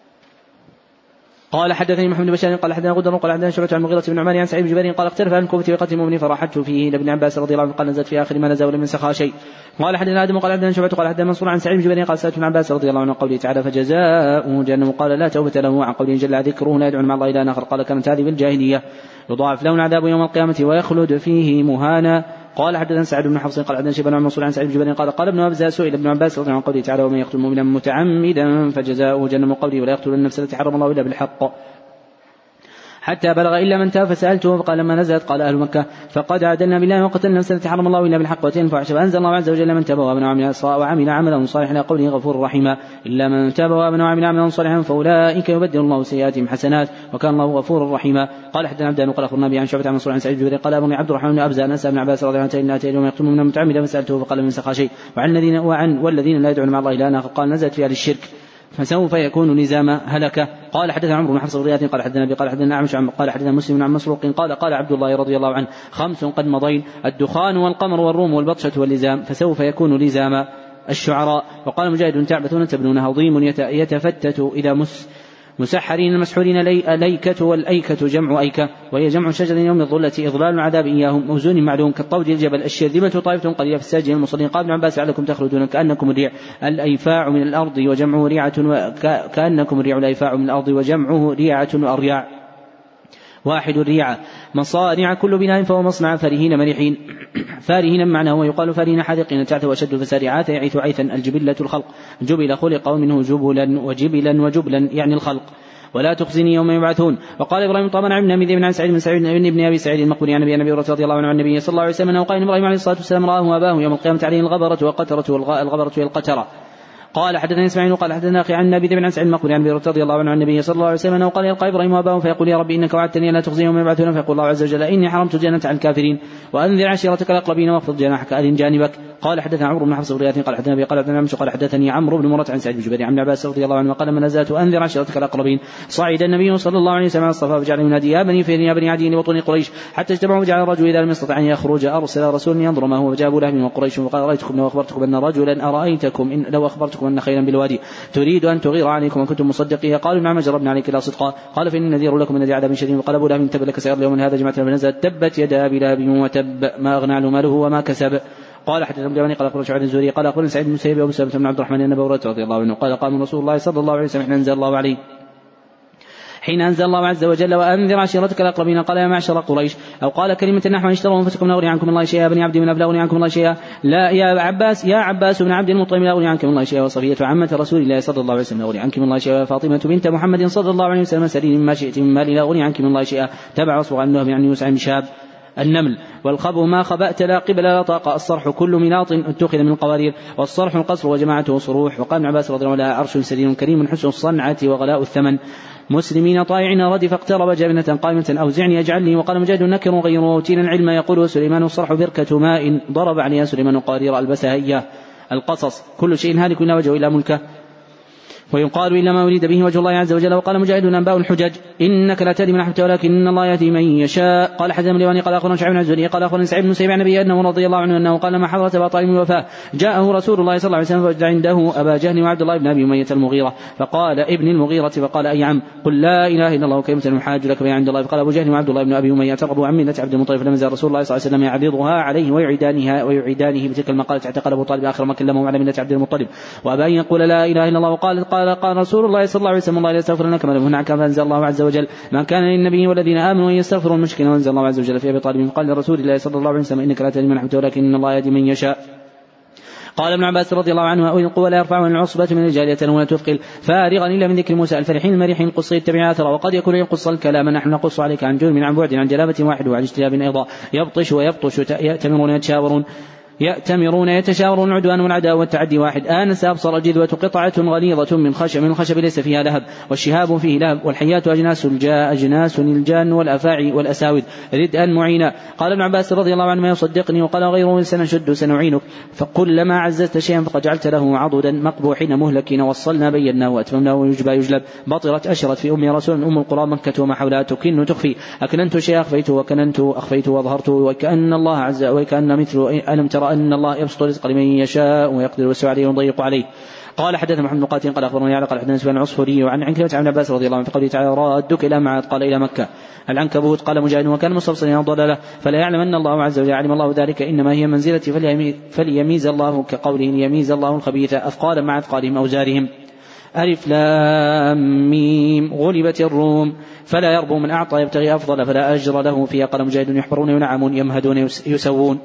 قال حدثني محمد بن بشار قال حدثنا غدر قال حدثنا شعبة عن المغيرة بن عمر عن سعيد بن جبير قال اختلف عن الكوفة بقتل المؤمن فرحته فيه لابن عباس رضي الله عنه قال نزلت في آخر ما نزل ولم ينسخها شيء. قال حدثنا آدم قال حدثنا شعبة قال حدثنا منصور عن سعيد بن جبير قال سألت ابن عباس رضي الله عنه قوله تعالى فجزاؤه جهنم قال لا توبة له عن قوله جل ذكره لا يدعون مع الله إلها آخر قال كانت هذه بالجاهلية يضاعف له العذاب يوم القيامة ويخلد فيه مهانا. قال حدثنا سعد بن حفص قال حدثنا شيبان عن منصور عن سعيد بن جبير قال قال ابن أبزة سئل ابن عباس رضي الله عنه قوله تعالى ومن يقتل مؤمنا متعمدا فجزاؤه جهنم قوله ولا يقتل النفس التي حرم الله إلا بالحق حتى بلغ إلا من تاب فسألته فقال لما نزلت قال أهل مكة فقد عدلنا بالله وقتلنا النفس التي حرم الله إلا بالحق وأتينا الفاحشة فأنزل الله عز وجل من تاب وآمن وعمل وعمل عملا صالحا إلى قوله غفور رحيما إلا من تاب وآمن وعمل عملا صالحا فأولئك يبدل الله سيئاتهم حسنات وكان الله غفورا رحيما. قال حدثنا عبد قال أخبرنا به عن شعبة عن منصور عن سعيد بن جبير قال أبني عبد الرحمن بن أبزة أن سأل ابن عباس رضي الله عنه أتى اليوم يقتلون من متعمدا فسألته فقال من سخى شيء وعن الذين وعن والذين لا يدعون مع الله إلها آخر قال نزلت في أهل الشرك فسوف يكون لزاما هلكه. قال حدثنا عمرو بن حفص رضي قال حدثنا ابي قال حدثنا اعمش قال حدثنا مسلم عن مسروق قال قال عبد الله رضي الله عنه خمس قد مضين الدخان والقمر والروم والبطشة واللزام فسوف يكون لزاما. الشعراء. وقال مجاهد تعبثون تبنون هضيم يتفتت إلى مس مسحرين المسحورين ليكة والأيكة جمع أيكة وهي جمع شجر يوم الظلة إضلال العذاب إياهم موزون معلوم كالطود الجبل الشرذمة طائفة قليلة في الساجين المصلين قال ابن عباس لعلكم تخلدون كأنكم الريع الأيفاع من الأرض وجمعه ريعة كأنكم الريع الأيفاع من الأرض وجمعه ريعة وأرياع واحد الريعة مصانع كل بناء فهو مصنع فارهين مريحين فارهين معناه ويقال فارهين حاذقين تعث وشد الفساد عاث يعيث عيثا الجبلة الخلق جبل خلق ومنه جبلا وجبلا وجبلا يعني الخلق ولا تخزني يوم يبعثون. وقال إبراهيم طبعا عن ابن ذئب عن سعيد بن سعيد بن أبي سعيد المقبري عن أبي هريرة رضي الله عنه عن النبي صلى الله عليه وسلم أنه قال إبراهيم عليه الصلاة والسلام رآه أباه يوم القيامة عليه الغبرة والقترة والغبرة والقترة. قال حدثنا اسماعيل قال حدثنا اخي عن ابي ذئب عن سعيد المقبري عن ابي هريرة رضي الله عنه عن النبي صلى الله عليه وسلم انه قال يلقى ابراهيم اباه فيقول يا ربي انك وعدتني لا تخزي يوم يبعثون فيقول الله عز وجل اني حرمت الجنه على الكافرين وانذر عشيرتك الاقربين واخفض جناحك اذن جانبك. قال حدثنا عمرو بن حفص بن قال حدثنا ابي قال حدثنا قال حدثني عمرو بن مرة عن سعيد بن جبير عن عباس رضي الله عنه وقال من نزلت انذر عشيرتك الاقربين صعد النبي صلى الله عليه وسلم على الصفا فجعل ينادي يا بني فيل يا بني عدي لبطون قريش حتى اجتمعوا وجعل الرجل اذا لم يستطع ان يخرج ارسل رسولا ينظر ما هو فجابوا له من قريش وقال رايتكم لو اخبرتكم ان رجلا ارايتكم ان لو اخبرتكم ان خيلا بالوادي تريد أن تغير عليكم وكنتم مصدقين قالوا نعم جربنا عليك لا صدقا قال فإن النذير لكم من ذي عذاب شديد وقال أبو لهب تب لك سير اليوم من هذا جمعتنا فنزلت تبت يدا أبي لهب وتب ما أغنى عنه ماله وما كسب. قال حدثنا ابن قال أخبرنا شعيب الزهري قال أخبرنا سعيد بن المسيب وأبو سلمة بن عبد الرحمن بن أبي هريرة رضي الله عنه قال قام رسول الله صلى الله عليه وسلم حين أنزل الله عليه حين أنزل الله عز وجل وأنذر عشيرتك الأقربين قال يا معشر قريش أو قال كلمة نحو اشتروا أنفسكم لا أغني عنكم الله شيئا بني عبد من أبلا أغني عنكم الله شيئا لا يا عباس يا عباس بن عبد المطلب لا أغني عنكم الله شيئا وصفية عمة رسول الله صلى الله عليه وسلم لا أغني عنكم الله شيئا وفاطمة بنت محمد صلى الله عليه وسلم سليم مما شئت من مالي لا أغني عنكم الله شيئا تبع وصف عنه يعني يوسع بن شهاب النمل والخبو ما خبأت لا قبل لا طاق الصرح كل مناط اتخذ من القوارير والصرح القصر وجماعته صروح وقال ابن عباس رضي الله عنه عرش سليم كريم حسن الصنعة وغلاء الثمن مسلمين طائعين ردف اقترب جبنة قائمة أوزعني أجعلني وقال مجاهد نكر غير وأوتينا العلم يقول سليمان الصرح بركة ماء ضرب عليها سليمان قارير ألبسها إياه القصص كل شيء هالك لا وجه إلا ملكه ويقال إلا ما أريد به وجه الله عز وجل وقال مجاهد أنباء الحجج إنك لا تهدي من أحببت ولكن الله يهدي من يشاء قال حدثنا اليماني قال أخبرنا شعيب بن الزهري قال أخبرنا سعيد بن المسيب عن أبي أنه رضي الله عنه أنه قال لما حضرت أبا طالب الوفاة جاءه رسول الله صلى الله عليه وسلم فوجد عنده أبا جهل وعبد الله بن أبي أمية المغيرة فقال ابن المغيرة فقال أي عم قل لا إله إلا الله كلمة يحاج لك بها عند الله فقال أبو جهل وعبد الله بن أبي أمية ترغبوا عن ملة عبد المطلب فلم يزل رسول الله صلى الله عليه وسلم يعرضها عليه ويعيدانها ويعيدانه بتلك المقالة اعتقد أبو طالب آخر ما كلمه على ملة عبد المطلب وأبى أن يقول لا إله إلا الله وقال قال قال رسول الله صلى الله عليه وسلم الله يستغفر لك ما لم ينهك فأنزل الله عز وجل ما كان للنبي والذين آمنوا أن يستغفروا المشركين وأنزل الله عز وجل في أبي طالب قال لرسول الله صلى الله عليه وسلم إنك لا تهدي من أحببت ولكن إن الله يهدي من يشاء قال ابن عباس رضي الله عنه أو القوة لا يرفعها العصبة من الرجال ولا تثقل فارغا إلا من ذكر موسى الفرحين المريحين القصي التبع آثر وقد يكون يقص الكلام نحن نقص عليك عن جرم عن بعد عن جلابة واحد وعن اجتلاب أيضا يبطش ويبطش يأتمرون يتشاورون يأتمرون يتشاورون العدوان والعداء والتعدي واحد آنس أبصر الجذوة قطعة غليظة من خشب من الخشب ليس فيها لهب والشهاب فيه لهب والحيات أجناس الجاء أجناس الجان والأفاعي والأساود ردءا معينا قال ابن عباس رضي الله عنه ما يصدقني وقال غيره سنشد سنعينك فكلما عززت شيئا فقد جعلت له عضدا مقبوحين مهلكين وصلنا بينا وأتممنا ويجبى يجلب بطرت أشرت في أم رسول أم القرى مكة وما حولها تكن تخفي أكننت شيء أخفيت وكننت أخفيت وأظهرت وكأن الله عز وكأن مثل ألم ترى أن الله يبسط الرزق لمن يشاء ويقدر ويسع عليه ويضيق عليه قال حدثنا محمد بن قاتل قال أخبرنا يعلى قال حدثنا سفيان العصفوري وعن عنكبة عن عباس رضي الله عنه في قوله تعالى رادك إلى معاد قال إلى مكة العنكبوت قال مجاهد وكان مستبصرا ضلاله فلا يعلم أن الله عز وجل علم الله ذلك إنما هي منزلتي فليميز الله كقوله يميز الله الخبيث أثقالا مع أثقالهم أوزارهم ألف لام ميم غلبت الروم فلا يربو من أعطى يبتغي أفضل فلا أجر له فيها قال مجاهد يحبرون ينعمون يمهدون يسوون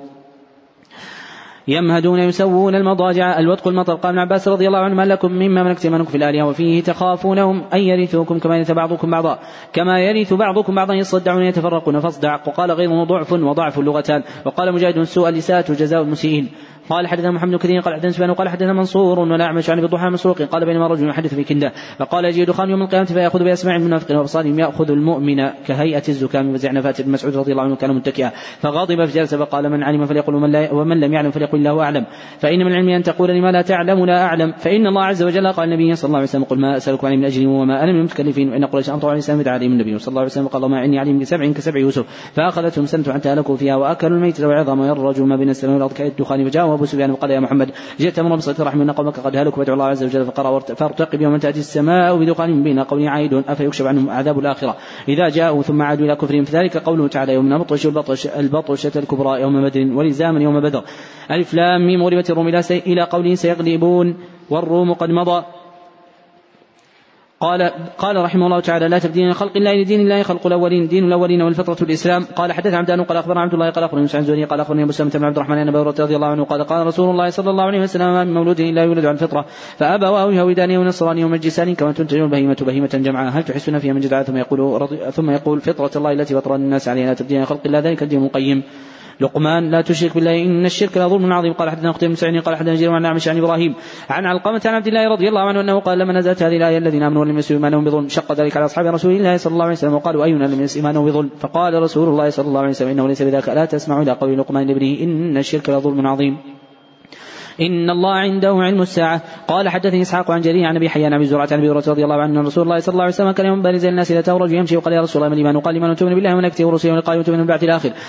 يمهدون يسوون المضاجع الوتق المطر قال ابن عباس رضي الله عنه ما لكم مما ملكت أيمانكم في الآلهة وفيه تخافونهم أن يرثوكم كما يرث بعضكم بعضا كما يرث بعضكم بعضا يصدعون يتفرقون فاصدع وقال غيره ضعف وضعف اللغتان وقال مجاهد سوء الإساءة جزاء المسيئين قال حدثنا محمد كثير قال حدثنا سفيان قال حدثنا منصور ونعمش عن بضحى مسروق قال بينما رجل يحدث في كنده فقال يجي دخان يوم القيامة فيأخذ بأسماع المنافقين وأبصارهم يأخذ المؤمن كهيئة الزكام وزعنفات ابن مسعود رضي الله عنه كان متكئا فغضب فجلس فقال من علم فليقل ومن, لا ومن لم يعلم فليقل الله أعلم فإن من العلم أن تقول لما لا تعلم لا أعلم فإن الله عز وجل قال النبي صلى الله عليه وسلم قل ما أسألكم عليه من أجل وما أنا من المتكلفين وإن قريش أن طوع الإسلام دعا عليهم النبي صلى الله عليه وسلم قال ما عني عليهم بسبع كسبع يوسف فأخذتهم سنة حتى هلكوا فيها وأكلوا الميت والعظام ويرجوا ما بين السماء والأرض كالدخان فجاءوا أبو سفيان وقال يا محمد جئت أمر بصلة رحم إن قومك قد هلكوا فادعوا الله عز وجل فقرأ فارتقب يوم تأتي السماء بدخان من بين قوم عائد أفيكشف عنهم عذاب الآخرة إذا جاءوا ثم عادوا إلى كفرهم فذلك قوله تعالى يوم نبطش البطش البطشة الكبرى يوم بدر ولزاما يوم بدر ألف لام ميم غلبت الروم إلى قوله سيغلبون والروم قد مضى قال قال رحمه الله تعالى لا تبديل لخلق الله لدين الله خلق الاولين دين الاولين والفطره الاسلام قال حدث عبدان قال اخبرنا عبد الله قال اخبرنا يوسف عن زهري قال اخبرني ابو سلمة بن عبد الرحمن بن هريرة رضي الله عنه قال قال رسول الله صلى الله عليه وسلم ما من مولود الا يولد عن فطره فابواه يهودانه ونصرانه ومجسانه كما تنتج البهيمه بهيمه جمعاء هل تحسون فيها من جدعاء ثم يقول ثم يقول فطره الله التي فطر الناس عليها لا تبديل لخلق الله ذلك الدين القيم لقمان لا تشرك بالله إن الشرك لظلم عظيم قال حدثنا قتيبة بن سعيد قال حدثنا جرير عن نعمش عن إبراهيم عن علقمة عن عبد الله رضي الله عنه أنه قال لما نزلت هذه الآية الذين آمنوا ولم يسلموا إيمانهم بظلم شق ذلك على أصحاب رسول الله صلى الله عليه وسلم وقالوا أينا لم يسلم إيمانه بظلم فقال رسول الله صلى الله عليه وسلم إنه ليس بذاك لا تسمعوا إلى قول لقمان لابنه إن الشرك لظلم عظيم إن الله عنده علم الساعة قال حدثني إسحاق عن جرير عن أبي حيان أبي زرعة عن أبي هريرة رضي الله عنه أن رسول الله صلى الله عليه وسلم كان يوم بارز الناس إلى تورج يمشي وقال يا رسول الله من الإيمان قال لمن تؤمن بالله وملائكته ورسله قال تؤمن بالبعث الآخر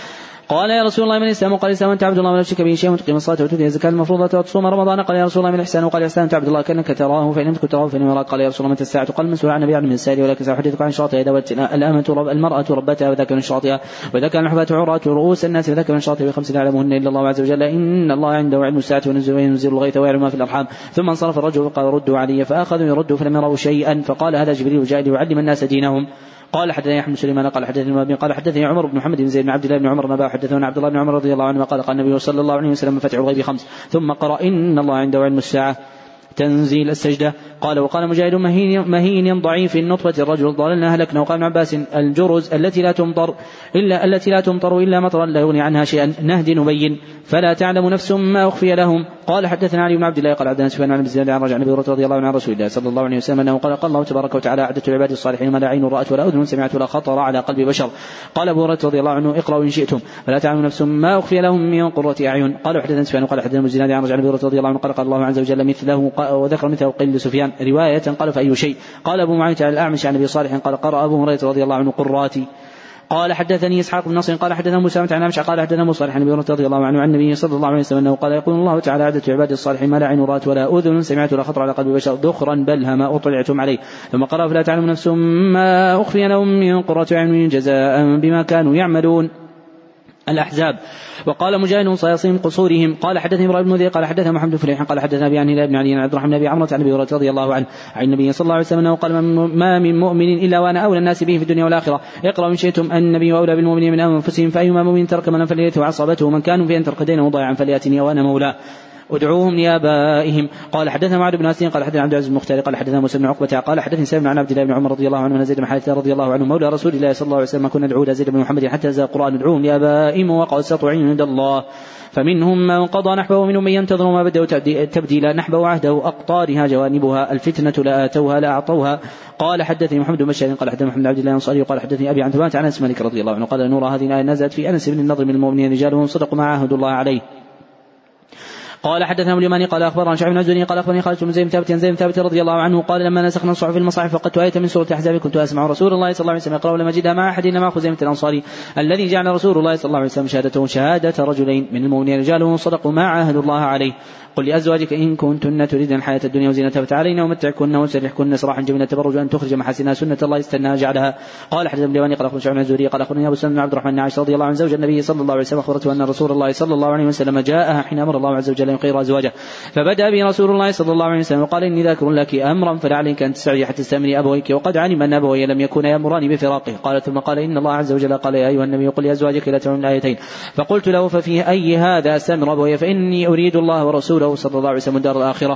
قال يا رسول الله من الإسلام؟ قال الإسلام أن تعبد الله ولا تشرك به شيئا وتقيم الصلاة وتؤتي الزكاة المفروضة وتصوم رمضان. قال يا رسول الله من الإحسان؟ قال الإحسان تعبد الله كأنك تراه فإن لم تكن تراه فإنه يراك. قال يا رسول الله متى الساعة؟ قال المسؤول عن النبي من السائل ولكن سأحدثك عن شراطها إذا الأمة رب المرأة ربتها وذاك من شراطها وإذا كان الحفاة عراة رؤوس الناس وذاك من شراطها بخمس لا يعلمهن إلا الله عز وجل إن الله عنده علم الساعة وينزل الغيث ويعلم ما في الأرحام. ثم انصرف الرجل فقال ردوا علي فأخذوا يردوا فلم يروا شيئا فقال هذا جبريل جاء ليعلم الناس دينهم. قال حدثني أحمد سليمان قال حدثني قال حدثني عمر بن محمد بن زيد بن عبد الله بن عمر نبأ حدثنا عبد الله بن عمر رضي الله عنه قال قال النبي صلى الله عليه وسلم فتح الغيب خمس ثم قرأ إن الله عنده علم الساعة تنزيل السجدة. قال وقال مجاهد مهين, مهين ضعيف النطفة الرجل ضللنا هلكنا. وقال ابن عباس الجرز التي لا تمطر إلا التي لا تمطر إلا مطرا لا يغني عنها شيئا نهد نبين فلا تعلم نفس ما أخفي لهم. قال حدثنا علي بن عبد الله قال عبدنا سفيان عن بن عن رجع النبي رضي الله عنه عن رسول الله صلى الله عليه وسلم أنه قال قال الله تبارك وتعالى أعددت لعباد الصالحين ما لا عين رأت ولا أذن سمعت ولا خطر على قلب بشر. قال أبو هريرة رضي الله عنه اقرأوا إن شئتم فلا تعلم نفس ما أخفي لهم من قرة أعين. قال حدثنا سفيان قال حدثنا مزيد عن رجع النبي رضي الله عنه قال قال الله عز وجل مثله وذكر مثله قيل لسفيان رواية. قال فأي شيء؟ قال أبو معاوية على الأعمش عن أبي صالح قال قرأ أبو هريرة رضي الله عنه قراتي. قال حدثني إسحاق بن نصر قال حدثنا موسى عن أعمش قال حدثنا أبو صالح عن أبي هريرة رضي الله عنه عن النبي صلى الله عليه وسلم أنه قال يقول الله تعالى عدة عباد الصالحين ما لا عين رأت ولا أذن سمعت ولا خطر على قلب بشر ذخرا بل ما أطلعتم عليه. ثم قرأ فلا تعلم نفس ما أخفي لهم من قرة أعين جزاء بما كانوا يعملون. الأحزاب. وقال مجاهد سيصيم قصورهم. قال حدثني ابراهيم بن ذي قال حدثنا محمد بن فليح قال حدثنا ابي عن هلال بن علي عن عبد الرحمن بن ابي عمرو عن ابي هريره رضي الله عنه عن النبي صلى الله عليه وسلم انه قال ما من مؤمن الا وانا اولى الناس به في الدنيا والاخره. اقرأوا ان شئتم النبي اولى بالمؤمنين من انفسهم فايما مؤمن ترك من فليته عصبته من كانوا في ان ترك دينه ضائعا فلياتني وانا مولاه ادعوهم لآبائهم. قال حدثنا معاذ بن هاسين قال حدثنا عبد العزيز المختار قال حدثنا موسى بن عقبة قال حدثني سالم عن عبد الله بن عمر رضي الله عنه زيد بن حارثة رضي الله عنه مولى رسول الله صلى الله عليه وسلم كنا ندعو زيد بن محمد حتى نزل القرآن ادعوهم لآبائهم وقد سطوا عند الله فمنهم من قضى نحبه ومنهم من ينتظر ما بدأوا تبديلا نحبه عهده أقطارها جوانبها الفتنة لآتوها لأعطوها. قال حدثني محمد بن بشار قال حدثني محمد عبد الله الأنصاري قال حدثني أبي عن ثبات عن أنس مالك رضي الله عنه قال نور هذه الآية نزلت في أنس بن النضر من المؤمنين رجالهم صدقوا ما عاهدوا الله عليه. قال حدثنا اليماني قال اخبرنا شعيب بن الزهري قال اخبرني خالد بن زيد ثابت زيد ثابت رضي الله عنه قال لما نسخنا الصحف المصاحف فقدت آية من سورة الأحزاب كنت أسمع رسول الله صلى الله عليه وسلم يقرأ لما جدها مع أحد مع خزيمة الأنصاري الذي جعل رسول الله صلى الله عليه وسلم شهادته شهادة رجلين من المؤمنين رجال صدقوا ما عاهدوا الله عليه. قل لأزواجك إن كنتن تريدن الحياة الدنيا وزينتها فتعالينا ومتعكن وسرحكن سراحا جميلا تبرج أن تخرج محاسنها سنة الله استنى جعلها. قال حدثنا اليماني قال أخبرنا شعيب بن الزهري قال أخبرني أبو سلمة عبد الرحمن بن عائشة رضي الله عنه زوج النبي صلى الله عليه وسلم أخبرته أن رسول الله صلى الله عليه وسلم جاءها حين أمر الله عز وجل أن يخير أزواجه فبدأ به رسول الله صلى الله عليه وسلم وقال إني ذاكر لك أمرا فلعليك أن تستعجلي حتى تستأمني أبويك وقد علم أن أبوي لم يكونا يأمران بفراقه. قال ثم قال إن الله عز وجل قال يا أيها النبي قل لأزواجك لا تعلن الآيتين فقلت له ففي أي هذا أستأمر أبوي فإني أريد الله ورسوله صلى الله عليه وسلم دار الآخرة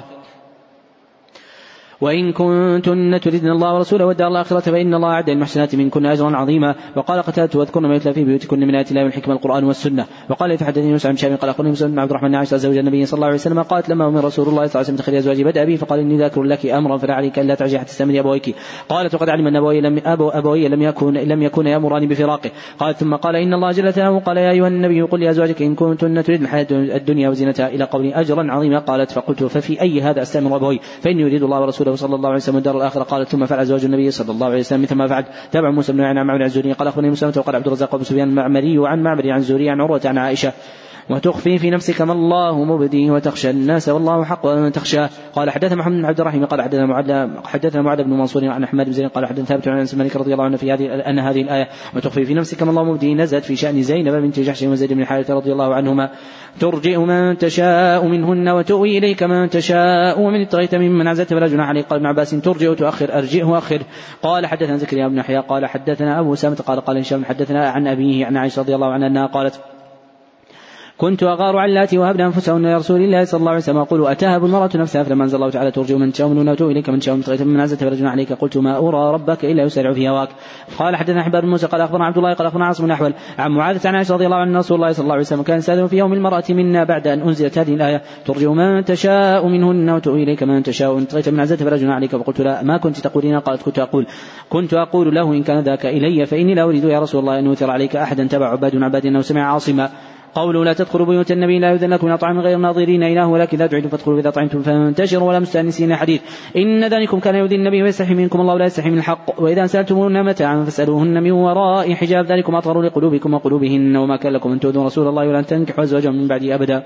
وإن كنتن تريدن الله ورسوله والدار الآخرة فإن الله أعد المحسنات منكن أجرا عظيما. وقال قتادة واذكرن ما يتلى في بيوتكن من آيات الله والحكمة القرآن والسنة. وقال يتحدثني موسى بن شعيب قال أخبرني موسى بن عبد الرحمن بن عائشة زوج النبي صلى الله عليه وسلم قالت لما أمر رسول الله صلى الله عليه وسلم تخلي أزواجي بدأ به فقال إني ذاكر لك أمرا فلا عليك ألا تعجلي حتى تستأمني أبويك. قالت وقد علم أن أبوي لم أبو أبوي لم يكن لم يكن يأمران بفراقه. قالت ثم قال إن الله جل ثناؤه قال يا أيها النبي قل لأزواجك إن كنتن تريدن الحياة الدنيا وزينتها إلى قول أجرا عظيما. قالت فقلت ففي أي هذا أستأمر أبوي فإني يريد الله ورسوله صلى الله عليه وسلم دار الآخرة. قالت ثم فعل أزواج النبي صلى الله عليه وسلم مثل ما فعل. تابع موسى بن عن معمر عن الزهري قال أخبرني موسى وقال عبد الرزاق بن سفيان المعمري وعن معمر عن الزهري عن عروة عن عائشة وتخفي في نفسك ما الله مبديه وتخشى الناس والله حق أن تخشى. قال حدثنا محمد بن عبد الرحيم قال حدثنا معاذ حدثنا معاذ بن منصور عن أحمد بن زيد قال حدثنا ثابت عن أنس مالك رضي الله عنه في هذه أن هذه الآية وتخفي في نفسك ما الله مبديه نزلت في شأن زينب بنت جحش وزيد بن حارثة رضي الله عنهما ترجئ من تشاء منهن وتؤوي إليك من تشاء ومن اطغيت ممن عزلت فلا جناح عليك. قال ابن عباس ترجئ وتؤخر أرجئه أخر. قال حدثنا زكريا بن يحيى قال حدثنا أبو سامة قال قال هشام حدثنا عن أبيه عن عائشة رضي الله عنها أنها قالت كنت أغار عن اللاتي وهبن أنفسهن لرسول الله صلى الله عليه وسلم أقول أتهب المرأة نفسها فلما أنزل الله تعالى ترجع من تشاء منهن وتؤوي إليك من تشاء ومن من عزت فلا جناح عليك. قلت ما أرى ربك إلا يسارع في هواك. قال حدثنا حباب بن موسى قال أخبرنا عبد الله قال أخبرنا عاصم بن أحول عن معاذ عن عائشة رضي الله عنها رسول الله صلى الله عليه وسلم كان سادم في يوم المرأة منا بعد أن أنزلت هذه الآية ترجع من تشاء منهن وتؤوي إليك من تشاء ومن من عزت فلا جناح عليك. فقلت لا ما كنت تقولين؟ قالت كنت أقول كنت أقول له إن كان ذاك إلي فإني لا أريد يا رسول الله أن يؤثر عليك أحدا تبع عباد عباد أنه سمع عاصما قوله لا تدخلوا بيوت النبي لا يؤذن لكم إلى طعام غير ناظرين إله ولكن لا تعيدوا فادخلوا إذا طعمتم فانتشروا ولا مستأنسين حديث إن ذلكم كان يؤذي النبي ويستحي منكم الله لا يستحي من الحق وإذا سألتموهن متاعا فاسألوهن من وراء حجاب ذلكم أطهر لقلوبكم وقلوبهن وما كان لكم أن تؤذوا رسول الله ولا أن تنكحوا أزواجهم من بعده أبدا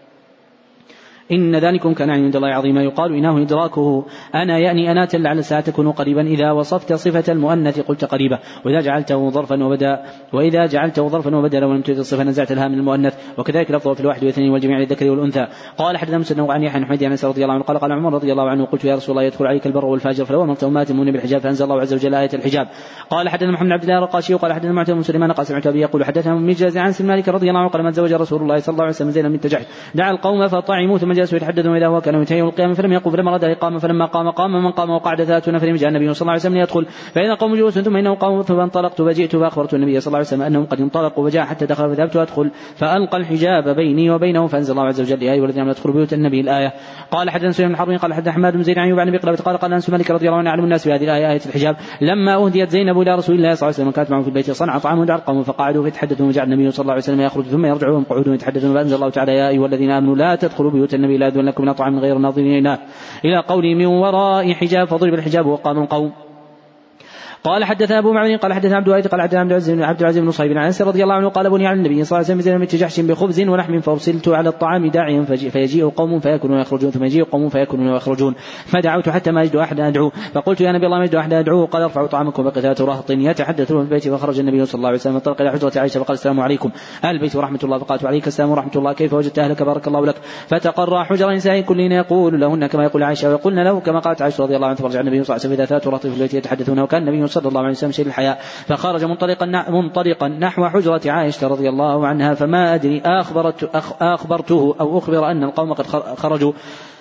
إن ذلكم كان عند الله عظيما. يقال إنه إدراكه أنا يعني أنا لعل الساعة تكون قريبا إذا وصفت صفة المؤنث قلت قريبة وإذا جعلته ظرفا وبدا وإذا جعلته ظرفا وبدا لو لم تجد الصفة نزعت لها من المؤنث وكذلك لفظه في الواحد والاثنين والجميع للذكر والأنثى. قال حدثنا مسدد عن يحيى بن حميد عن أنس رضي الله عنه قال قال عمر رضي الله عنه قلت يا رسول الله يدخل عليك البر والفاجر فلو أمرتهم ما يتمون بالحجاب فأنزل الله عز وجل آية الحجاب. قال حدثنا محمد بن عبد الله الرقاشي وقال حدثنا معتمر بن سليمان قال سمعت أبي يقول حدثنا من مجاز عن مالك رضي الله عنه قال ما تزوج رسول الله صلى الله عليه وسلم زينب بنت جحش دعا القوم فطعموا ثم جلسوا يتحدثون إذا هو كان ينتهي القيام فلم يقم فلما رد قام فلما قام قام من قام وقعد ثلاثون نفر جاء النبي صلى الله عليه وسلم ليدخل فإذا قوم جلوس ثم إنه قوم فانطلقت فجئت فأخبرت النبي صلى الله عليه وسلم أنهم قد انطلقوا وجاء حتى دخل فذهبت أدخل فألقى الحجاب بيني وبينه فأنزل الله عز وجل يا أيها الذين آمنوا ادخلوا بيوت النبي الآية. قال حدثنا سفيان بن حرب قال حدثنا حماد بن زيد عن أيوب عن أبي قلابة قال قال أنس مالك رضي الله عنه أعلم الناس بهذه الآية آية الحجاب لما أهديت زينب إلى رسول الله صلى الله عليه وسلم كانت معه في البيت صنع طعام ودعا القوم فقعدوا فيتحدثون وجعل النبي صلى الله عليه وسلم يخرج ثم يرجعون قعودهم يتحدثون فأنزل الله تعالى يا أيها الذين آمنوا لا تدخلوا بيوت النبي لا يؤذن لكم إلى طعام غير ناظرين إله إلى قوله من وراء حجاب فضرب الحجاب وقام القوم. قال حدثنا أبو معمر قال حدثنا عبد الواحد قال حدثنا عبد العزيز بن عبد العزيز بن صهيب عن أنس رضي الله عنه قال بني على النبي صلى الله عليه وسلم زينب بنت جحش بخبز ولحم فأرسلت على الطعام داعيا فيجيء قوم فيأكلون ويخرجون ثم يجيء قوم فيأكلون ويخرجون فدعوت حتى ما أجد أحدا أدعو فقلت يا نبي الله ما أجد أحدا أدعوه قال ارفعوا طعامكم بقية رهط يتحدثون في البيت فخرج النبي صلى الله عليه وسلم انطلق إلى حجرة عائشة فقال السلام عليكم أهل البيت ورحمة الله فقالت عليك السلام ورحمة الله كيف وجدت أهلك بارك الله لك فتقرأ حجر نساء كلنا يقول لهن كما يقول عائشة ويقولن له كما قالت عائشة رضي الله عنها فرجع النبي صلى الله عليه وسلم إذا ثلاث رهط في البيت يتحدثون وكان النبي صلى الله عليه وسلم شيء الحياء فخرج منطلقا منطلقا نحو حجرة عائشة رضي الله عنها فما أدري أخبرت أخبرته أو أخبر أن القوم قد خرجوا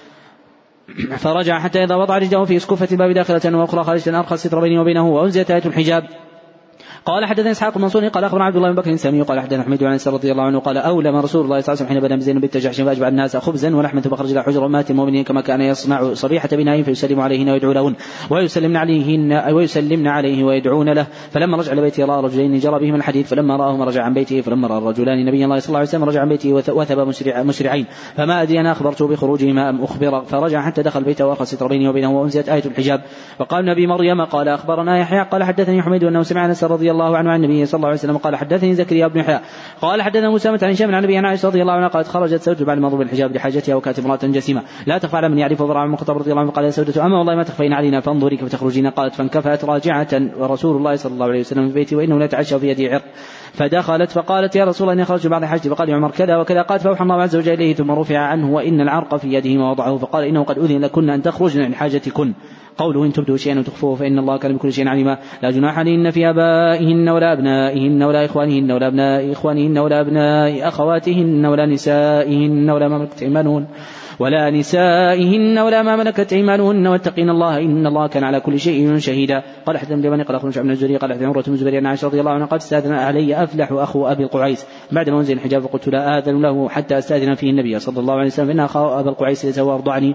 فرجع حتى إذا وضع رجله في اسكفة الباب داخلة وأخرى خارجة أرخى الستر بيني وبينه وأنزلت آية الحجاب. قال حدثنا اسحاق بن منصور قال اخبرنا عبد الله بن بكر السامي قال حدثنا احمد بن انس رضي الله عنه قال اولم رسول الله صلى الله عليه وسلم حين بدا بزينب بنت جحش فاجمع الناس خبزا ولحما ثم خرج الى حجر امهات المؤمنين كما كان يصنع صبيحه بنائهم فيسلم عليهن ويدعو لهن ويسلمن عليهن ويسلمن عليه ويدعون له فلما رجع الى بيته راى رجلين جرى بهما الحديث فلما راهما رجع عن بيته فلما راى الرجلان نبي الله صلى الله عليه وسلم رجع عن بيته وثب مسرع مسرعين فما ادري انا اخبرته بخروجهما ام اخبر فرجع حتى دخل بيته واخر ستر بينه وبينه وانزلت آية الحجاب. وقال نبي مريم قال اخبرنا يحيى قال حدثني حميد انه سمع انس رضي الله عنه عن النبي صلى الله عليه وسلم قال حدثني زكريا بن يحيى قال حدثنا مسامة عن هشام عن ابي عائشة رضي الله عنها قالت خرجت سودة بعد ما ضرب الحجاب لحاجتها وكانت امرأة جسيمة لا تخفى على من يعرف وضرع من الخطاب رضي الله عنه قال يا سودة اما والله ما تخفين علينا فانظري كيف تخرجين. قالت فانكفأت راجعة ورسول الله صلى الله عليه وسلم في بيتي وانه لا يتعشى في يدي عرق فدخلت فقالت يا رسول الله اني خرجت بعد حاجتي فقال عمر كذا وكذا قالت فاوحى الله عز وجل اليه ثم رفع عنه وان العرق في يده ما وضعه فقال انه قد اذن لكن ان تخرجن عن حاجتكن. قوله إن تبدوا شيئا وتخفوه فإن الله كان بكل شيء عليما. لا جناح عليهن في آبائهن ولا أبنائهن ولا إخوانهن ولا أبناء إخوانهن ولا أبناء أخواتهن ولا نسائهن ولا ما ملكت أيمانهن ولا نسائهن ولا ما ملكت أيمانهن واتقين الله إن الله كان على كل شيء شهيدا. قال حدثنا بن قال أخرج من الزهري قال حدثنا عروة بن الزبير عن عائشة رضي الله عنها قد استأذن علي أفلح أخو أبي القعيس بعد ما أنزل الحجاب فقلت لا آذن له حتى أستأذن فيه النبي صلى الله عليه وسلم إن أخاه أبا القعيس ليس هو أرضعني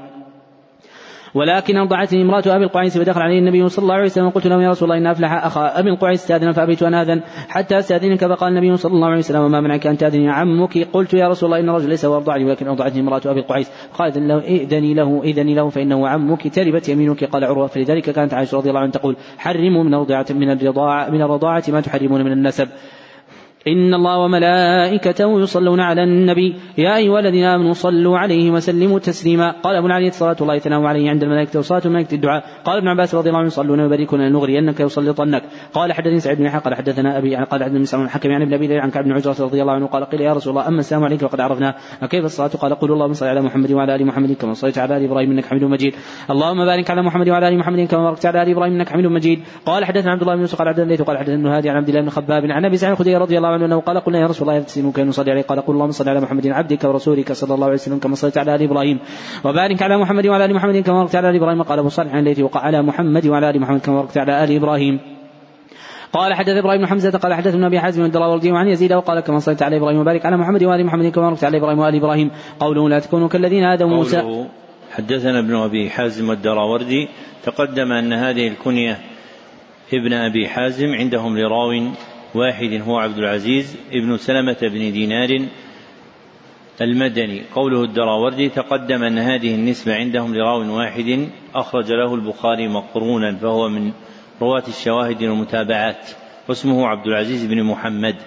ولكن أرضعتني امرأة أبي القعيس فدخل عليه النبي صلى الله عليه وسلم قلت له يا رسول الله إن أفلح أخا أبي القعيس استأذن فأبيت أن آذن حتى أستأذنك فقال النبي صلى الله عليه وسلم وما منعك أن تأذن عمك. قلت يا رسول الله إن الرجل ليس هو أرضعني ولكن أرضعتني امرأة أبي القعيس قال له إذني له إذني له فإنه عمك تربت يمينك. قال عروة فلذلك كانت عائشة رضي الله عنها تقول حرموا من الرضاعة من الرضاعة من الرضاعة ما تحرمون من النسب. إن الله وملائكته يصلون على النبي يا أيها الذين آمنوا صلوا عليه وسلموا تسليما. قال أبو العالية صلاة الله تنام عليه عند الملائكة وصلاة الملائكة الدعاء. قال ابن عباس رضي الله عنه صلوا ويباركون نغري أنك يسلطنك. قال حدثني سعيد بن يحيى قال حدثنا أبي قال حدثنا مسعود الحكم عن ابن أبي عن كعب بن عجرة رضي الله عنه قال قيل يا رسول الله أما السلام عليك وقد عرفنا فكيف الصلاة؟ قال قل اللهم صل على محمد وعلى آل محمد كما صليت على آل إبراهيم إنك حميد مجيد اللهم بارك على محمد وعلى آل محمد كما باركت على آل إبراهيم إنك حميد مجيد. قال حدثنا عبد الله بن يوسف قال حدثنا الليث قال حدثنا هادي عن عبد الله بن خباب عن أبي سعيد الخدري رضي الله عنه أنه قال قلنا يا رسول الله يفتسم كان نصلي عليه قال قل اللهم صل على محمد عبدك ورسولك صلى الله عليه وسلم كما صليت على آل إبراهيم وبارك على محمد وعلى آل محمد كما باركت على آل إبراهيم. قال أبو صالح عن الليث وقع على محمد وعلى آل محمد كما باركت على آل إبراهيم. قال حدث إبراهيم بن حمزة قال حدثنا أبي حازم الدراوردي وعن يزيد وقال كما صليت على إبراهيم وبارك على محمد وآل محمد كما باركت على إبراهيم وآل إبراهيم. قوله لا تكونوا كالذين آذوا موسى. حدثنا ابن أبي حازم الدراوردي تقدم أن هذه الكنية ابن أبي حازم عندهم لراو واحد هو عبد العزيز ابن سلمة بن دينار المدني. قوله الدراوردي تقدم أن هذه النسبة عندهم لراو واحد أخرج له البخاري مقرونا فهو من رواة الشواهد والمتابعات، واسمه عبد العزيز بن محمد.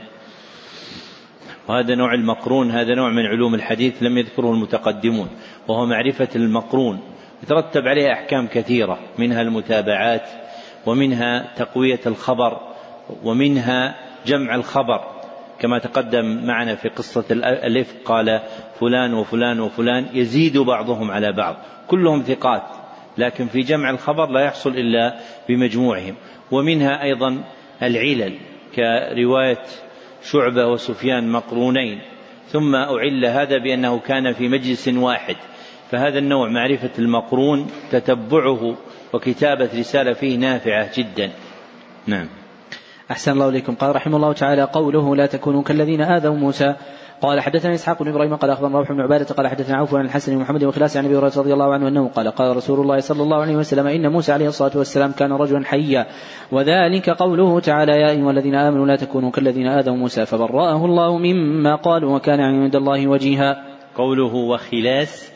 وهذا نوع المقرون هذا نوع من علوم الحديث لم يذكره المتقدمون، وهو معرفة المقرون يترتب عليه أحكام كثيرة، منها المتابعات، ومنها تقوية الخبر، ومنها جمع الخبر كما تقدم معنا في قصة الإفك، قال فلان وفلان وفلان يزيد بعضهم على بعض، كلهم ثقات، لكن في جمع الخبر لا يحصل إلا بمجموعهم. ومنها أيضا العلل كرواية شعبة وسفيان مقرونين، ثم أعل هذا بأنه كان في مجلس واحد، فهذا النوع معرفة المقرون تتبعه وكتابة رسالة فيه نافعة جدا. نعم. أحسن الله إليكم. قال رحمه الله تعالى: قوله لا تكونوا كالذين آذوا موسى. قال حدثنا إسحاق بن إبراهيم قال أخبرنا روح بن عبادة قال حدثنا عوف عن الحسن بن محمد وخلاص عن أبي هريرة رضي الله عنه أنه قال قال رسول الله صلى الله عليه وسلم: إن موسى عليه الصلاة والسلام كان رجلا حيا، وذلك قوله تعالى: يا أيها الذين آمنوا لا تكونوا كالذين آذوا موسى فبرأه الله مما قالوا وكان عند الله وجيها. قوله وخلاس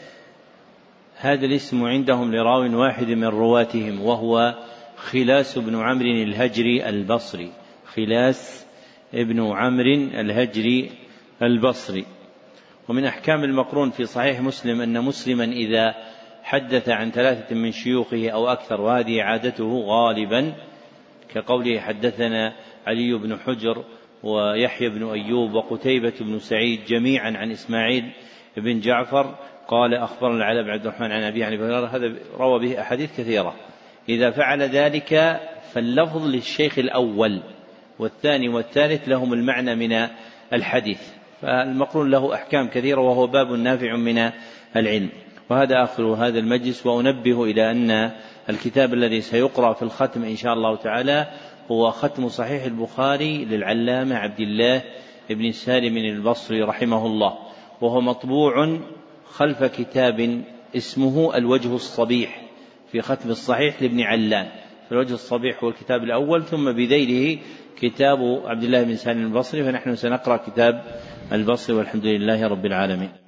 هذا الاسم عندهم لراو واحد من رواتهم، وهو خلاس بن عمرو الهجري البصري، خلاس ابن عمرو الهجري البصري. ومن أحكام المقرون في صحيح مسلم أن مسلما إذا حدث عن ثلاثة من شيوخه أو أكثر، وهذه عادته غالبا، كقوله حدثنا علي بن حجر ويحيى بن أيوب وقتيبة بن سعيد جميعا عن إسماعيل بن جعفر قال أخبرنا العلاء بن عبد الرحمن عن أبي عن أبي هريرة، هذا روى به أحاديث كثيرة. إذا فعل ذلك فاللفظ للشيخ الأول، والثاني والثالث لهم المعنى من الحديث، فالمقرون له أحكام كثيرة، وهو باب نافع من العلم. وهذا آخر هذا المجلس. وأنبه إلى أن الكتاب الذي سيقرأ في الختم إن شاء الله تعالى هو ختم صحيح البخاري للعلامة عبد الله بن سالم البصري رحمه الله، وهو مطبوع خلف كتاب اسمه الوجه الصبيح في ختم الصحيح لابن علان. الوجه الصبيح هو الكتاب الأول، ثم بذيله كتاب عبد الله بن سالم البصري، فنحن سنقرأ كتاب البصري والحمد لله رب العالمين.